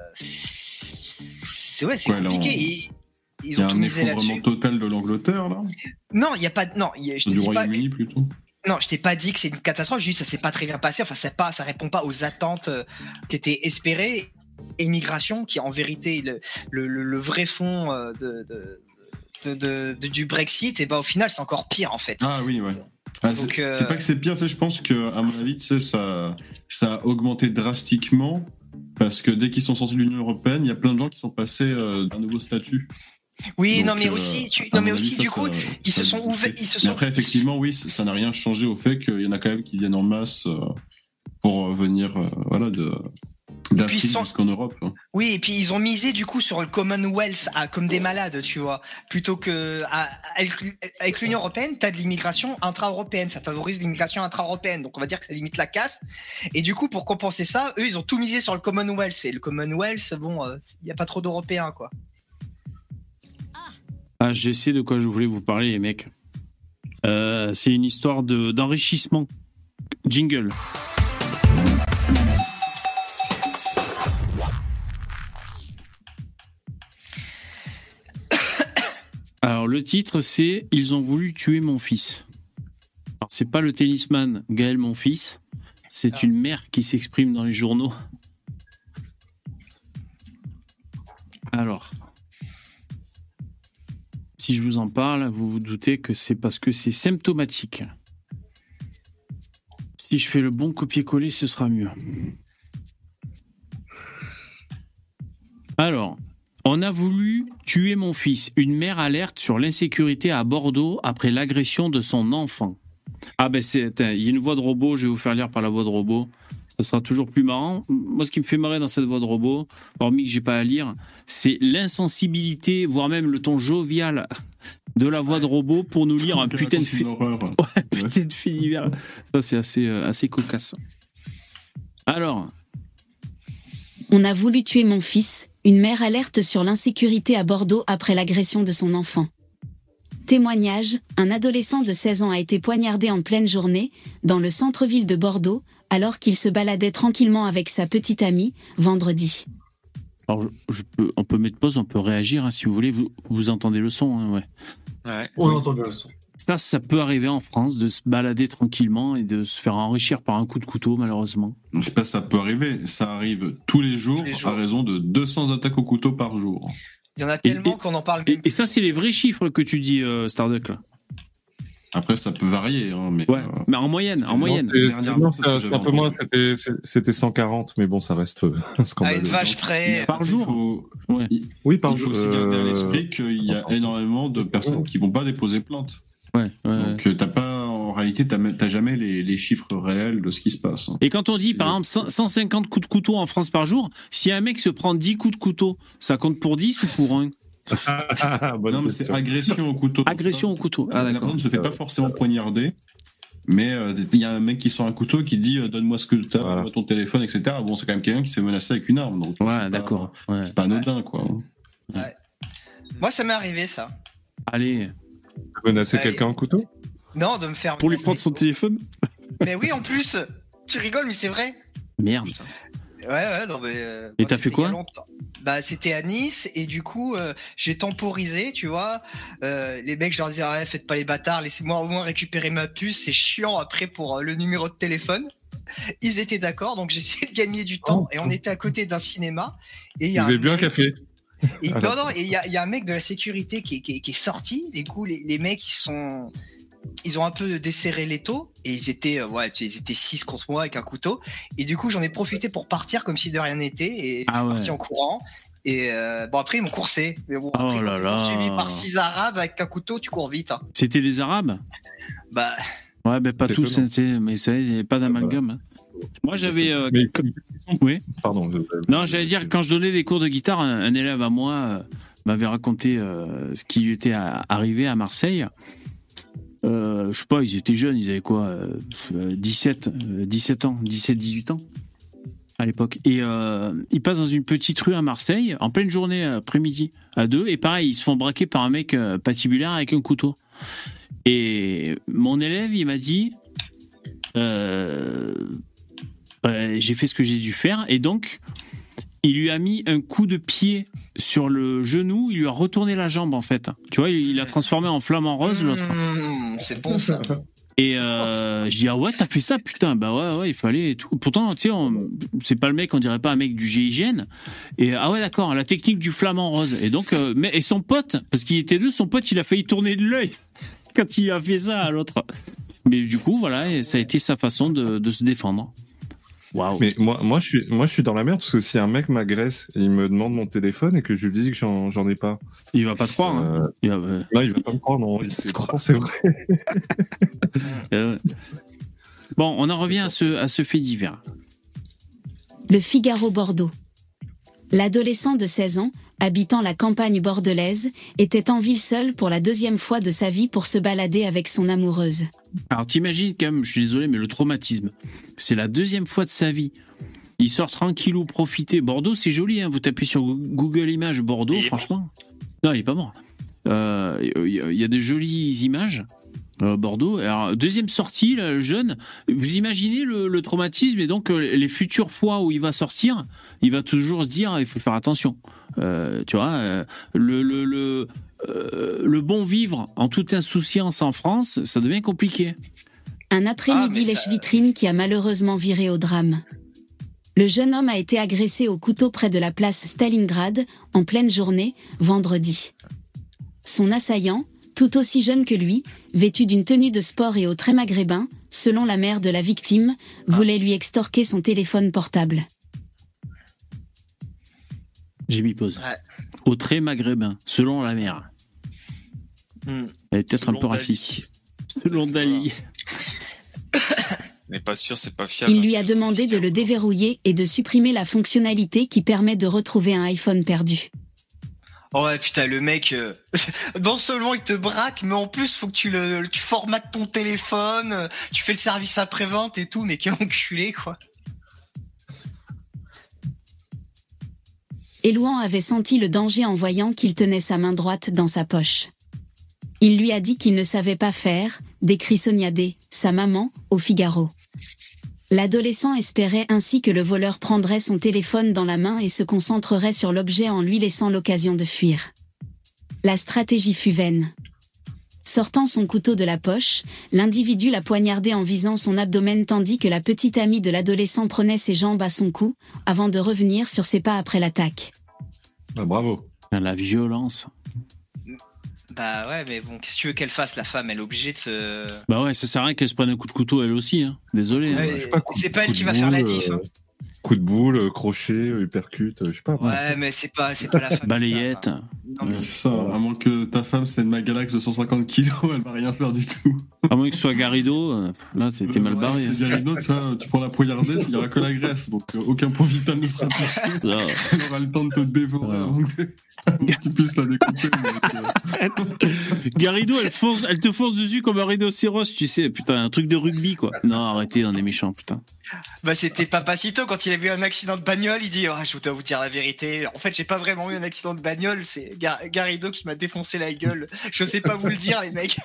c'est, ouais, c'est ouais, compliqué. On... Ils, ils ont tout misé là-dessus. Il y a un effondrement total de l'Angleterre, là Non, il n'y a pas... Non, y a, je du te dis Royaume-Uni, pas... plutôt. Non, je t'ai pas dit que c'est une catastrophe, je dis que ça s'est pas très bien passé. Enfin, ça, pas, ça répond pas aux attentes euh, qui étaient espérées. Et immigration, qui est en vérité le, le, le, le vrai fond euh, de... de De, de, de, du Brexit, et bah au final c'est encore pire en fait. Ah oui, ouais. Ah, Donc, c'est, euh... c'est pas que c'est pire, je pense que à mon avis, ça, ça a augmenté drastiquement parce que dès qu'ils sont sortis de l'Union européenne, il y a plein de gens qui sont passés euh, d'un nouveau statut. Oui, Donc, non mais euh, aussi, tu, non mais avis, aussi ça, du ça, coup, ça, ils ça se sont ouverts, ils se sont. Mais après, effectivement, oui, ça n'a rien changé au fait qu'il y en a quand même qui viennent en masse euh, pour venir, euh, voilà, de. D'Afrique sont... jusqu'en Europe. Hein. Oui, et puis ils ont misé du coup sur le Commonwealth à, comme des malades, tu vois. Plutôt que à, avec, avec l'Union européenne, t'as de l'immigration intra-européenne, ça favorise l'immigration intra-européenne. Donc on va dire que ça limite la casse. Et du coup, pour compenser ça, eux, ils ont tout misé sur le Commonwealth. Et le Commonwealth, bon, il euh, y a pas trop d'Européens, quoi. Ah, je sais de quoi je voulais vous parler, les mecs. Euh, c'est une histoire de d'enrichissement. Jingle. Alors le titre c'est « Ils ont voulu tuer mon fils ». Alors c'est pas le tennisman Gaël Monfils, c'est une mère qui s'exprime dans les journaux. Alors, si je vous en parle, vous vous doutez que c'est parce que c'est symptomatique. Si je fais le bon copier-coller, ce sera mieux. Alors, on a voulu tuer mon fils. Une mère alerte sur l'insécurité à Bordeaux après l'agression de son enfant. Ah ben c'est, il y a une voix de robot, je vais vous faire lire par la voix de robot. Ça sera toujours plus marrant. Moi, ce qui me fait marrer dans cette voix de robot, hormis que j'ai pas à lire, c'est l'insensibilité, voire même le ton jovial de la voix de robot pour nous lire un putain de fait, ouais, putain de fait divers. Ça, c'est assez, euh, assez cocasse. Alors, on a voulu tuer mon fils. Une mère alerte sur l'insécurité à Bordeaux après l'agression de son enfant. Témoignage, un adolescent de seize ans a été poignardé en pleine journée, dans le centre-ville de Bordeaux, alors qu'il se baladait tranquillement avec sa petite amie, vendredi. Alors, je, je peux, on peut mettre pause, on peut réagir, hein, si vous voulez. Vous, vous entendez le son, hein, ouais. Ouais. On entend bien le son. Ça, ça peut arriver en France, de se balader tranquillement et de se faire enrichir par un coup de couteau, malheureusement. C'est pas ça peut arriver, ça arrive tous les jours, tous les jours. À raison de deux cents attaques au couteau par jour. Il y en a tellement et, qu'on en parle. Et, et ça, c'est les vrais chiffres que tu dis, euh, Starduck, là. Après, ça peut varier, hein, mais. Ouais, euh, mais en moyenne, en moyenne. Non, c'est un peu moins, c'était, c'était cent quarante, mais bon, ça reste scandaleux. À une vache près. Par jour. Faut... Ouais. Oui, par jour. Il faut aussi garder à l'esprit qu'il y a énormément de personnes qui vont pas déposer plainte. Ouais, ouais, Donc ouais. T'as pas, en réalité, t'as, t'as jamais les, les chiffres réels de ce qui se passe. Et quand on dit, par exemple, cent cinquante coups de couteau en France par jour, si un mec se prend dix coups de couteau, ça compte pour dix ou pour un? Non, mais c'est agression au couteau. Agression au couteau. Ah, la personne ne se fait pas forcément poignarder, mais il euh, y a un mec qui sort un couteau qui dit euh, donne-moi ce que tu as, voilà. ton téléphone, et cetera. Bon, c'est quand même quelqu'un qui se fait menacer avec une arme. Donc, ouais, c'est d'accord. Pas, ouais. C'est pas anodin, quoi. Ouais. Moi, ça m'est arrivé, ça. Allez. Menacer ouais. quelqu'un en couteau? Non, de me faire. Pour lui prendre son téléphone? Mais oui, en plus, tu rigoles, mais c'est vrai. Merde. Ouais, ouais, non, mais. Euh, et t'as fait quoi? Bah, c'était à Nice, et du coup, euh, j'ai temporisé, tu vois. Euh, les mecs, je leur disais, ouais, faites pas les bâtards, laissez-moi au moins récupérer ma puce, c'est chiant après pour euh, le numéro de téléphone. Ils étaient d'accord, donc j'essayais de gagner du temps, et on était à côté d'un cinéma. Et y a Vous avez bu un café? Et, non, non, et il y a, y a un mec de la sécurité qui, qui, qui est sorti, du coup, les, les mecs, ils sont. Ils ont un peu desserré l'étau et ils étaient, euh, ouais, ils étaient six contre moi avec un couteau. Et du coup, j'en ai profité pour partir comme si de rien n'était et ah je suis ouais. parti en courant. Et euh, bon, après, ils m'ont coursé. Mais bon, après, oh là quand là. t'es poursuivi par six Arabes avec un couteau, tu cours vite. Hein. C'était des Arabes? Bah. Ouais, ben pas tous, mais ça, il n'y avait pas d'amalgame. Hein. Moi, j'avais. Euh, mais... Oui. Pardon. Je... Non, j'allais dire, quand je donnais des cours de guitare, un, un élève à moi euh, m'avait raconté euh, ce qui lui était à, arrivé à Marseille. Euh, je sais pas, ils étaient jeunes, ils avaient quoi, euh, dix-sept, euh, dix-sept ans, dix-sept, dix-huit ans à l'époque. Et euh, ils passent dans une petite rue à Marseille, en pleine journée, après-midi, à deux, et pareil, ils se font braquer par un mec euh, patibulaire avec un couteau. Et mon élève, il m'a dit, euh, euh, j'ai fait ce que j'ai dû faire, et donc, il lui a mis un coup de pied sur le genou, il lui a retourné la jambe en fait. Tu vois, il l'a transformé en flamant rose l'autre. Mmh, c'est bon ça. Et euh, je dis ah ouais, t'as fait ça putain, bah ouais ouais, il fallait et tout. Pourtant tu sais, on... c'est pas le mec, on dirait pas un mec du G I G N. Et ah ouais d'accord, la technique du flamant rose. Et donc euh, mais et son pote, parce qu'il était deux, son pote il a failli tourner de l'œil quand il a fait ça à l'autre. Mais du coup voilà, et ça a été sa façon de, de se défendre. Wow. Mais moi, moi, je suis, moi, je suis dans la merde parce que si un mec m'agresse et il me demande mon téléphone et que je lui dis que j'en, j'en ai pas, il va pas te croire. Euh, hein. Il va, euh... Non, il va pas me croire. Non, c'est, pourtant, c'est vrai. euh... Bon, on en revient à ce, à ce fait divers. Le Figaro Bordeaux. L'adolescent de seize ans, habitant la campagne bordelaise, était en ville seul pour la deuxième fois de sa vie pour se balader avec son amoureuse. Alors t'imagines quand même, je suis désolé, mais le traumatisme, c'est la deuxième fois de sa vie. Il sort tranquillou, profiter. Bordeaux, c'est joli, hein. Vous tapez sur Google Images Bordeaux, il franchement. Non, il est pas mort. Il euh, y, y a des jolies images. Euh, Bordeaux. Alors, deuxième sortie, là, le jeune, vous imaginez le, le traumatisme et donc euh, les futures fois où il va sortir, il va toujours se dire il faut faire attention. Euh, tu vois, euh, le, le, le euh, le bon vivre en toute insouciance en France, ça devient compliqué. Un après-midi Ah, mais lèche-vitrine qui a malheureusement viré au drame. Le jeune homme a été agressé au couteau près de la place Stalingrad, en pleine journée, vendredi. Son assaillant, tout aussi jeune que lui, vêtu d'une tenue de sport et au trait maghrébin, selon la mère de la victime, voulait lui extorquer son téléphone portable. J'ai mis pause. Ouais. Au trait maghrébin, selon la mère. Hmm. Elle est peut-être Selon un peu Dali. raciste. Selon Dali. On n'est pas sûr, c'est pas fiable. Il lui a demandé de le déverrouiller et de supprimer la fonctionnalité qui permet de retrouver un iPhone perdu. Oh ouais, putain, le mec, euh, non seulement il te braque, mais en plus, faut que tu le, tu formates ton téléphone, euh, tu fais le service après-vente et tout, mais quel enculé, quoi. Elouan avait senti le danger en voyant qu'il tenait sa main droite dans sa poche. Il lui a dit qu'il ne savait pas faire, décrit Sonia D., sa maman, au Figaro. L'adolescent espérait ainsi que le voleur prendrait son téléphone dans la main et se concentrerait sur l'objet en lui laissant l'occasion de fuir. La stratégie fut vaine. Sortant son couteau de la poche, l'individu l'a poignardé en visant son abdomen tandis que la petite amie de l'adolescent prenait ses jambes à son cou, avant de revenir sur ses pas après l'attaque. Ah, bravo. La violence. Bah ouais, mais bon, qu'est-ce que tu veux qu'elle fasse, la femme? Elle est obligée de se... Bah ouais, ça sert à rien qu'elle se prenne un coup de couteau elle aussi. Hein. Désolé. Ouais, hein. Je sais pas, coup- c'est pas elle coup qui de va faire la boule, diff. euh, hein. Coup de boule, euh, crochet, euh, uppercut, euh, je sais pas. Ouais, mais c'est pas, c'est pas la femme. Balayette. Non, mais C'est ça, à moins que ta femme c'est une Magalax de cent cinquante kilos, elle va rien faire du tout. À moins que ce soit Garrido, euh, là c'était mal Ouais, barré. C'est Garrido, tu vois, tu prends la poignardée, il n'y aura que la graisse, donc euh, aucun point vital ne sera touché. Ah. Elle aura le temps de te dévorer avant que, avant que tu puisses la découper. donc, euh, Garrido, elle, fonce, elle te fonce dessus comme un rhinocéros, tu sais. Putain, un truc de rugby quoi. Non, arrêtez, on est méchants, putain. Bah c'était Papacito quand il a vu un accident de bagnole, il dit oh, je dois vous dire la vérité. En fait j'ai pas vraiment eu un accident de bagnole, c'est Gar- Garrido qui m'a défoncé la gueule. Je sais pas vous le dire les mecs.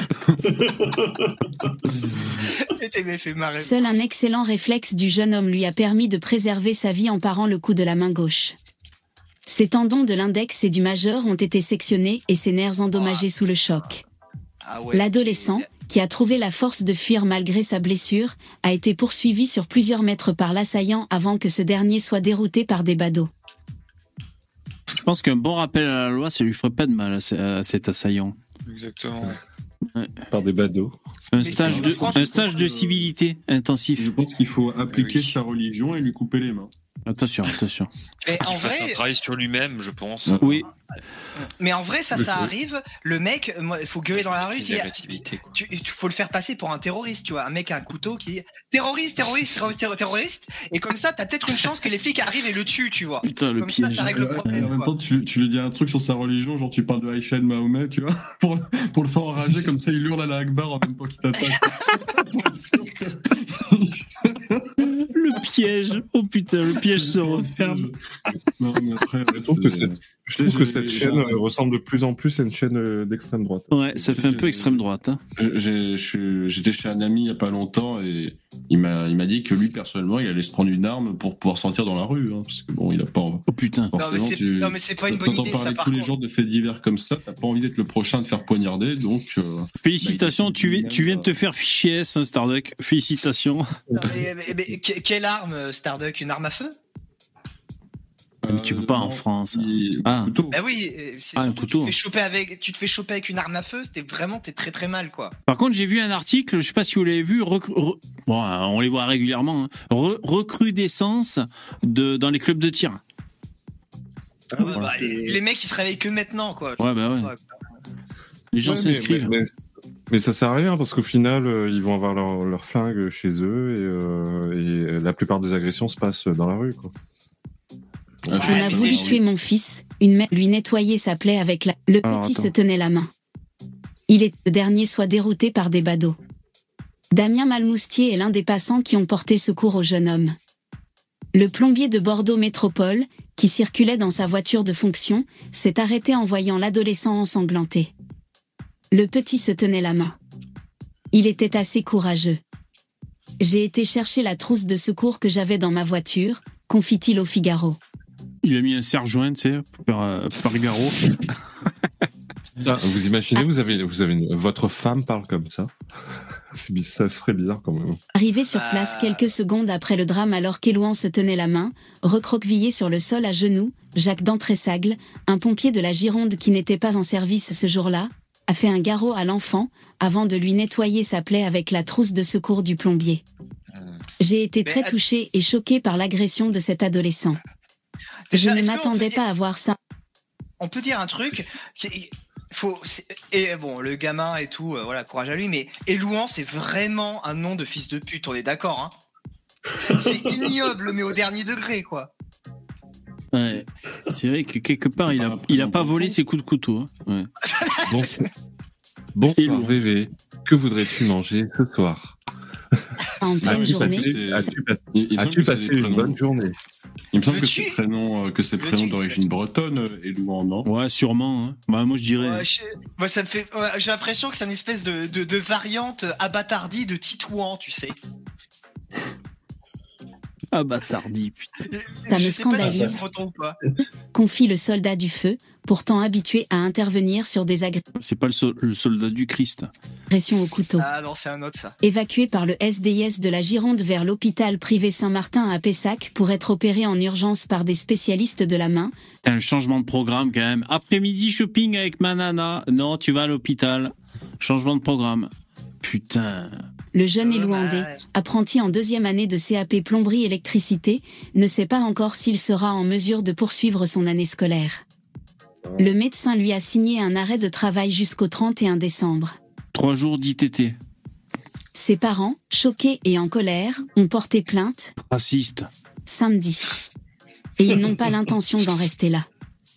Et tu m'as fait marrer. Seul un excellent réflexe du jeune homme lui a permis de préserver sa vie en parant le coup de la main gauche. Ses tendons de l'index et du majeur ont été sectionnés et ses nerfs endommagés sous le choc. Ah ouais, L'adolescent, qui a trouvé la force de fuir malgré sa blessure, a été poursuivi sur plusieurs mètres par l'assaillant avant que ce dernier soit dérouté par des badauds. Je pense qu'un bon rappel à la loi, ça lui ferait pas de mal à, ce- à cet assaillant. Exactement. Ouais. Par des badauds. Un Mais stage c'est- de, franchement, un stage de je- civilité intensif. Je pense qu'il faut appliquer sa religion et lui couper les mains. Attention, attention. Mais en Il fasse vrai, un travail sur lui-même, je pense. Oui. mais en vrai ça Le ça fait. arrive, le mec, moi, il faut gueuler dans la rue, Qu'il il ait dit, l'agressivité, quoi. tu, tu faut le faire passer pour un terroriste, tu vois, un mec à un couteau qui dit terroriste, terroriste, terroriste, terroriste, terroriste, et comme ça t'as peut-être une chance que les flics arrivent et le tuent, tu vois. Putain, le comme piège. ça ça règle le Et problème. en même quoi. temps, tu, tu lui dis un truc sur sa religion, genre tu parles de Aïcha et de Mahomet, tu vois, pour, pour le faire enrager, comme ça il hurle à la Akbar en même temps qu'il t'attaque. Le piège. Oh putain, le piège se referme. Non, mais après, ouais, Je trouve que, c'est- c'est- je tu sais, trouve que j'ai- cette j'ai chaîne un- euh, ressemble de plus en plus à une chaîne euh, d'extrême droite. Ouais, ça fait un peu extrême droite. Hein. J'ai- je suis- J'étais chez un ami il y a pas longtemps et il m'a il m'a dit que lui personnellement il allait se prendre une arme pour pouvoir sortir dans la rue, hein, parce que bon il a pas. Oh putain. Forcément, c'est- tu- non, mais c'est pas une bonne t'entends idée, parler ça, par tous les contre. jours de faits divers comme ça, t'as pas envie d'être le prochain de faire poignarder, donc. euh, Félicitations, bah, il- tu, viens- il- tu viens de te faire fichier S, hein, Starduck. Félicitations. Mais, mais- mais que- quelle arme, euh, Starduck, une arme à feu? Mais tu peux pas en France. Ah. Bah oui, euh, c'est Ah, un surtout, tu, couteau. te fais choper avec, tu te fais choper avec une arme à feu, c'était vraiment, t'es très très mal quoi. Par contre, j'ai vu un article, je sais pas si vous l'avez vu, recru- re- bon, euh, on les voit régulièrement, hein, re- recrudescence de, dans les clubs de tir. Ouais, bah, les, les mecs ils se réveillent que maintenant quoi. Ouais, bah ouais. Les gens Ouais, mais- s'inscrivent. Mais, mais- mais ça sert à rien parce qu'au final, euh, ils vont avoir leur, leur flingue chez eux et, euh, et la plupart des agressions se passent dans la rue. Quoi. Ah, On a voulu tuer mon fils, une mère lui nettoyer sa plaie avec la... Le Alors, petit attends. se tenait la main. Il est le dernier soit dérouté par des badauds. Damien Malmoustier est l'un des passants qui ont porté secours au jeune homme. Le plombier de Bordeaux Métropole, qui circulait dans sa voiture de fonction, s'est arrêté en voyant l'adolescent ensanglanté. Le petit se tenait la main. Il était assez courageux. J'ai été chercher la trousse de secours que j'avais dans ma voiture, confie-t-il au Figaro. Il a mis un serre-joint, tu sais, par, par garrot. Ah, vous imaginez, vous avez, vous avez une- votre femme parle comme ça. C'est bi- ça ferait bizarre quand même. Arrivé sur place quelques secondes après le drame alors qu'Élouan se tenait la main, recroquevillé sur le sol à genoux, Jacques d'Entressagle, un pompier de la Gironde qui n'était pas en service ce jour-là, a fait un garrot à l'enfant avant de lui nettoyer sa plaie avec la trousse de secours du plombier. J'ai été très touchée et choquée par l'agression de cet adolescent. Déjà, Je ne est-ce qu'on m'attendais peut dire- pas à voir ça. On peut dire un truc. qui- Faut, c'est- et bon, le gamin et tout, euh, voilà, courage à lui, mais Élouan, c'est vraiment un nom de fils de pute, on est d'accord, hein. C'est ignoble, mais au dernier degré, quoi. Ouais. C'est vrai que quelque part, il a, il a pas volé ses coups de couteau. Hein. Ouais. Bon, bonsoir V V, que voudrais-tu manger ce soir? En pleine As-tu journée, passé- As-tu pas- Il- il me as-tu semble que passé c'est des une prénoms. bonne journée? Il me semble que Veux-tu c'est prénom, euh, que c'est prénom d'origine bretonne, euh, Élouan, non? Ouais, sûrement. Hein. Bah, moi, je dirais. Ouais, je- moi, ça me fait. ouais, j'ai l'impression que c'est une espèce de, de, de variante abattardie de Titouan, tu sais. Ah, bâtardi, putain. Ça me Je sais pas si scandalise. c'est breton ou pas. confie le soldat du feu, pourtant habitué à intervenir sur des C'est pas le, sol- le soldat du Christ. agressions au couteau. Ah non, c'est un autre, ça. Évacué par le S D I S de la Gironde vers l'hôpital privé Saint-Martin à Pessac pour être opéré en urgence par des spécialistes de la main, T'as un changement de programme quand même. Après-midi shopping avec ma nana. Non, tu vas à l'hôpital. Changement de programme. Putain. le jeune Élouandais, apprenti en deuxième année de C A P plomberie électricité, ne sait pas encore s'il sera en mesure de poursuivre son année scolaire. Le médecin lui a signé un arrêt de travail jusqu'au trente et un décembre. Trois jours d'I T T. Ses parents, choqués et en colère, ont porté plainte Raciste. samedi. Et ils n'ont pas l'intention d'en rester là.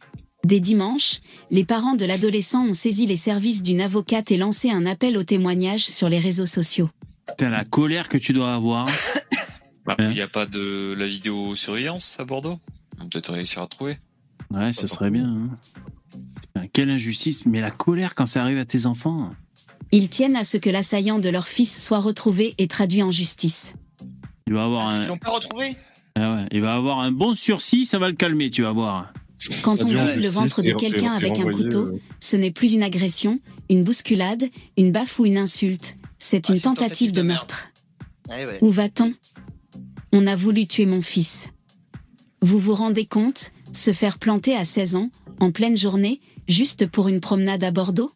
Dès dimanche, les parents de l'adolescent ont saisi les services d'une avocate et lancé un appel au témoignage sur les réseaux sociaux. Putain, la colère que tu dois avoir. Bah, il n'y a pas de la vidéosurveillance à Bordeaux. On va peut-être réussir à trouver. Ouais, ça serait bien. Hein. Putain, quelle injustice. Mais la colère quand ça arrive à tes enfants. Ils tiennent à ce que l'assaillant de leur fils soit retrouvé et traduit en justice. Il va avoir Ils un. l'ont pas retrouvé? Ah ouais, il va avoir un bon sursis, ça va le calmer, tu vas voir. Quand on Traduit en vise le justice ventre de et- quelqu'un et- et avec un renvoyer, couteau, euh, ce n'est plus une agression, une bousculade, une baffe ou une insulte. C'est une tentative de meurtre. Ouais, ouais. Où va-t-on? On a voulu tuer mon fils. Vous vous rendez compte? Se faire planter à seize ans, en pleine journée, juste pour une promenade à Bordeaux?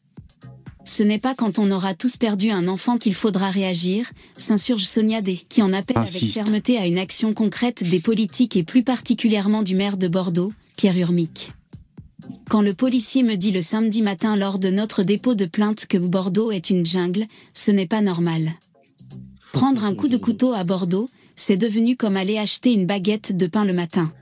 Ce n'est pas quand on aura tous perdu un enfant qu'il faudra réagir, s'insurge Sonia D, qui en appelle avec Raciste. fermeté à une action concrète des politiques et plus particulièrement du maire de Bordeaux, Pierre Urmic. Quand le policier me dit le samedi matin lors de notre dépôt de plainte que Bordeaux est une jungle, ce n'est pas normal. Prendre un coup de couteau à Bordeaux, c'est devenu comme aller acheter une baguette de pain le matin.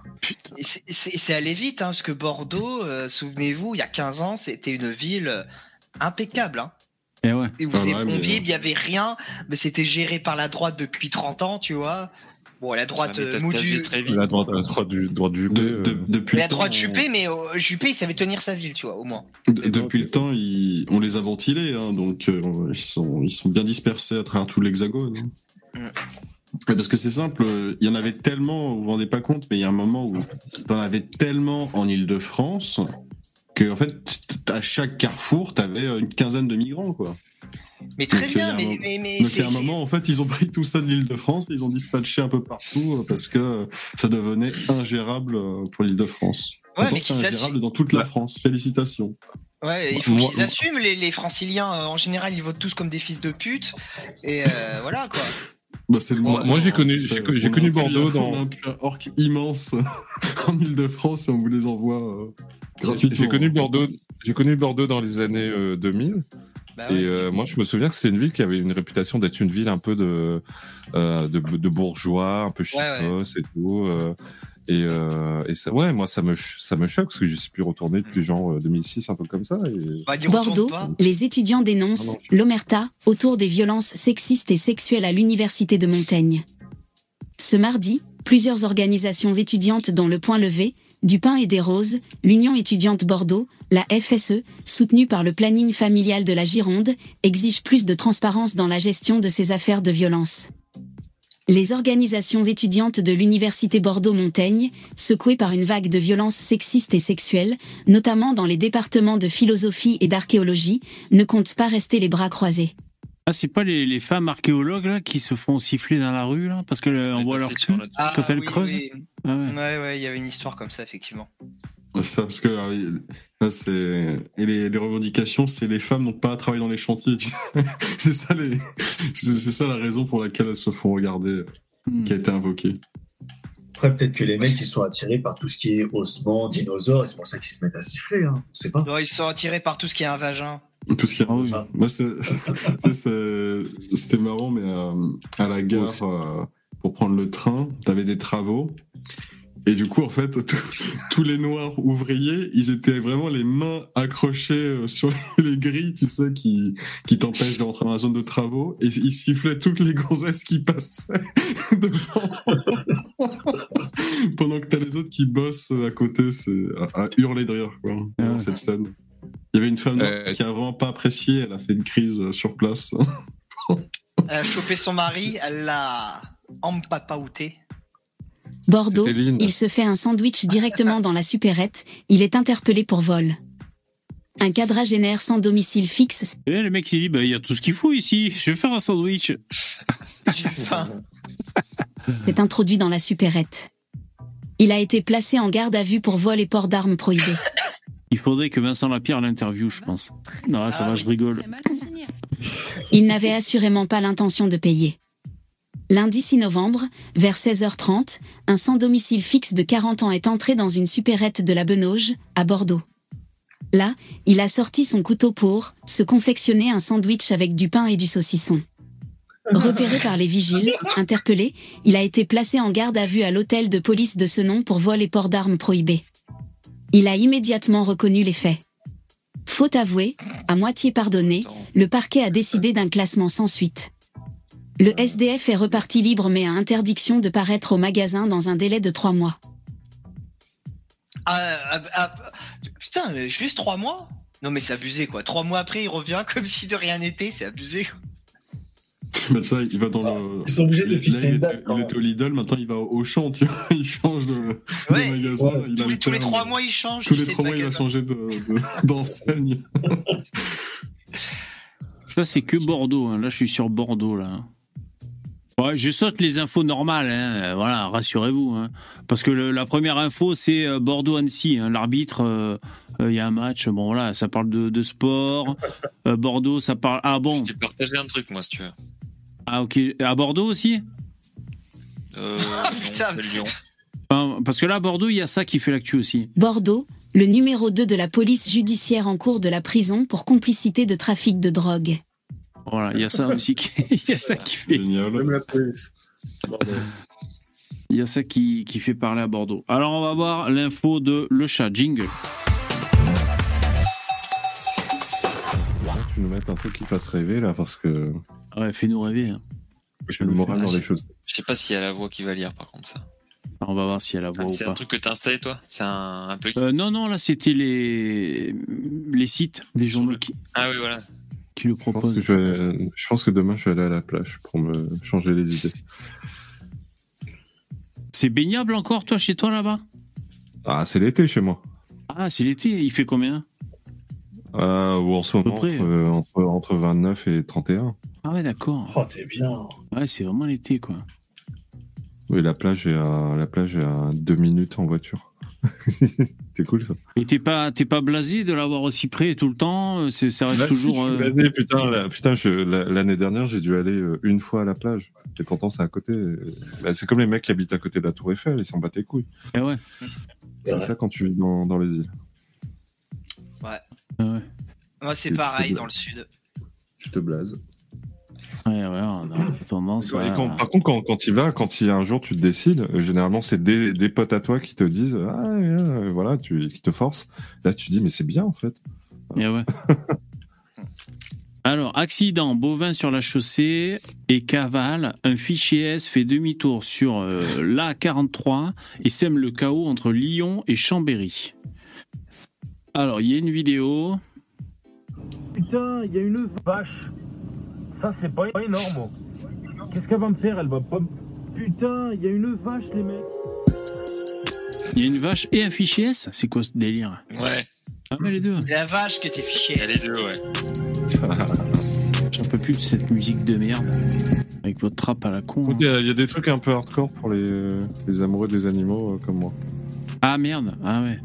Et c'est- C'est c'est allé vite, hein, parce que Bordeaux, euh, souvenez-vous, il y a quinze ans, c'était une ville euh, impeccable. Hein. Et ouais. Et vous Ah étiez ouais, mais- convives, il n'y avait rien, mais c'était géré par la droite depuis trente ans, tu vois. Bon, la droite Ça a euh, métastasé moudue. très vite. La droite, la droite du droit du Juppé. De- de- euh, depuis Mais le la droite temps, Juppé, mais euh, Juppé, il savait tenir sa ville, tu vois, au moins. de- depuis le temps, ils- on les a ventilés, hein, donc euh, ils, sont, ils sont bien dispersés à travers tout l'hexagone. hein. Mm. Ouais, parce que c'est simple, euh, il y en avait tellement, vous vous rendez pas compte, mais il y a un moment où t'en avais tellement en Ile-de-France que en fait, t- à chaque carrefour, t'avais une quinzaine de migrants, quoi. Mais très Donc, bien, il y a un mais, moment- mais, mais Donc c'est. à un moment, en fait, ils ont pris tout ça de l'Île-de-France, ils ont dispatché un peu partout euh, parce que euh, ça devenait ingérable euh, pour l'Île-de-France. Ouais, Maintenant, mais c'est qu'ils ingérable assument. dans toute la France. Félicitations. Ouais, il faut Moi- qu'ils assument, les, les franciliens, euh, en général, ils votent tous comme des fils de pute. Et euh, voilà, quoi. Bah, c'est le Moi- moment, moi, j'ai hein, connu- ça- j'ai co- j'ai on a connu un puits- Bordeaux dans- On a un puits orc immense en Ile-de-France et on vous les envoie euh, J'ai- gratuitement. J'ai connu Bordeaux. J'ai connu Bordeaux dans les années euh, deux mille. Bah et ouais. euh, moi, je me souviens que c'est une ville qui avait une réputation d'être une ville un peu de, euh, de, de bourgeois, un peu chicos Ouais, et tout. euh, et, euh, et ça, ouais, moi, ça me, ch- ça me choque parce que je suis plus retourné depuis genre euh, deux mille six, un peu comme ça. Et... Bah, n'y retourne Bordeaux, pas. les étudiants dénoncent Ah non. l'omerta autour des violences sexistes et sexuelles à l'université de Montaigne. Ce mardi, plusieurs organisations étudiantes dont le Point Levé, du Pain et des Roses, l'Union étudiante Bordeaux, la F S E, soutenue par le planning familial de la Gironde, exigent plus de transparence dans la gestion de ces affaires de violence. Les organisations étudiantes de l'université Bordeaux-Montaigne, secouées par une vague de violences sexistes et sexuelles, notamment dans les départements de philosophie et d'archéologie, ne comptent pas rester les bras croisés. Ah, c'est pas les, les femmes archéologues là qui se font siffler dans la rue là parce qu'on voit leur cul Ah, quand elles oui, creusent. oui. Ah ouais. Ouais, ouais, il y avait une histoire comme ça, effectivement. Ouais, c'est ça, parce que là, il- là, c'est et les, les revendications, c'est les femmes n'ont pas à travailler dans les chantiers. tu sais. c'est ça les, c'est, c'est ça la raison pour laquelle elles se font regarder, Hmm. qui a été invoquée. Après, peut-être que les mecs, ils sont attirés par tout ce qui est ossements, dinosaures, et c'est pour ça qu'ils se mettent à siffler, hein. On sait pas. Non, ils sont attirés par tout ce qui est un vagin. Tout ce qu'il y a. Ah oui. Moi, c'est, c'est- c'est- c'était marrant, mais euh, à la gare, euh, pour prendre le train, t'avais des travaux. Et du coup, en fait, tous- tous les noirs ouvriers, ils étaient vraiment les mains accrochées euh, sur les grilles, tu sais, qui, qui t'empêchent de rentrer dans la zone de travaux. Et ils sifflaient toutes les gonzesses qui passaient devant. Pendant que t'as les autres qui bossent à côté, c'est à, à hurler de rire, quoi, cette scène. Il y avait une femme noire qui a vraiment pas apprécié, elle a fait une crise euh, sur place. Elle a chopé son mari, elle l'a empapaouté. Bordeaux, C'était Lynn. il se fait un sandwich directement dans la supérette, il est interpellé pour vol. Un quadragénaire sans domicile fixe Et là, le mec s'est dit, bah, il y a tout ce qu'il faut ici, je vais faire un sandwich. J'ai faim. s'est introduit dans la supérette. Il a été placé en garde à vue pour vol et port d'armes prohibées. Il faudrait que Vincent Lapierre l'interviewe, je pense. Non, ça va, je rigole. Il n'avait assurément pas l'intention de payer. Lundi six novembre, vers seize heures trente, un sans-domicile fixe de quarante ans est entré dans une supérette de la Benauge, à Bordeaux. Là, il a sorti son couteau pour se confectionner un sandwich avec du pain et du saucisson. Repéré par les vigiles, interpellé, il a été placé en garde à vue à l'hôtel de police de ce nom pour vol et port d'armes prohibés. Il a immédiatement reconnu les faits. Faute avouée, à moitié pardonnée, le parquet a décidé d'un classement sans suite. Le S D F est reparti libre mais a interdiction de paraître au magasin dans un délai de trois mois. Ah, ah, ah, putain, mais juste trois mois? Non mais c'est abusé quoi. Trois mois après, il revient comme si de rien n'était, c'est abusé. Mais ça, il va dans le. Ils sont obligés de Là, fixer il une était- date, quand Il était au Lidl, maintenant il va au Champ, tu vois. Il change de, de Ouais, magasin. ouais. il Tous les, tous les alterne. trois mois, il change. Tous tu les sais, trois de mois, il va magasin. changer de, de- d'enseigne. Là, c'est que Bordeaux. Hein. Là, je suis sur Bordeaux, là. Ouais, je saute les infos normales, hein. Voilà, rassurez-vous. Hein. Parce que le- la première info, c'est euh, Bordeaux-Annecy. Hein. L'arbitre, euh, euh, il y a un match. Bon, voilà, ça parle de, de sport. Euh, Bordeaux, ça parle. Ah bon. Je t'ai partagé un truc, moi, si tu veux. Ah ok. À Bordeaux aussi. Euh, Putain. non, c'est Lyon. Enfin, parce que là, à Bordeaux, il y a ça qui fait l'actu aussi. Bordeaux, le numéro deux de la police judiciaire en cours de la prison pour complicité de trafic de drogue. Voilà, il y a ça aussi qui, il y a ça qui fait. Génial. Même la police. Il y a ça qui, qui fait parler à Bordeaux. Alors, on va voir l'info de Le Chat. Jingle. Tu nous mets un truc qui fasse rêver là parce que Ouais, fais-nous rêver. Hein. j'ai le moral dans les choses. Je sais pas s'il y a la voix qui va lire, par contre, ça. Alors, on va voir si elle a la voix Ah, ou c'est pas. un truc que t'as installé, toi? C'est un, un plugin? Euh, non, non, là, c'était les, les sites des journaux qui, Ah oui, voilà. qui le Je pense, proposent. que je, vais... je pense que demain je vais aller à la plage pour me changer les idées. C'est baignable encore, toi, chez toi, là-bas? Ah, c'est l'été chez moi. Ah, c'est l'été. Il fait combien? Euh, ou en ce moment, près. entre, entre, entre vingt-neuf et trente et un. Ah ouais, d'accord. Oh, t'es bien. Ouais, c'est vraiment l'été, quoi. Oui, la plage est à, la plage est à deux minutes en voiture. C'est cool ça. Et t'es pas, t'es pas blasé de l'avoir aussi près tout le temps? C'est, ça reste Là, toujours. je suis euh, blasé, putain, là, putain je, la- l'année dernière, j'ai dû aller euh, une fois à la plage. Et pourtant, c'est à côté. Bah, c'est comme les mecs qui habitent à côté de la Tour Eiffel, ils s'en battent les couilles. Eh ouais. C'est ça quand tu vis dans, dans les îles. Ouais. Ah ouais. Moi, c'est Et tu pareil te- dans le sud. Je te blase. Ouais, ouais, on a tendance Et à... quand- par contre, quand, quand il va, quand il y a un jour tu te décides, euh, généralement c'est des, des potes à toi qui te disent, ah, euh, voilà, tu, qui te forcent. Là, tu dis, mais c'est bien en fait. Eh ouais. Alors, accident, bovin sur la chaussée et cavale. Un fichier S fait demi-tour sur euh, l'A quarante-trois et sème le chaos entre Lyon et Chambéry. Alors, il y a une vidéo. Putain, il y a une vache. Ça, c'est pas énorme. Qu'est-ce qu'elle va me faire? Elle va pas, putain, il y a une vache, les mecs. Il y a une vache et un fichier S. C'est quoi ce délire? Ouais. Ah mais les deux. C'est la vache que t'es fiché. Il y a les deux, ouais. J'en peux plus de cette musique de merde. Avec votre trappe à la con. Il y, a, il y a des trucs un peu hardcore pour les, les amoureux des animaux euh, comme moi. Ah merde. Ah ouais.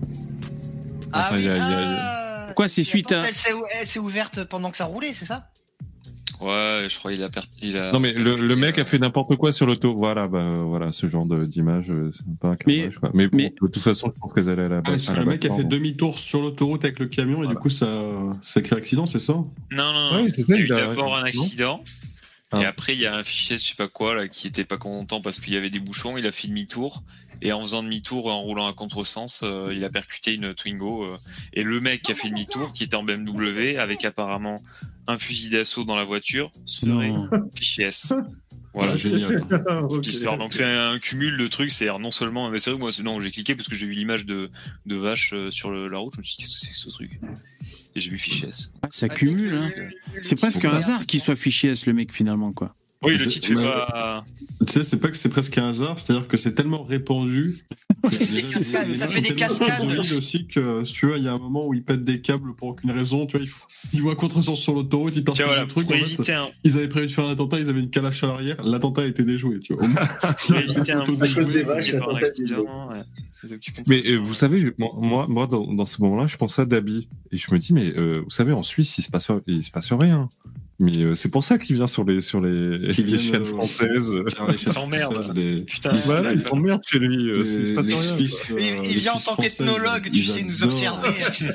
Ah Enfin, oui, il y a- il y a- ah, Pourquoi c'est suite à... Elle s'est, elle s'est ouverte pendant que ça roulait, c'est ça? Ouais, je crois qu'il a perdu. Il a... Non mais le, le mec a fait n'importe quoi sur l'auto. Voilà, bah euh, voilà, ce genre de- d'image, euh, c'est pas un carnage, quoi. Mais, bon, mais- de toute façon, je pense qu'elles allaient à la Ah, base. le mec a fait demi-tour sur l'autoroute avec le camion et du coup ça, ça crée accident, c'est ça? Non, non, non. Ouais, c'est il y a ça, eu il a- d'abord un accident. Ah. Et après, il y a un fichier, je sais pas quoi, là, qui était pas content parce qu'il y avait des bouchons. Il a fait demi-tour. Et en faisant demi-tour, en roulant à contresens, euh, il a percuté une Twingo. Euh, et le mec qui a fait demi-tour, qui était en B M W, avec apparemment un fusil d'assaut dans la voiture, serait fichier S. Voilà, Ah, génial. Toute l'histoire. Donc c'est un cumul de trucs. C'est non seulement, mais c'est vrai que moi, c'est- non, j'ai cliqué parce que j'ai vu l'image de de vache euh, sur le, la route. Je me suis dit qu'est-ce que c'est que ce truc? Et j'ai vu fichier S. Ah, ça cumule, hein. C'est presque un hasard qu'il soit fichier S, le mec, finalement, quoi. Oui, le C'est- titre fait mais- pas. Tu sais, c'est pas que c'est presque un hasard, c'est-à-dire que c'est tellement répandu. cascades, ça fait des cascades. Aussi que, si tu vois, il y a un moment où ils pètent des câbles pour aucune raison, tu vois, ils, ils vont à contresens sur l'autoroute, ils partent Tiens, sur voilà, un truc. pour en fait, éviter un- Ils avaient prévu de faire un attentat, ils avaient une calache à l'arrière, l'attentat a été déjoué, tu vois. Au moins, Pour éviter un auto à cause des déjoué, vaches, euh, par un accident. Ouais. Ils s'occupent de ça. Mais euh, vous savez, moi, moi, moi, dans, dans ce moment-là, je pense à Dabi et je me dis, mais euh, vous savez, en Suisse, il se passe, il se passe rien. Mais euh, c'est pour ça qu'il vient sur les sur les, Qui les viennent, chaînes euh, françaises. faire les chaînes s'emmerde. françaises, les- Putain, ils- Voilà, il s'emmerde chez lui. euh, les- c'est- il se passe les rien. Suisses, Il, euh, il les vient en Suisses tant françaises, qu'ethnologue, tu ils sais, nous adorent. observer.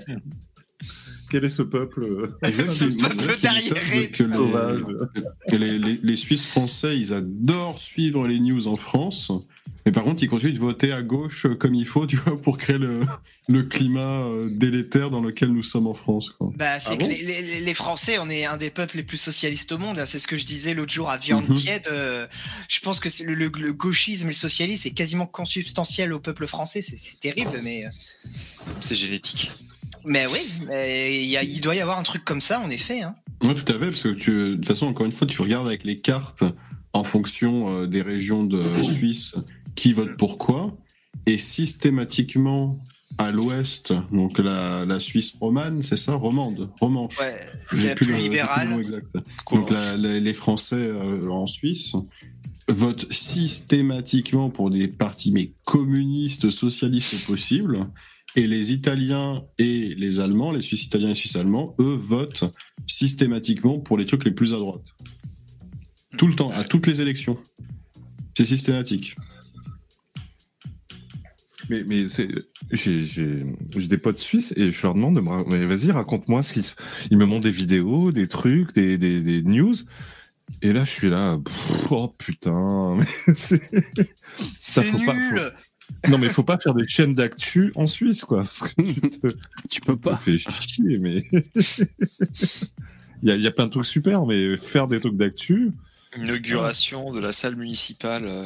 Quel est ce peuple euh, Exactement. Parce que Moi, ce qui derrière, m'étonne, c'est que les- sauvage. les, les, les Suisses français, ils adorent suivre les news en France. Mais par contre, ils continuent de voter à gauche euh, comme il faut, tu vois, pour créer le, le climat euh, délétère dans lequel nous sommes en France, quoi. Bah, c'est Ah que bon les, les- les Français, on est un des peuples les plus socialistes au monde. hein. C'est ce que je disais l'autre jour à Viande Mhm. Tiède. euh, je pense que c'est le, le- le gauchisme et le socialisme est quasiment consubstantiel au peuple français. C'est c'est terrible, mais, euh, C'est génétique. mais oui, mais il y a- il doit y avoir un truc comme ça, en effet. Hein. Oui, tout à fait, parce que tu, de toute façon, encore une fois, tu regardes avec les cartes en fonction euh, des régions de Suisse qui votent pour quoi, et systématiquement à l'ouest, donc la, la Suisse romane, c'est ça, romande, romanche. Ouais, J'ai c'est la plus plus le- j'ai plus le libérale. nom exact. Donc la- la- les Français euh, en Suisse votent systématiquement pour des partis mais communistes, socialistes possibles. Et les Italiens et les Allemands, les Suisses italiens et les Suisses allemands, eux votent systématiquement pour les trucs les plus à droite. Tout le temps, à toutes les élections. C'est systématique. Mais, mais c'est, j'ai, j'ai, j'ai des potes suisses et je leur demande de me, ra- mais vas-y, raconte-moi ce qu'ils, se- ils me montrent des vidéos, des trucs, des, des, des news. Et là, je suis là, pff, oh putain, mais c'est, ça, C'est faut pas- nul. faut- non, mais faut pas faire des chaînes d'actu en Suisse, quoi, parce que tu, te, tu peux pas. Ça fait chier, mais il y a, il y a plein de trucs super, mais faire des trucs d'actu. Inauguration de la salle municipale. euh,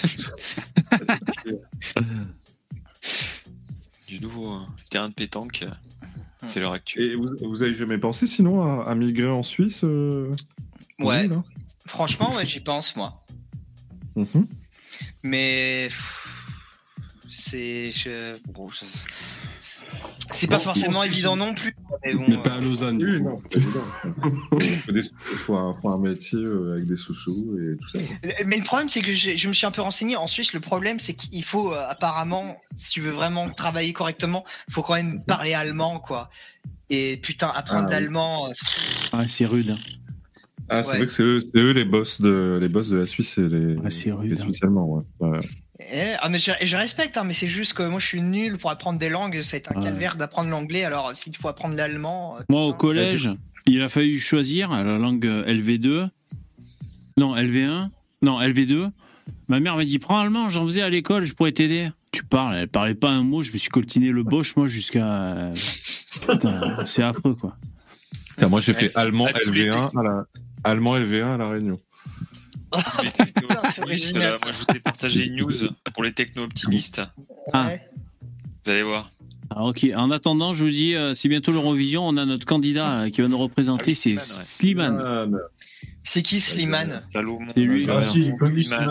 du nouveau euh, terrain de pétanque. euh, C'est l'heure actuelle. Et vous, vous avez jamais pensé sinon à, à migrer en Suisse euh, Ouais. oui, là Franchement, ouais, j'y pense, moi. Mhm. Mais pff, c'est je- bon, je- c'est pas Bon, forcément bon, évident non plus. Mais bon, Mais euh, pas à Lausanne, du Oui, coup. non, c'est évident. Il faut, des- faut un, faut un métier euh, avec des sous-sous et tout ça. Mais le problème, c'est que je, je me suis un peu renseigné. En Suisse, le problème, c'est qu'il faut euh, apparemment, si tu veux vraiment travailler correctement, il faut quand même parler allemand, quoi. Et putain, apprendre Ah, oui. l'allemand. euh, Ah, c'est rude. Ah, c'est Ouais. vrai que c'est eux, c'est eux les boss de les boss de la Suisse et les, Ah, c'est rude, les hein. Suisses allemands. Ouais. Ouais. eh, ah, mais je, je respecte, hein, mais c'est juste que moi, je suis nul pour apprendre des langues. C'est un Ouais. calvaire d'apprendre l'anglais. Alors, s'il faut apprendre l'allemand. euh, Moi, au putain. collège, il a fallu choisir la langue euh, L V deux. Non, L V un. Non, L V deux. Ma mère m'a dit, prends allemand, j'en faisais à l'école, je pourrais t'aider. Tu parles, elle parlait pas un mot, je me suis coltiné le boche, moi, jusqu'à... euh, Putain, c'est affreux, quoi. Putain, moi j'ai fait À- allemand à tous les L V un à la allemand L V un à la Réunion. Les techno-optimistes, c'est original, là, moi, je voulais partager une news pour les techno-optimistes. Ah. Ouais. Vous allez voir. Alors, ok, en attendant, je vous dis, euh, c'est bientôt l'Eurovision, on a notre candidat euh, qui va nous représenter, Ah oui, c'est Slimane, ouais. Slimane. Ah, bah, C'est qui Slimane? Salomon. C'est lui. Ah, si, il est connu, Slimane. Slimane.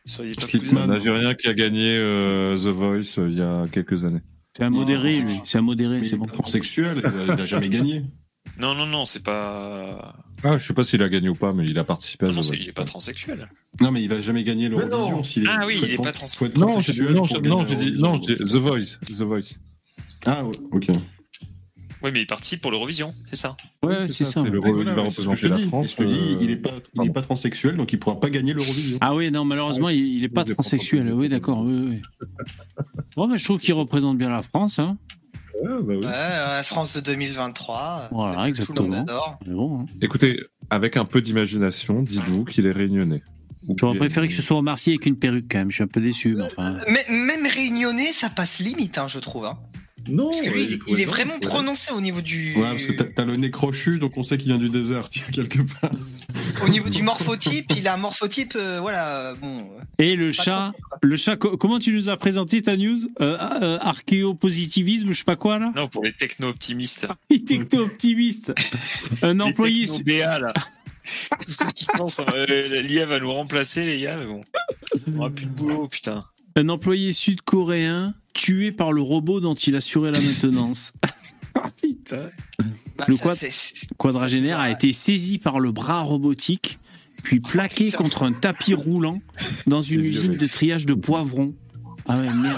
Soyez pas C'est un Algérien qui a gagné euh, The Voice euh, il y a quelques années. C'est un modéré, lui. C'est un modéré, c'est bon. Transsexuel, il a jamais gagné. Non, non, non, c'est pas. Ah, je sais pas s'il a gagné ou pas, mais il a participé à Non, The c'est- Voice. il est pas transsexuel. Non, mais il va jamais gagner l'Eurovision. s'il est- Ah oui, faut il est être pas tran- trans- faut être Non, je dis, transsexuel non, pour je, gagner non, je dis, non, je dis l'Eurovision. The Voice. The Voice. Ah, ouais, ok. Oui, mais il participe pour l'Eurovision, c'est ça. Ouais, c'est ça. C'est le Ouais, il voilà, va ouais, c'est ce que représenter je te la dis. France. Et je te dis, euh, il est pas, il est pas transsexuel, donc il pourra pas gagner l'Eurovision. Ah oui, non, malheureusement, il, il est pas Il est pas transsexuel. Oui, d'accord, oui, oui. Bon, mais je trouve qu'il représente bien la France, hein. Ouais, bah oui. Ouais, ouais, France de deux mille vingt-trois. Voilà, c'est- Tout le monde exactement. adore. Mais bon, hein. Écoutez, avec un peu d'imagination, dites-vous qu'il est réunionnais. J'aurais préféré que ce soit Omar Sy avec une perruque, quand même. Je suis un peu déçu, mais enfin. Mais même réunionnais, ça passe limite, hein, je trouve. Hein. Non, Parce que lui, ouais, il, il faut il est être vraiment gentil, ouais. prononcé au niveau du. Ouais, parce que t'as t'as le nez crochu, donc on sait qu'il vient du désert, quelque part. Au niveau du morphotype, il a un morphotype, euh, voilà, bon. Et le chat, le chat, co- comment tu nous as présenté ta news euh, euh, Archéopositivisme, je sais pas quoi là. Non, pour les techno-optimistes. Techno-optimiste. Un employé. Les techno-B A, là. Tous ceux qui pensent euh, l'I A va nous remplacer, les gars, mais bon. On aura plus de boulot, putain. Un employé sud-coréen tué par le robot dont il assurait la maintenance. Ah, putain. Bah, Le ça, quad- c'est- c'est- quadragénaire a été saisi par le bras robotique, puis plaqué contre un tapis roulant dans une usine de triage de poivrons. Ah ouais, merde.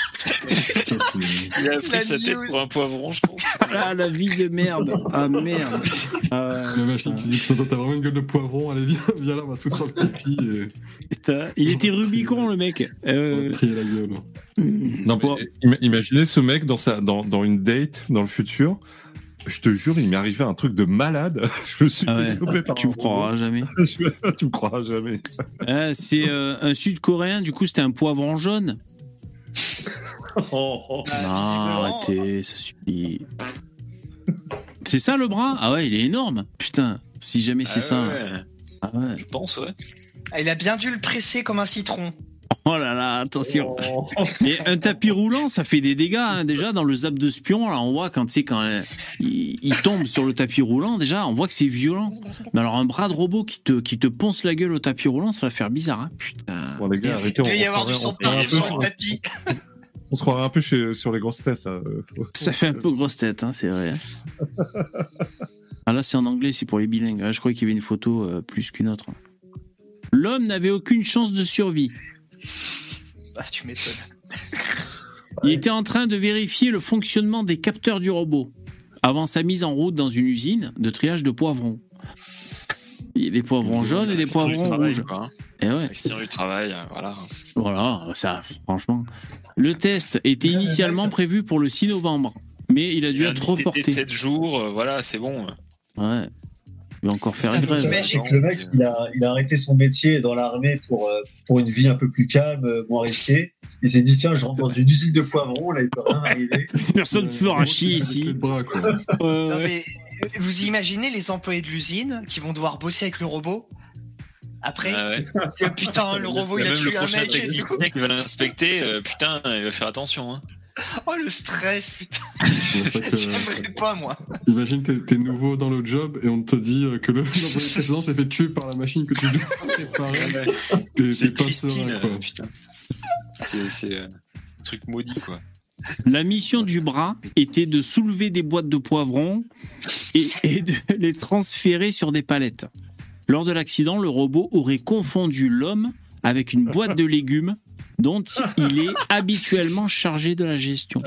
Il a pris La sa tête news. pour un poivron, je pense. Ah, la vie de merde. Ah, merde. Ah, La machine qui dit, putain, t'as vraiment une gueule de poivron, allez, viens, viens là, on va tout sur le tapis et putain. Il était Rubicon, le mec. on va Euh, te trier la gueule. Non, mais im- imaginez ce mec dans, sa, dans, dans une date dans le futur. Je te jure, il m'est arrivé un truc de malade. Je me suis Ah ouais. fait choper par Tu un me croiras jamais. robot. Tu me croiras jamais. Ah, c'est euh, un sud-coréen, du coup, c'était un poivron jaune. Oh, oh. bah, Non, visiblement, arrêtez, ça suffit. C'est ça le bras? Ah ouais, il est énorme. Putain, si jamais c'est Ah ça. ouais, là. Ah ouais. je pense, ouais. ah, il a bien dû le presser comme un citron. Oh là là, attention. Oh. Et un tapis roulant, ça fait des dégâts. Hein. Déjà, dans le zap de spion, là, on voit quand, tu sais, quand euh, il, il tombe sur le tapis roulant, déjà, on voit que c'est violent. Mais alors, un bras de robot qui te, qui te ponce la gueule au tapis roulant, ça va faire bizarre. Hein. Putain. Bon, les gars, Il arrêtez. devait y on- avoir on du se sang de croirait un partout peu sur le sur- tapis. On se croirait un peu chez- sur les grosses têtes. Là. Ça fait un peu grosse tête, hein, c'est vrai. Ah là, c'est en anglais, c'est pour les bilingues. Ah, je croyais qu'il y avait une photo euh, plus qu'une autre. L'homme n'avait aucune chance de survie. Bah, tu m'étonnes. Il était en train de vérifier le fonctionnement des capteurs du robot avant sa mise en route dans une usine de triage de poivrons. Il y a des poivrons jaunes et des Accident du poivrons travail, rouges. quoi, hein. Et ouais, Accident du travail, euh, voilà. voilà, ça, franchement. Le test était initialement prévu pour le six novembre, mais il a dû Il a être dit reporté. sept jours, euh, voilà, c'est bon. Ouais. Il va encore faire une Putain, grève. t'imagines Que le mec, il a, il a arrêté son métier dans l'armée pour, euh, pour une vie un peu plus calme, euh, moins risquée. Il s'est dit, tiens, je rentre dans une usine de poivrons, là, il peut rien arriver. Personne ne fera chier ici. Le bras, quoi. Ouais, Non, ouais. mais vous imaginez les employés de l'usine qui vont devoir bosser avec le robot après? Ah ouais. Ah, putain, le robot, il a Même le tué un prochain mec. et du coup- technicien qui va l'inspecter, euh, putain, il va faire attention. Hein. Oh, le stress, putain. C'est pour ça que- J'aimerais pas, moi. Imagine, t'es, t'es nouveau dans le job et on te dit euh, que le l'employé précédent s'est fait tuer par la machine que tu dois préparer. T'es, C'est t'es pas Christine, serein, quoi. euh, putain. C'est, c'est euh, un truc maudit, quoi. La mission du bras était de soulever des boîtes de poivrons et, et de les transférer sur des palettes. Lors de l'accident, le robot aurait confondu l'homme avec une boîte de légumes dont il est habituellement chargé de la gestion.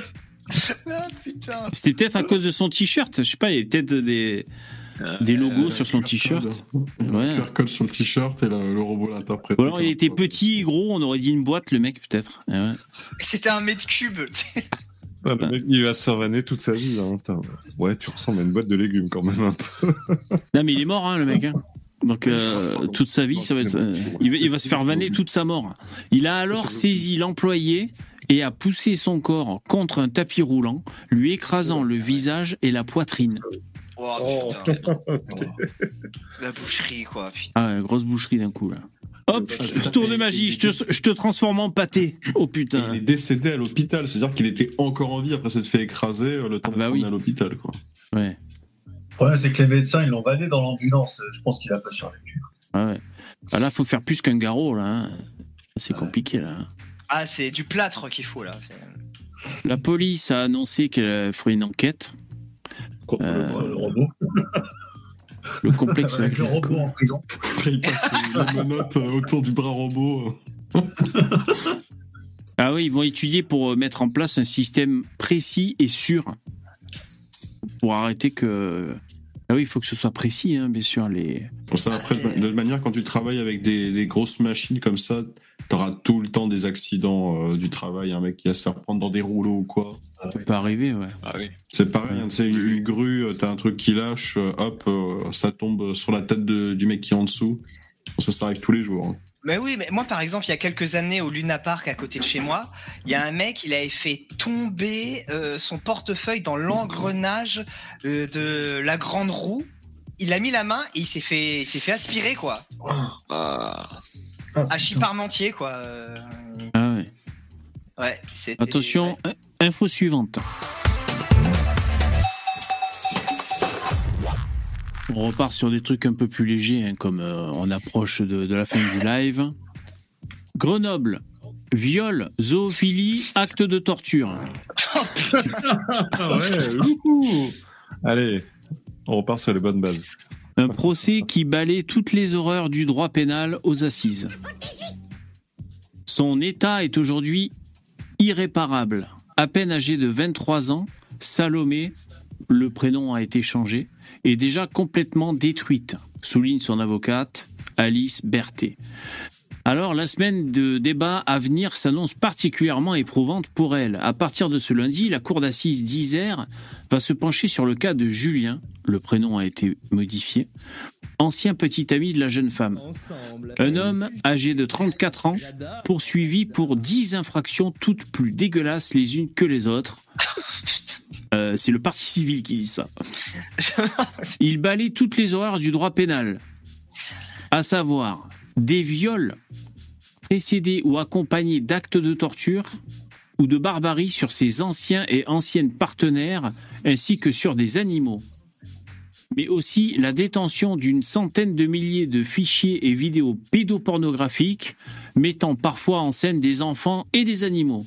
Ah, putain. C'était peut-être à cause de son t-shirt. Je sais pas, il y avait peut-être des, des logos sur son t-shirt. Ouais. Q R code sur le t-shirt et le, le robot l'interprète. Ou alors il était petit, gros, on aurait dit une boîte, le mec, peut-être. Eh ouais. C'était un mètre cube. Ah, le mec, il va se faire vanner toute sa vie. Hein. Putain. Ouais, tu ressembles à une boîte de légumes quand même un peu. Non, mais il est mort, hein, le mec. Hein. Donc, euh, toute sa vie, ça va être. euh, il, va, il va se faire vanner toute sa mort. Il a alors saisi l'employé et a poussé son corps contre un tapis roulant, lui écrasant le visage et la poitrine. Oh, putain. La boucherie, quoi. Putain. Ah, ouais, grosse boucherie d'un coup, là. Hop, tour de magie, je te, je te transforme en pâté. Oh putain. Il est décédé à l'hôpital, c'est-à-dire qu'il était encore en vie après s'être fait écraser euh, le temps bah de oui. à l'hôpital, quoi. Ouais. Le problème, c'est que les médecins, ils l'ont vanné dans l'ambulance. Je pense qu'il a pas survécu. Ah ouais. Ah là, faut faire plus qu'un garrot, là. Hein. C'est compliqué là. Ah, c'est du plâtre qu'il faut là. C'est- La police a annoncé qu'elle ferait une enquête. Contre Euh, le, le robot. Le complexe Avec le agricole. robot en prison. Après, il passe les menottes euh, autour du bras robot. Ah oui, ils vont étudier pour mettre en place un système précis et sûr pour arrêter que. Ah oui, il faut que ce soit précis, hein, bien sûr. Les. Bon, ça, après, de toute manière, quand tu travailles avec des, des grosses machines comme ça, t'auras tout le temps des accidents euh, du travail, un mec qui va se faire prendre dans des rouleaux ou quoi. Ça peut arriver, ouais. Ah oui. C'est pareil, hein, tu sais, une, une grue, euh, t'as un truc qui lâche, euh, hop, euh, ça tombe sur la tête de- du mec qui est en dessous. Ça, ça arrive tous les jours. hein. Mais oui, mais moi par exemple, il y a quelques années au Luna Park à côté de chez moi, il y a un mec, il avait fait tomber euh, son portefeuille dans l'engrenage euh, de la grande roue. Il a mis la main et il s'est fait, il s'est fait aspirer quoi. Ah. Hachis Parmentier quoi. Euh, Ah ouais. Ouais, c'était. Attention, ouais. info suivante. On repart sur des trucs un peu plus légers, hein, comme euh, on approche de, de la fin du live. Grenoble, viol, zoophilie, acte de torture. Ah ouais, youhou. Allez, on repart sur les bonnes bases. Un procès qui balaie toutes les horreurs du droit pénal aux assises. Son état est aujourd'hui irréparable. À peine âgée de vingt-trois ans, Salomé, le prénom a été changé, est déjà complètement détruite, souligne son avocate Alice Berthet. Alors, la semaine de débat à venir s'annonce particulièrement éprouvante pour elle. À partir de ce lundi, la cour d'assises d'Isère va se pencher sur le cas de Julien, le prénom a été modifié, ancien petit ami de la jeune femme. Un homme âgé de trente-quatre ans, poursuivi pour dix infractions toutes plus dégueulasses les unes que les autres. Euh, c'est le parti civil qui dit ça. Il balaie toutes les horreurs du droit pénal, à savoir des viols précédés ou accompagnés d'actes de torture ou de barbarie sur ses anciens et anciennes partenaires ainsi que sur des animaux, mais aussi la détention d'une centaine de milliers de fichiers et vidéos pédopornographiques mettant parfois en scène des enfants et des animaux.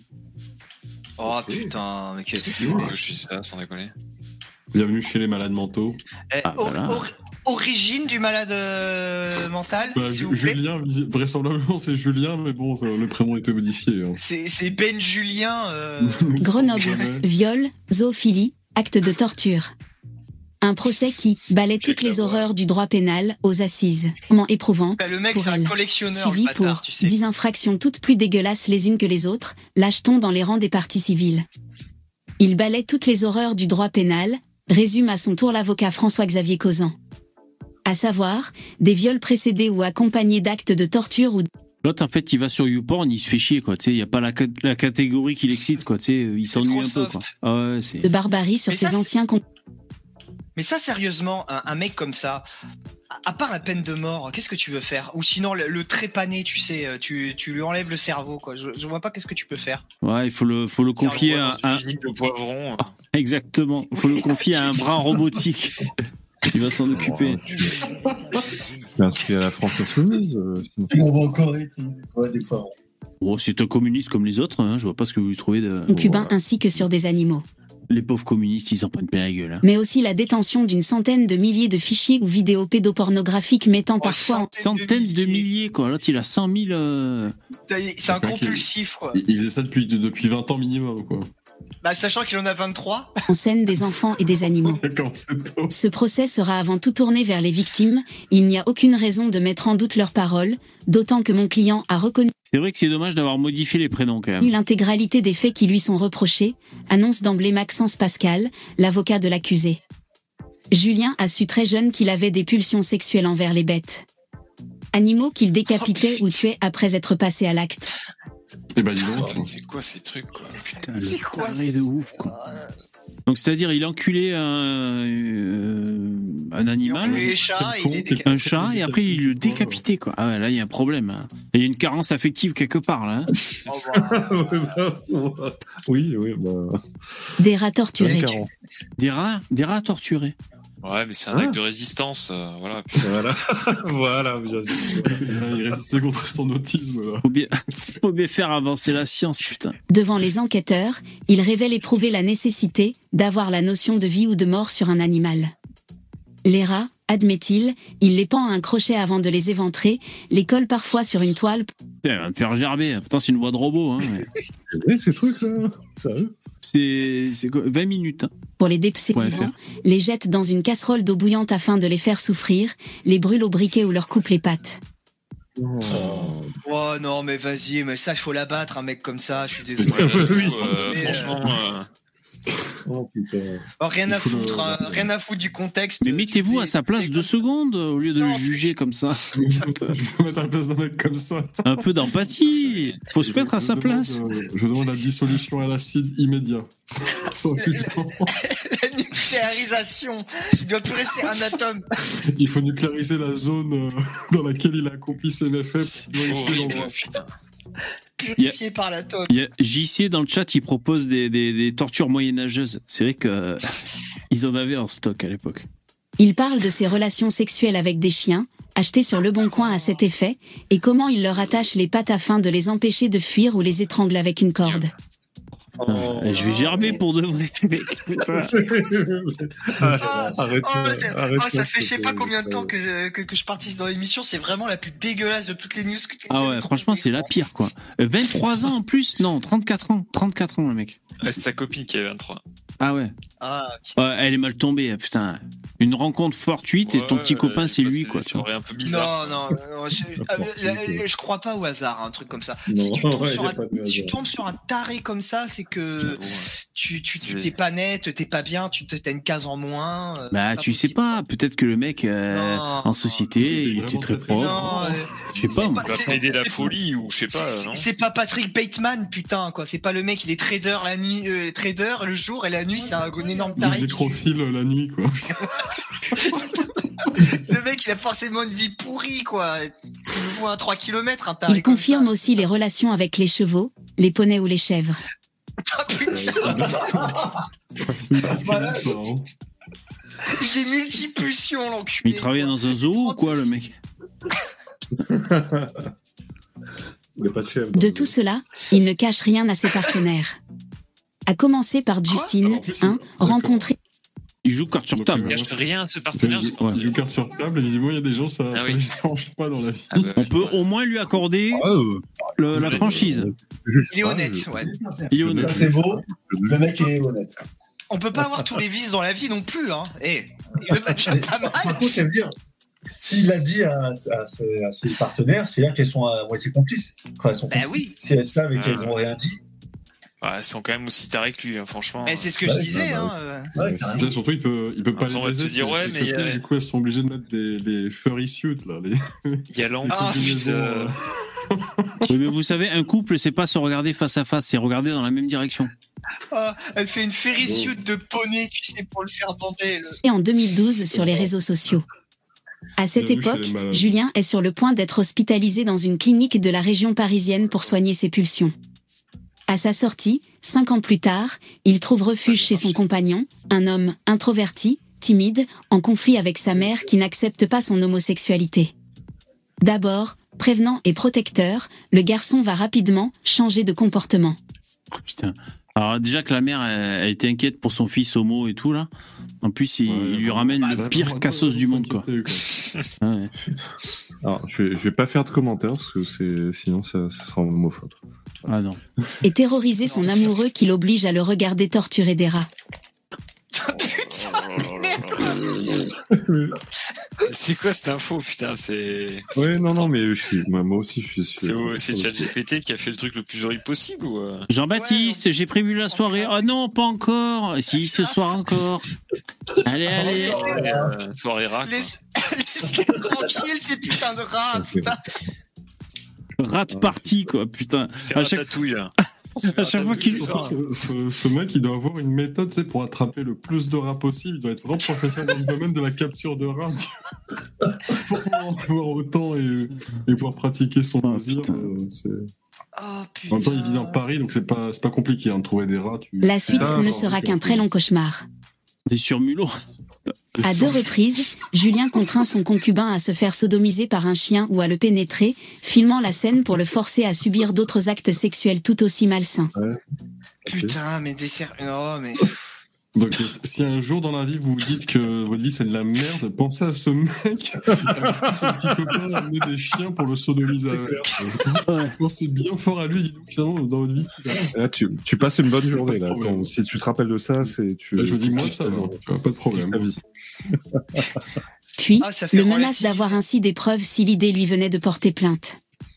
Oh putain, mais qu'est-ce qu'il Pourquoi je dis ça, sans déconner. Bienvenue chez les malades mentaux. Eh, Ah, or- voilà. or- Origine du malade euh, mental, Bah, s'il vous plaît. Julien, visi- vraisemblablement c'est Julien, mais bon, ça, le prénom était modifié. hein. C'est c'est Ben Julien. euh, Grenoble, Ouais. viol, zoophilie, acte de torture. Un procès qui balaie toutes les horreurs du droit pénal aux assises. Comment éprouvante Bah, le mec, pour c'est un elle. collectionneur, Suivi le bâtard, pour tu sais. dix infractions toutes plus dégueulasses les unes que les autres, lâche-t-on dans les rangs des parties civiles. Il balaie toutes les horreurs du droit pénal, résume à son tour l'avocat François-Xavier Causan. À savoir, des viols précédés ou accompagnés d'actes de torture ou L'autre, en fait, il va sur YouPorn, il se fait chier, quoi. Tu sais, il n'y a pas la, cat- la catégorie qui l'excite, quoi. Tu sais, il s'ennuie un peu, quoi. Ah ouais, c'est. de barbarie sur Mais ses ça, c'est- anciens comptes. Mais ça, sérieusement, un, un mec comme ça, à, à part la peine de mort, qu'est-ce que tu veux faire? Ou sinon, le, le trépané, tu sais, euh, tu, tu lui enlèves le cerveau, quoi. Je, je vois pas qu'est-ce que tu peux faire. Ouais, il faut le, faut le confier à un. Le poivron. Exactement. Il faut le confier à un bras robotique. Il va s'en occuper. C'est inscrit à la France Insoumise. euh, sinon. On va encore être ouais, des fois. Bon, c'est un communiste comme les autres, hein. Je vois pas ce que vous lui trouvez de. cubains ainsi que sur des animaux. Les pauvres communistes, ils s'en prennent plein la gueule, hein. Mais aussi la détention d'une centaine de milliers de fichiers ou vidéos pédopornographiques mettant Oh, parfois en Centaines de milliers, quoi. L'autre, il a cent mille. euh, C'est un compulsif, quoi. Il, il faisait ça depuis, depuis vingt ans minimum, quoi. Bah, sachant qu'il en a vingt-trois. en scène des enfants et des animaux. D'accord, c'est tôt. Ce procès sera avant tout tourné vers les victimes. Il n'y a aucune raison de mettre en doute leurs paroles, d'autant que mon client a reconnu C'est vrai que c'est dommage d'avoir modifié les prénoms, quand même. l'intégralité des faits qui lui sont reprochés, annonce d'emblée Maxence Pascal, l'avocat de l'accusé. Julien a su très jeune qu'il avait des pulsions sexuelles envers les bêtes. Animaux qu'il décapitait ou tuait après être passé à l'acte. Eh ben, dis donc. Putain, mais c'est quoi ces trucs, quoi? Putain, le C'est quoi, taré de ouf, quoi. Donc, c'est-à-dire, il enculait un, euh, un animal, Les chats, quel con, il est t'es déca- un chat, et après, il le décapitait, quoi. Ah ouais, là, il y a un problème, hein. Il y a une carence affective quelque part, là, hein. Oh, bah. Oui, oui, bah. Des rats torturés. carence. Des rats, des rats torturés. Ouais, mais c'est un Ah. acte de résistance, euh, voilà. Voilà, voilà. Bien Il résistait contre son autisme. Là. Faut bien, faut bien faire avancer la science, putain. Devant les enquêteurs, il révèle éprouver la nécessité d'avoir la notion de vie ou de mort sur un animal. Les rats, admet-il, il les pend à un crochet avant de les éventrer, les colle parfois sur une toile. Putain, elle va me faire gerber. Putain, c'est une voix de robot, hein. mais- C'est vrai, ces trucs-là. Sérieux. C'est, c'est quoi, vingt minutes, hein. Pour les dépecer Ouais, vivants, faire. les jette dans une casserole d'eau bouillante afin de les faire souffrir, les brûle au briquet ou leur coupe les pattes. Oh non, mais vas-y, mais ça, il faut l'abattre, un mec comme ça, je suis désolé. Ouais, là, Oui. euh, Mais, franchement, euh, Oh putain. Oh, rien à Il faut foutre, le- hein, rien à foutre du contexte. Mais mettez-vous à sa place deux secondes au lieu de Non, le juger comme ça. Je vais mettre à la place d'un mec comme ça. Un peu d'empathie. Faut se mettre à Je sa demande, place. euh, Je demande la dissolution à l'acide immédiat. Sans plus de temps. La nucléarisation, il doit plus rester un atome. Il faut nucléariser la zone euh, dans laquelle il a accompli ses méfaits. pour purifier horrible, l'endroit. putain. Purifié par l'atome. Il y a J C dans le chat, il propose des, des, des tortures moyenâgeuses. C'est vrai que euh, ils en avaient en stock à l'époque. Il parle de ses relations sexuelles avec des chiens, achetés sur Le Bon Coin à cet effet, et comment il leur attache les pattes afin de les empêcher de fuir ou les étrangle avec une corde. Oh, je vais gerber pour de vrai, mec. Putain. Ah, Arrête, oh, c'est- arrête, oh, ça fait je sais c'est- pas combien de c'est- temps que je, que, que je participe dans l'émission, c'est vraiment la plus dégueulasse de toutes les news que Ah ouais, franchement, c'est la pire, quoi. Euh, vingt-trois ans en plus? Non, trente-quatre ans. trente-quatre ans, le mec. Ouais, c'est sa copine qui avait vingt-trois. Ah ouais. Ah, Ouais, elle est mal tombée, putain. Une rencontre fortuite et ton Ouais, petit copain, ouais, c'est parce lui, que quoi. ça tu vois. aurait un peu bizarre. non, non, non, je, ah, je- je crois pas au hasard, un truc comme ça. Non, si tu tombes, ouais, sur y a un, pas de si tu hasard. tombes sur un taré comme ça, c'est que tu, tu, tu C'est- t'es pas net, t'es pas bien, tu t'as une case en moins. euh, Bah, c'est pas tu sais possible. pas. Peut-être que le mec, euh, Non, en société, il était très propre. Non, euh, Je sais pas, c'est moi. Il va c'est- plaider la c'est- folie ou je sais pas, c'est- non C'est pas Patrick Bateman, putain, quoi. C'est pas le mec, il est trader la nuit, euh, trader le jour et la nuit, c'est un, un énorme Il taré. qui- nécrophile la nuit, quoi. Le mec, il a forcément une vie pourrie, quoi. Tu le vois à trois kilomètres, un taré. Il confirme aussi les relations avec les chevaux, les poneys ou les chèvres. Ah, putain. Voilà. hein. Il est multipulsion, Mais l'enculé. il travaillait dans un zoo ou quoi, le mec? Il n'y a pas de chef. De tout cela, il ne cache rien à ses partenaires. À commencer par Justine, en plus, un, d'accord. rencontré Il joue carte sur Donc, table. Il cache rien à ce partenaire. c'est pas Ouais. Il joue carte sur table et il dit bon, il y a des gens, ça, Ah ça oui. les dérange pas dans la vie. Ah bah, On peut au moins lui accorder le- la franchise. Il est honnête, ouais. Il est honnête. Ça, c'est beau. Le mec, il est honnête. On peut pas avoir tous les vices dans la vie non plus, hein. Eh, il en a déjà pas mal. Par contre, ça veut dire, s'il a dit à, à ses, à ses partenaires, c'est-à-dire qu'elles sont à moitié complices. Enfin, elles sont Bah complices. oui. Si elles savent et qu'elles Ah. n'ont rien dit. Ouais, ils sont quand même aussi tarés que lui, hein, franchement. Mais c'est ce que Ouais, je disais, bah, hein. euh. Ouais, Tu carrément. sais, surtout, il peut, il peut pas Après, on les va te baiser. dire, c'est- ouais, c'est mais il y a- coupé, Du coup, elles sont obligées de mettre des, des furry suits, là. Les, Il y a l'an Ah, combinaisons, putain. euh, Oui, mais vous savez, un couple, c'est pas se regarder face à face, c'est regarder dans la même direction. Ah, elle fait une ferrisuite de poney, tu sais, pour le faire bander. Le... en deux mille douze sur les réseaux sociaux. À cette Bienvenue chez époque, les malades. Julien est sur le point d'être hospitalisé dans une clinique de la région parisienne pour soigner ses pulsions. À sa sortie, cinq ans plus tard, il trouve refuge chez son compagnon, un homme introverti, timide, en conflit avec sa mère qui n'accepte pas son homosexualité. D'abord, prévenant et protecteur, le garçon va rapidement changer de comportement. Oh, putain. Alors déjà que la mère, elle, elle était inquiète pour son fils homo et tout là. En plus, il, Ouais, il lui bah, ramène bah, le pire vraiment, cassos du monde, quoi. s'inquiéter, quoi. Ouais. Alors, je vais, je vais pas faire de commentaires parce que c'est, sinon ça, ça sera homophobe. Ah non. Et terroriser son amoureux qui l'oblige à le regarder torturer des rats. C'est quoi cette info, putain? C'est. Ouais, non, non, mais je suis, moi, moi aussi, je suis sûr. C'est au- c'est ChatGPT qui a fait le truc le plus horrible possible ou euh Jean-Baptiste, j'ai prévu la soirée. Ah non, pas encore. Si, ce soir encore. Allez, allez. Euh, Soirée rat. quoi. Laisse- Laisse-les tranquilles, ces putains de rats, putain. Rate party, quoi, putain. C'est À chaque, ratatouille. hein. à chaque fois qu'il. Ratatouille, Ce, ce- ce mec, il doit avoir une méthode, tu sais, pour attraper le plus de rats possible. Il doit être vraiment professionnel dans le domaine de la capture de rats. tu vois. Pour pouvoir en avoir autant et, et pouvoir pratiquer son loisir. putain. euh, c'est- Oh, En même temps, il vit putain. dans Paris, donc c'est pas, c'est pas compliqué hein, de trouver des rats. Tu... La suite Ah, ne bon, sera ok, qu'un ok. très long cauchemar. Des surmulots. À deux reprises, Julien contraint son concubin à se faire sodomiser par un chien ou à le pénétrer, filmant la scène pour le forcer à subir d'autres actes sexuels tout aussi malsains. Ouais. Putain, mais des ser... Non, mais... Donc, si un jour dans la vie vous vous dites que votre vie c'est de la merde, pensez à ce mec, à son petit copain a amené des chiens pour le sodomiser. Ouais. Pensez bien fort à lui, dis-donc, finalement, dans votre vie. Là, tu, tu passes une bonne journée, là. Quand, si tu te rappelles de ça, c'est, tu. Là, je me dis, moi, ça va, tu vois, pas de problème. Puis, Ah, ça fait le menace relatif. d'avoir ainsi des preuves si l'idée lui venait de porter plainte.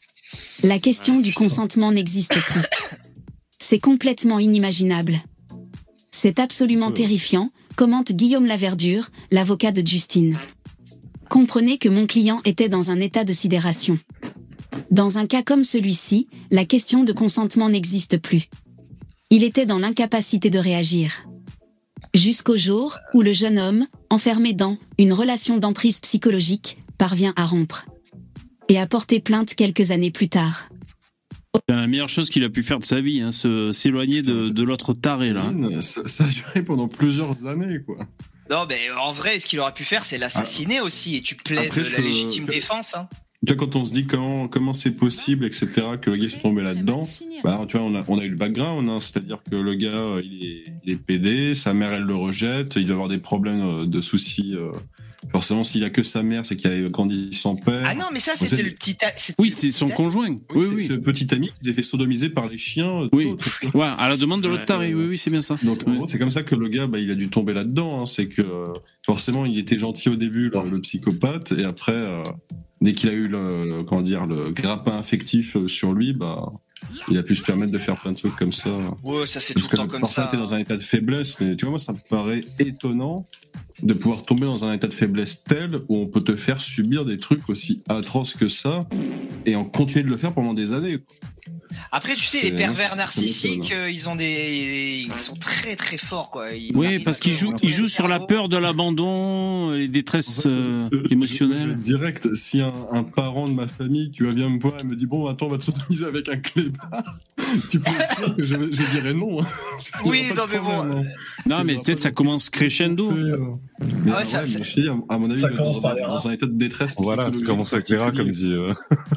La question du consentement n'existe plus. C'est complètement inimaginable. C'est absolument terrifiant, commente Guillaume Laverdure, l'avocat de Justine. Comprenez que mon client était dans un état de sidération. Dans un cas comme celui-ci, la question de consentement n'existe plus. Il était dans l'incapacité de réagir. Jusqu'au jour où le jeune homme, enfermé dans une relation d'emprise psychologique, parvient à rompre. Et à porter plainte quelques années plus tard. C'est la meilleure chose qu'il a pu faire de sa vie, hein, se, s'éloigner de, de l'autre taré, là. Ça, ça a duré pendant plusieurs années, quoi. Non, mais en vrai, ce qu'il aurait pu faire, c'est l'assassiner ah. aussi, et tu plaides Après, la je... légitime défense. Hein. Tu vois, quand on se dit comment comment c'est possible, et cetera, que le gars soit tombé là-dedans, bah, tu vois, on a, on a eu le background, hein, c'est-à-dire que le gars, il est, il est pédé, sa mère, elle le rejette, il doit avoir des problèmes de soucis. Euh, forcément, s'il a que sa mère, c'est qu'il a grandi sans père. Ah non, mais ça, c'était c'est... le petit. A... Oui, c'est son conjoint. Oui, oui, c'est oui. ce petit ami qui s'est fait sodomiser par les chiens. Oui, ouais, à la demande de l'autre taré, oui, oui, c'est bien ça. Donc, en gros, c'est comme ça que le gars, bah, il a dû tomber là-dedans. Hein, c'est que forcément, il était gentil au début, le, le psychopathe, et après. Euh, Dès qu'il a eu le, comment dire, le grappin affectif sur lui, bah, il a pu se permettre de faire plein de trucs comme ça. Ouais, ça c'est Parce tout le temps que comme ça. était dans un état de faiblesse, mais tu vois, moi, ça me paraît étonnant de pouvoir tomber dans un état de faiblesse tel où on peut te faire subir des trucs aussi atroces que ça et en continuer de le faire pendant des années. Après, tu sais, c'est, les pervers c'est, narcissiques, c'est euh, ils ont des, ils sont très très forts, quoi. Ils oui, parce qu'ils jouent, ils jouent sur la peur de l'abandon, les détresses en fait, euh, euh, émotionnelles. Direct, si un, un parent de ma famille, tu vas bien me voir et me dit bon, attends, on va te sodomiser avec un clébard, tu peux être sûr que je, je dirais non. Hein. Oui, non mais bon. Hein. Non, mais peut-être ça commence crescendo. Mais, ah ouais, ça, ouais, ça, mais je à mon avis, ça il commence dans, par dans, dans un état de détresse. Voilà, ça commence avec les rats, comme dit. Euh...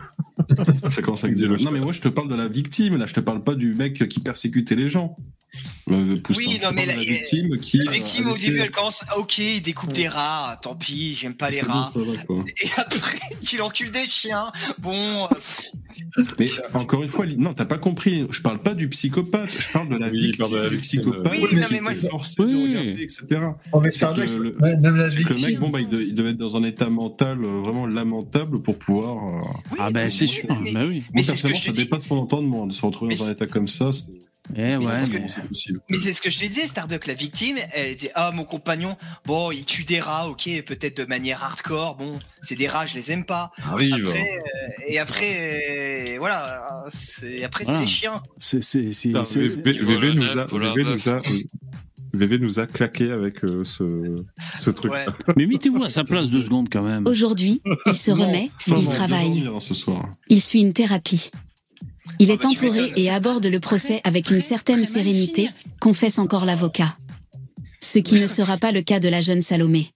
ça commence avec des... Non, mais moi, je te parle de la victime, là, je te parle pas du mec qui persécutait les gens. Euh, oui, non, mais la, la victime, qui, la victime euh, au début, elle commence, ah, ok, il découpe des rats, tant pis, j'aime pas les rats. Bon, va, et après, qu'il encule des chiens. Bon. Mais encore une fois, non, t'as pas compris. Je parle pas du psychopathe, je parle de la oui, victime de la du psychopathe. Oui, qui non, mais moi, forcé oui. de regarder, et cetera. Oh, mais c'est un mec, le, ouais, même la c'est victime. Que le mec, bon, bah, il, de, il devait être dans un état mental euh, vraiment lamentable pour pouvoir. Euh, oui, ah, bah, c'est sûr. Mais, bah oui. Mais c'est ce que je ça dépasse mon entendement de se retrouver mais dans un état comme ça. C'est... Eh ouais, mais, mais... c'est possible. Mais c'est ce que je te disais, Starduck, la victime, elle était ah mon compagnon, bon il tue des rats, ok, peut-être de manière hardcore, bon c'est des rats, je les aime pas. Arrive. Après, euh, et après, euh, voilà, c'est, après c'est ah. les chiens. C'est c'est c'est. Non, c'est... V V nous a, V V nous a, V V nous a claqué avec euh, ce ce truc. Ouais. Mais mettez-vous à sa place deux secondes quand même. Aujourd'hui, il se remet, non, il travaille, ce soir. il suit une thérapie. Il est entouré et aborde le procès avec une certaine sérénité, confesse encore l'avocat. Ce qui ne sera pas le cas de la jeune Salomé.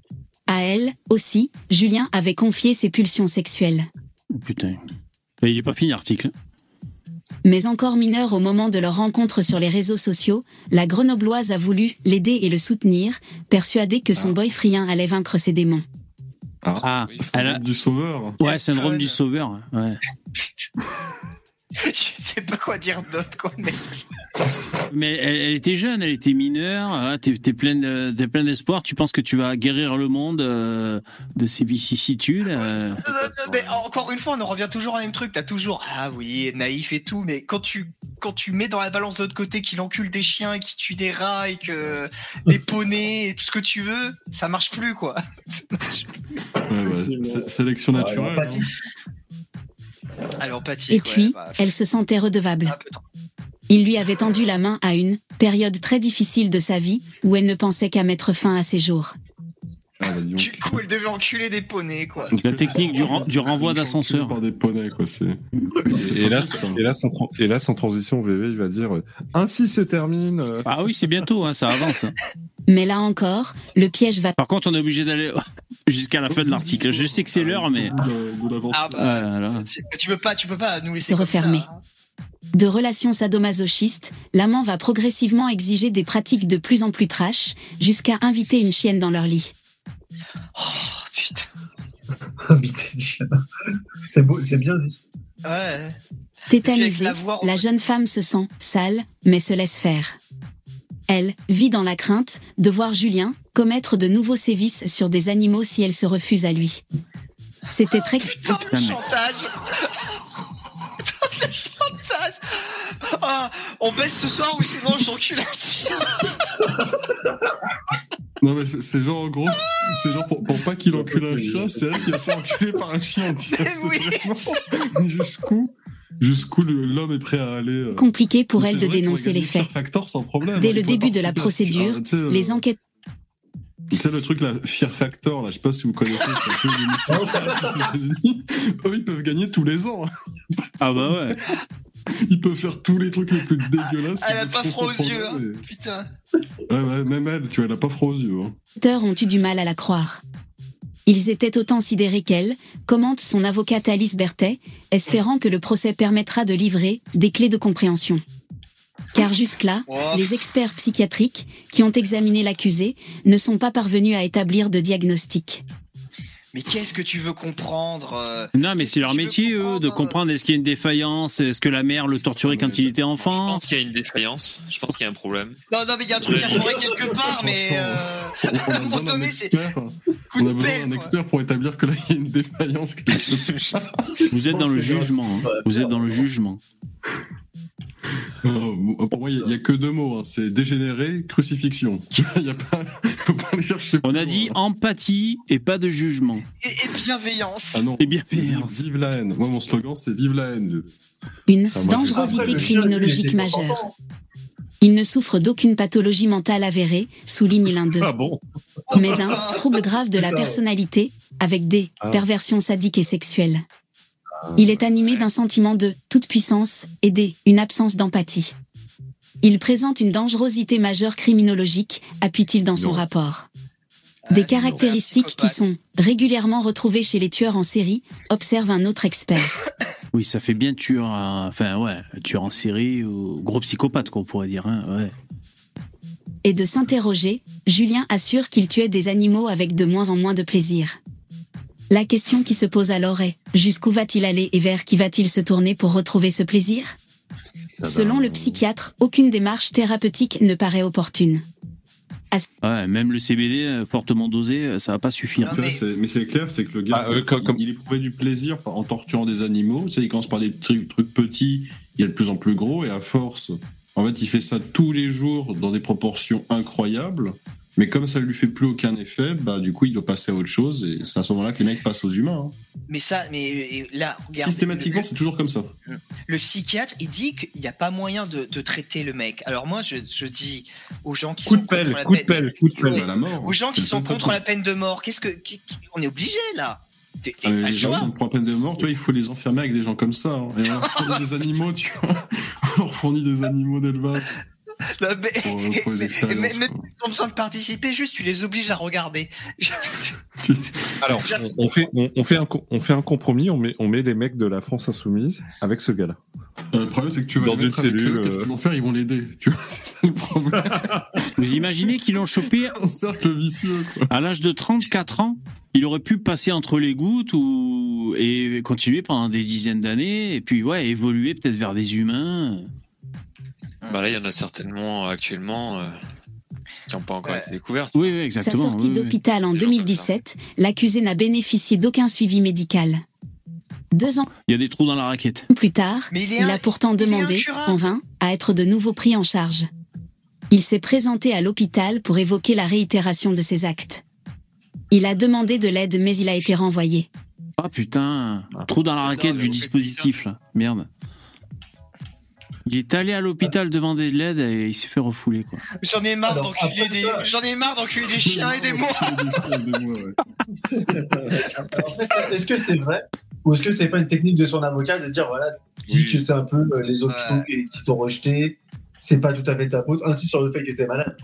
À elle, aussi, Julien avait confié ses pulsions sexuelles. Oh putain. Il n'est pas fini l'article. Mais encore mineure au moment de leur rencontre sur les réseaux sociaux, la Grenobloise a voulu l'aider et le soutenir, persuadée que son ah. boyfriend allait vaincre ses démons. Ah, ah c'est elle a... du sauveur. Ouais, syndrome du sauveur. Ouais. Je sais pas quoi dire d'autre, quoi, mais... Mais elle, elle était jeune, elle était mineure, hein, t'es, t'es, plein de, t'es plein d'espoir, tu penses que tu vas guérir le monde euh, de ses vicissitudes euh... non, non, non, mais encore une fois, on en revient toujours au même truc, t'as toujours, ah oui, naïf et tout, mais quand tu, quand tu mets dans la balance de l'autre côté qu'il encule des chiens, qu'il tue des rats et que des poneys et tout ce que tu veux, ça marche plus, quoi. Ça marche plus. Ouais, bah, c'est, sélection naturelle. Ouais, Alors, et puis, ouais, bah, elle se sentait redevable. Il lui avait tendu la main à une période très difficile de sa vie où elle ne pensait qu'à mettre fin à ses jours. Ah, bah, du coup, elle devait enculer des poneys, quoi. La technique du, ren- du renvoi d'ascenseur. Par des poneys, quoi, c'est... Et, et, là, et, là, sans, et là, sans transition, V V, il va dire « Ainsi se termine... » Ah oui, c'est bientôt, hein, ça avance. Mais là encore, le piège va... Par contre, on est obligé d'aller jusqu'à la fin de l'article. Je sais que c'est l'heure, mais... Ah bah, voilà. tu peux pas, tu peux pas nous laisser se comme refermer. ça, hein. De relations sadomasochistes, l'amant va progressivement exiger des pratiques de plus en plus trash, jusqu'à inviter une chienne dans leur lit. Oh putain. Inviter une chienne. C'est beau, c'est bien dit. Ouais. Tétanisée, la voix- la jeune femme se sent sale, mais se laisse faire. Elle vit dans la crainte de voir Julien commettre de nouveaux sévices sur des animaux si elle se refuse à lui. C'était très... Putain, le chantage. Putain, le chantage. Ah, on baisse ce soir ou sinon j'encule un chien. Non mais c'est, c'est genre en gros, c'est genre pour, pour pas qu'il encule un chien, c'est elle qui va se faire enculer par un chien. Tu vois, c'est oui. vraiment jusqu'où, jusqu'où le- l'homme est prêt à aller. euh. compliqué pour C'est elle de vrai qu'il dénoncer aurait les gagné faits. Fear Factor sans problème. Dès hein, le il pourrait début de la participer à- procédure, tu sais, euh, les enquêtes... Tu sais le truc là, Fear Factor, là, je sais pas si vous connaissez, c'est un peu une émission aux États-Unis. Eux, ils peuvent gagner tous les ans. Ah bah ouais. Ils peuvent faire tous les trucs les plus dégueulasses. Elle a ils pas font froid aux sans yeux, hein. problème, Putain. et- Ouais, ouais, même elle, tu vois, elle a pas froid aux yeux. Hein. enquêteurs ont eu du mal à la croire. Ils étaient autant sidérés qu'elle, commente son avocate Alice Berthet, espérant que le procès permettra de livrer des clés de compréhension. Car jusque-là, Oh. les experts psychiatriques qui ont examiné l'accusé ne sont pas parvenus à établir de diagnostic. Mais qu'est-ce que tu veux comprendre euh, Non, mais c'est leur métier, eux, de comprendre est-ce qu'il y a une défaillance, est-ce que la mère le torturait quand il était Je enfant. pense qu'il y a une défaillance. Je pense qu'il y a un problème. Non, non, mais il y a un truc à fourrer quelque part, mais euh, On à a un moment besoin d'un donné, c'est expert. coup On a de besoin pelle. d'un quoi. expert pour établir que là, il y a une défaillance. quelque part. Vous êtes dans le jugement. hein. Vous êtes dans le jugement. Non, pour moi, il n'y a, que deux mots. Hein. C'est dégénéré, crucifixion. Il y a pas, faut pas aller chercher. On a dit empathie et pas de jugement. Et, et bienveillance. Ah non. Et bienveillance. Vive la haine. Moi, mon slogan, c'est vive la haine. Une Ah, moi, dangerosité Après, le chien, lui, il criminologique était majeure. consentant. Il ne souffre d'aucune pathologie mentale avérée, souligne l'un d'eux, Ah bon? mais d'un trouble grave de la ça. personnalité, avec des Ah. perversions sadiques et sexuelles. Il est animé d'un sentiment de toute-puissance et des une absence d'empathie. Il présente une dangerosité majeure criminologique, appuie-t-il dans son Non. rapport. Ah, Des c'est caractéristiques un qui psychopathe. sont régulièrement retrouvées chez les tueurs en série, observe un autre expert. Oui, ça fait bien tueur, en- enfin ouais, tueur en série ou gros psychopathe, qu'on pourrait dire. Hein, ouais. Et de s'interroger, Julien assure qu'il tuait des animaux avec de moins en moins de plaisir. La question qui se pose alors est, jusqu'où va-t-il aller et vers qui va-t-il se tourner pour retrouver ce plaisir ? Selon le psychiatre, aucune démarche thérapeutique ne paraît opportune. Ouais, même le C B D euh, fortement dosé, euh, ça va pas suffire. Non, Là, mais- c'est- mais c'est clair, c'est que le gars, Ah, euh, comme- comme- il éprouvait du plaisir en torturant des animaux. Tu sais, il commence par des trucs, trucs petits, il est de plus en plus gros, et à force, en fait, il fait ça tous les jours dans des proportions incroyables. Mais comme ça ne lui fait plus aucun effet, bah du coup, il doit passer à autre chose, et c'est à ce moment-là que les mecs passent aux humains. hein. Mais ça, mais euh, là, regarde. Systématiquement, le, c'est toujours comme ça. le psychiatre, il dit qu'il n'y a pas moyen de, de traiter le mec. Alors moi, je, je dis aux gens qui Coup sont de pelle, contre la coup de peine, pelle, coup de pelle. Ouais. À la mort. aux gens qui C'est sont le seul contre truc. la peine de mort, qu'est-ce que, qui- qui- on est obligé là. T'es- t'es Ah, mais pas les le gens choix. qui prennent peine de mort, tu vois, il faut les enfermer avec des gens comme ça. hein. Et on leur fournit des animaux, tu vois. On leur fournit des animaux d'élevage. Non, mais, Pour- pour les mais- expériences, mais- mais quoi. ils ont besoin de participer, juste tu les obliges à regarder. Alors, on, on fait, on, on fait un, co- on fait un compromis, on met, on met les mecs de la France Insoumise avec ce gars-là. Euh, le problème, c'est que tu vas Dans les mettre une avec cellule, eux, qu'est-ce euh. qu'ils vont faire? Ils vont l'aider. Tu vois, c'est ça le problème. Vous imaginez qu'ils l'ont chopé Un cercle vicieux, quoi. à l'âge de trente-quatre ans? Il aurait pu passer entre les gouttes ou et continuer pendant des dizaines d'années et puis ouais évoluer peut-être vers des humains. Bah là, il y en a certainement actuellement euh, qui n'ont pas encore été découvertes. Oui, oui, Sa exactement. sortie oui, oui. d'hôpital en deux mille dix-sept, l'accusé n'a bénéficié d'aucun suivi médical. Deux ans Il y a des trous dans la raquette. plus tard, Mais il est il un- a pourtant il est demandé, incurable. en vain, à être de nouveau pris en charge. Il s'est présenté à l'hôpital pour évoquer la réitération de ses actes. Il a demandé de l'aide, mais il a été renvoyé. Ah putain, trou dans la raquette du dispositif là. Merde. Il est allé à l'hôpital demander de l'aide et il s'est fait refouler quoi. J'en ai marre Alors, d'enculer après des, ça- j'en ai marre d'enculer des chiens et des mots. Est-ce que c'est vrai ou est-ce que c'est pas une technique de son avocat de dire voilà, dis que c'est un peu euh, les hôpitaux Ouais. qui, qui t'ont rejeté, c'est pas tout à fait ta faute, ainsi sur le fait qu'il était malade quoi.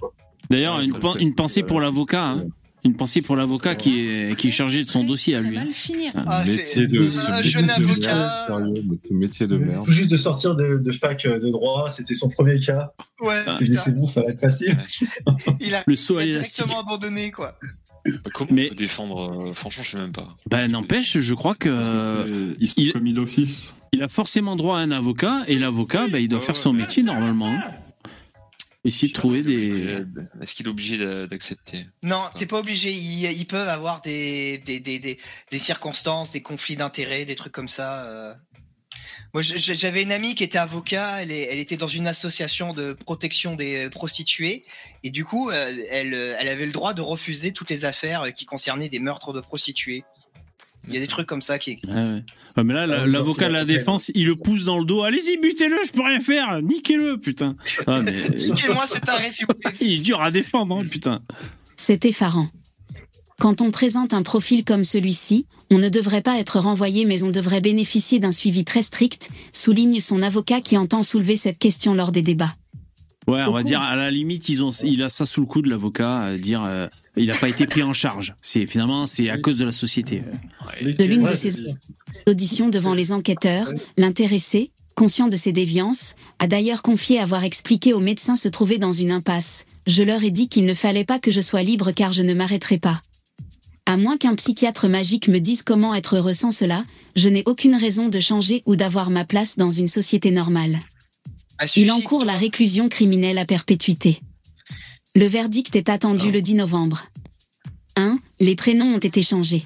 D'ailleurs, une, pen- une pensée pour l'avocat. Hein. Une pensée pour l'avocat qui est, qui est chargé de son dossier à lui. Hein. Ah, métier de, c'est- ce un métier jeune de avocat. merde, sérieux, mais ce métier de merde. Tout juste de sortir de, de fac de droit, c'était son premier cas. Ouais, Il s'est dit, c'est bon, ça va être facile. Il a, Le saut à il a l'élastique. directement abandonné, quoi. Comment Mais- on peut défendre euh, Franchement, je sais même pas. Bah, n'empêche, je crois que. euh, Ils sont il- commis d'office. Il a forcément droit à un avocat, et l'avocat, bah, il doit faire son métier normalement. Hein. Essayer de trouver des. Est-ce qu'il est obligé d'a- d'accepter Non, t'es pas obligé. Ils, ils peuvent avoir des, des, des, des, des circonstances, des conflits d'intérêts, des trucs comme ça. euh. Moi, je- je- j'avais une amie qui était avocat. Elle, est, elle était dans une association de protection des prostituées. Et du coup, euh, elle, elle avait le droit de refuser toutes les affaires qui concernaient des meurtres de prostituées. Il y a des trucs comme ça qui existent. Ah ouais. Ouais, mais là, la- l'avocat de la défense, il le pousse dans le dos. Allez-y, butez-le, je peux rien faire. Niquez-le, putain. Ah, mais... Niquez-moi cet arrêt, s'il vous plaît. Il est dur à défendre, hein, putain. C'est effarant. Quand on présente un profil comme celui-ci, on ne devrait pas être renvoyé mais on devrait bénéficier d'un suivi très strict, souligne son avocat qui entend soulever cette question lors des débats. Ouais, on va dire, à la limite, ils ont, il a ça sous le coude, l'avocat, à dire, euh, il n'a pas été pris en charge. C'est, finalement, c'est à cause de la société. De l'une de ses auditions devant les enquêteurs, l'intéressé, conscient de ses déviances, a d'ailleurs confié avoir expliqué aux médecins se trouver dans une impasse. Je leur ai dit qu'il ne fallait pas que je sois libre car je ne m'arrêterai pas. À moins qu'un psychiatre magique me dise comment être heureux sans cela, je n'ai aucune raison de changer ou d'avoir ma place dans une société normale. Il encourt la réclusion criminelle à perpétuité. Le verdict est attendu le dix novembre. un. Les prénoms ont été changés.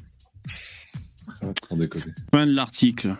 Sans déconner. Fin de l'article.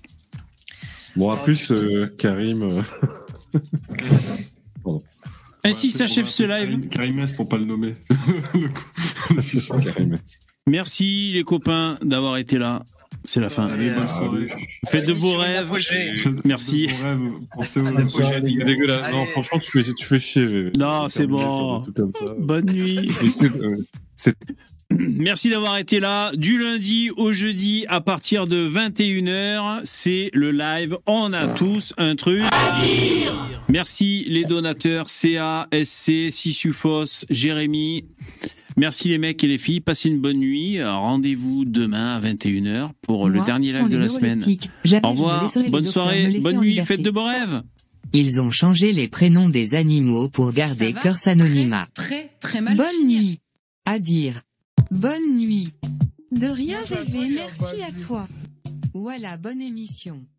Bon, en plus, euh, Karim. euh, Pardon. Ainsi s'achève ce live. Karim S pour pas le nommer. Le coup. C'est ça, Karim S. Merci les copains d'avoir été là. C'est la fin. Allez, bonne soirée. Faites de beaux rêves. Merci. Pensez aux C'est dégueulasse. Non, franchement, tu fais, tu fais chier. Non, c'est bon. Comme ça. Bonne nuit. Et c'est, euh, c'est- Merci d'avoir été là. Du lundi au jeudi à partir de vingt et une heures, c'est le live. On a tous un truc à dire. Merci les donateurs C A, S C, Sissufos, Jérémy. Merci les mecs et les filles. Passez une bonne nuit. Rendez-vous demain à vingt et une heures pour le Moi, dernier sans live de les la semaine. neuroleptiques, jamais Au je ne revoir. laisserai les Bonne docteurs me soirée. laisser Bonne en nuit. liberté. Faites de beaux rêves. Ils ont changé les prénoms des animaux pour garder va Curse Anonymat. Très, très mal Bonne finir. nuit. À dire. Bonne nuit. De rien rêver, merci à toi. Voilà, bonne émission.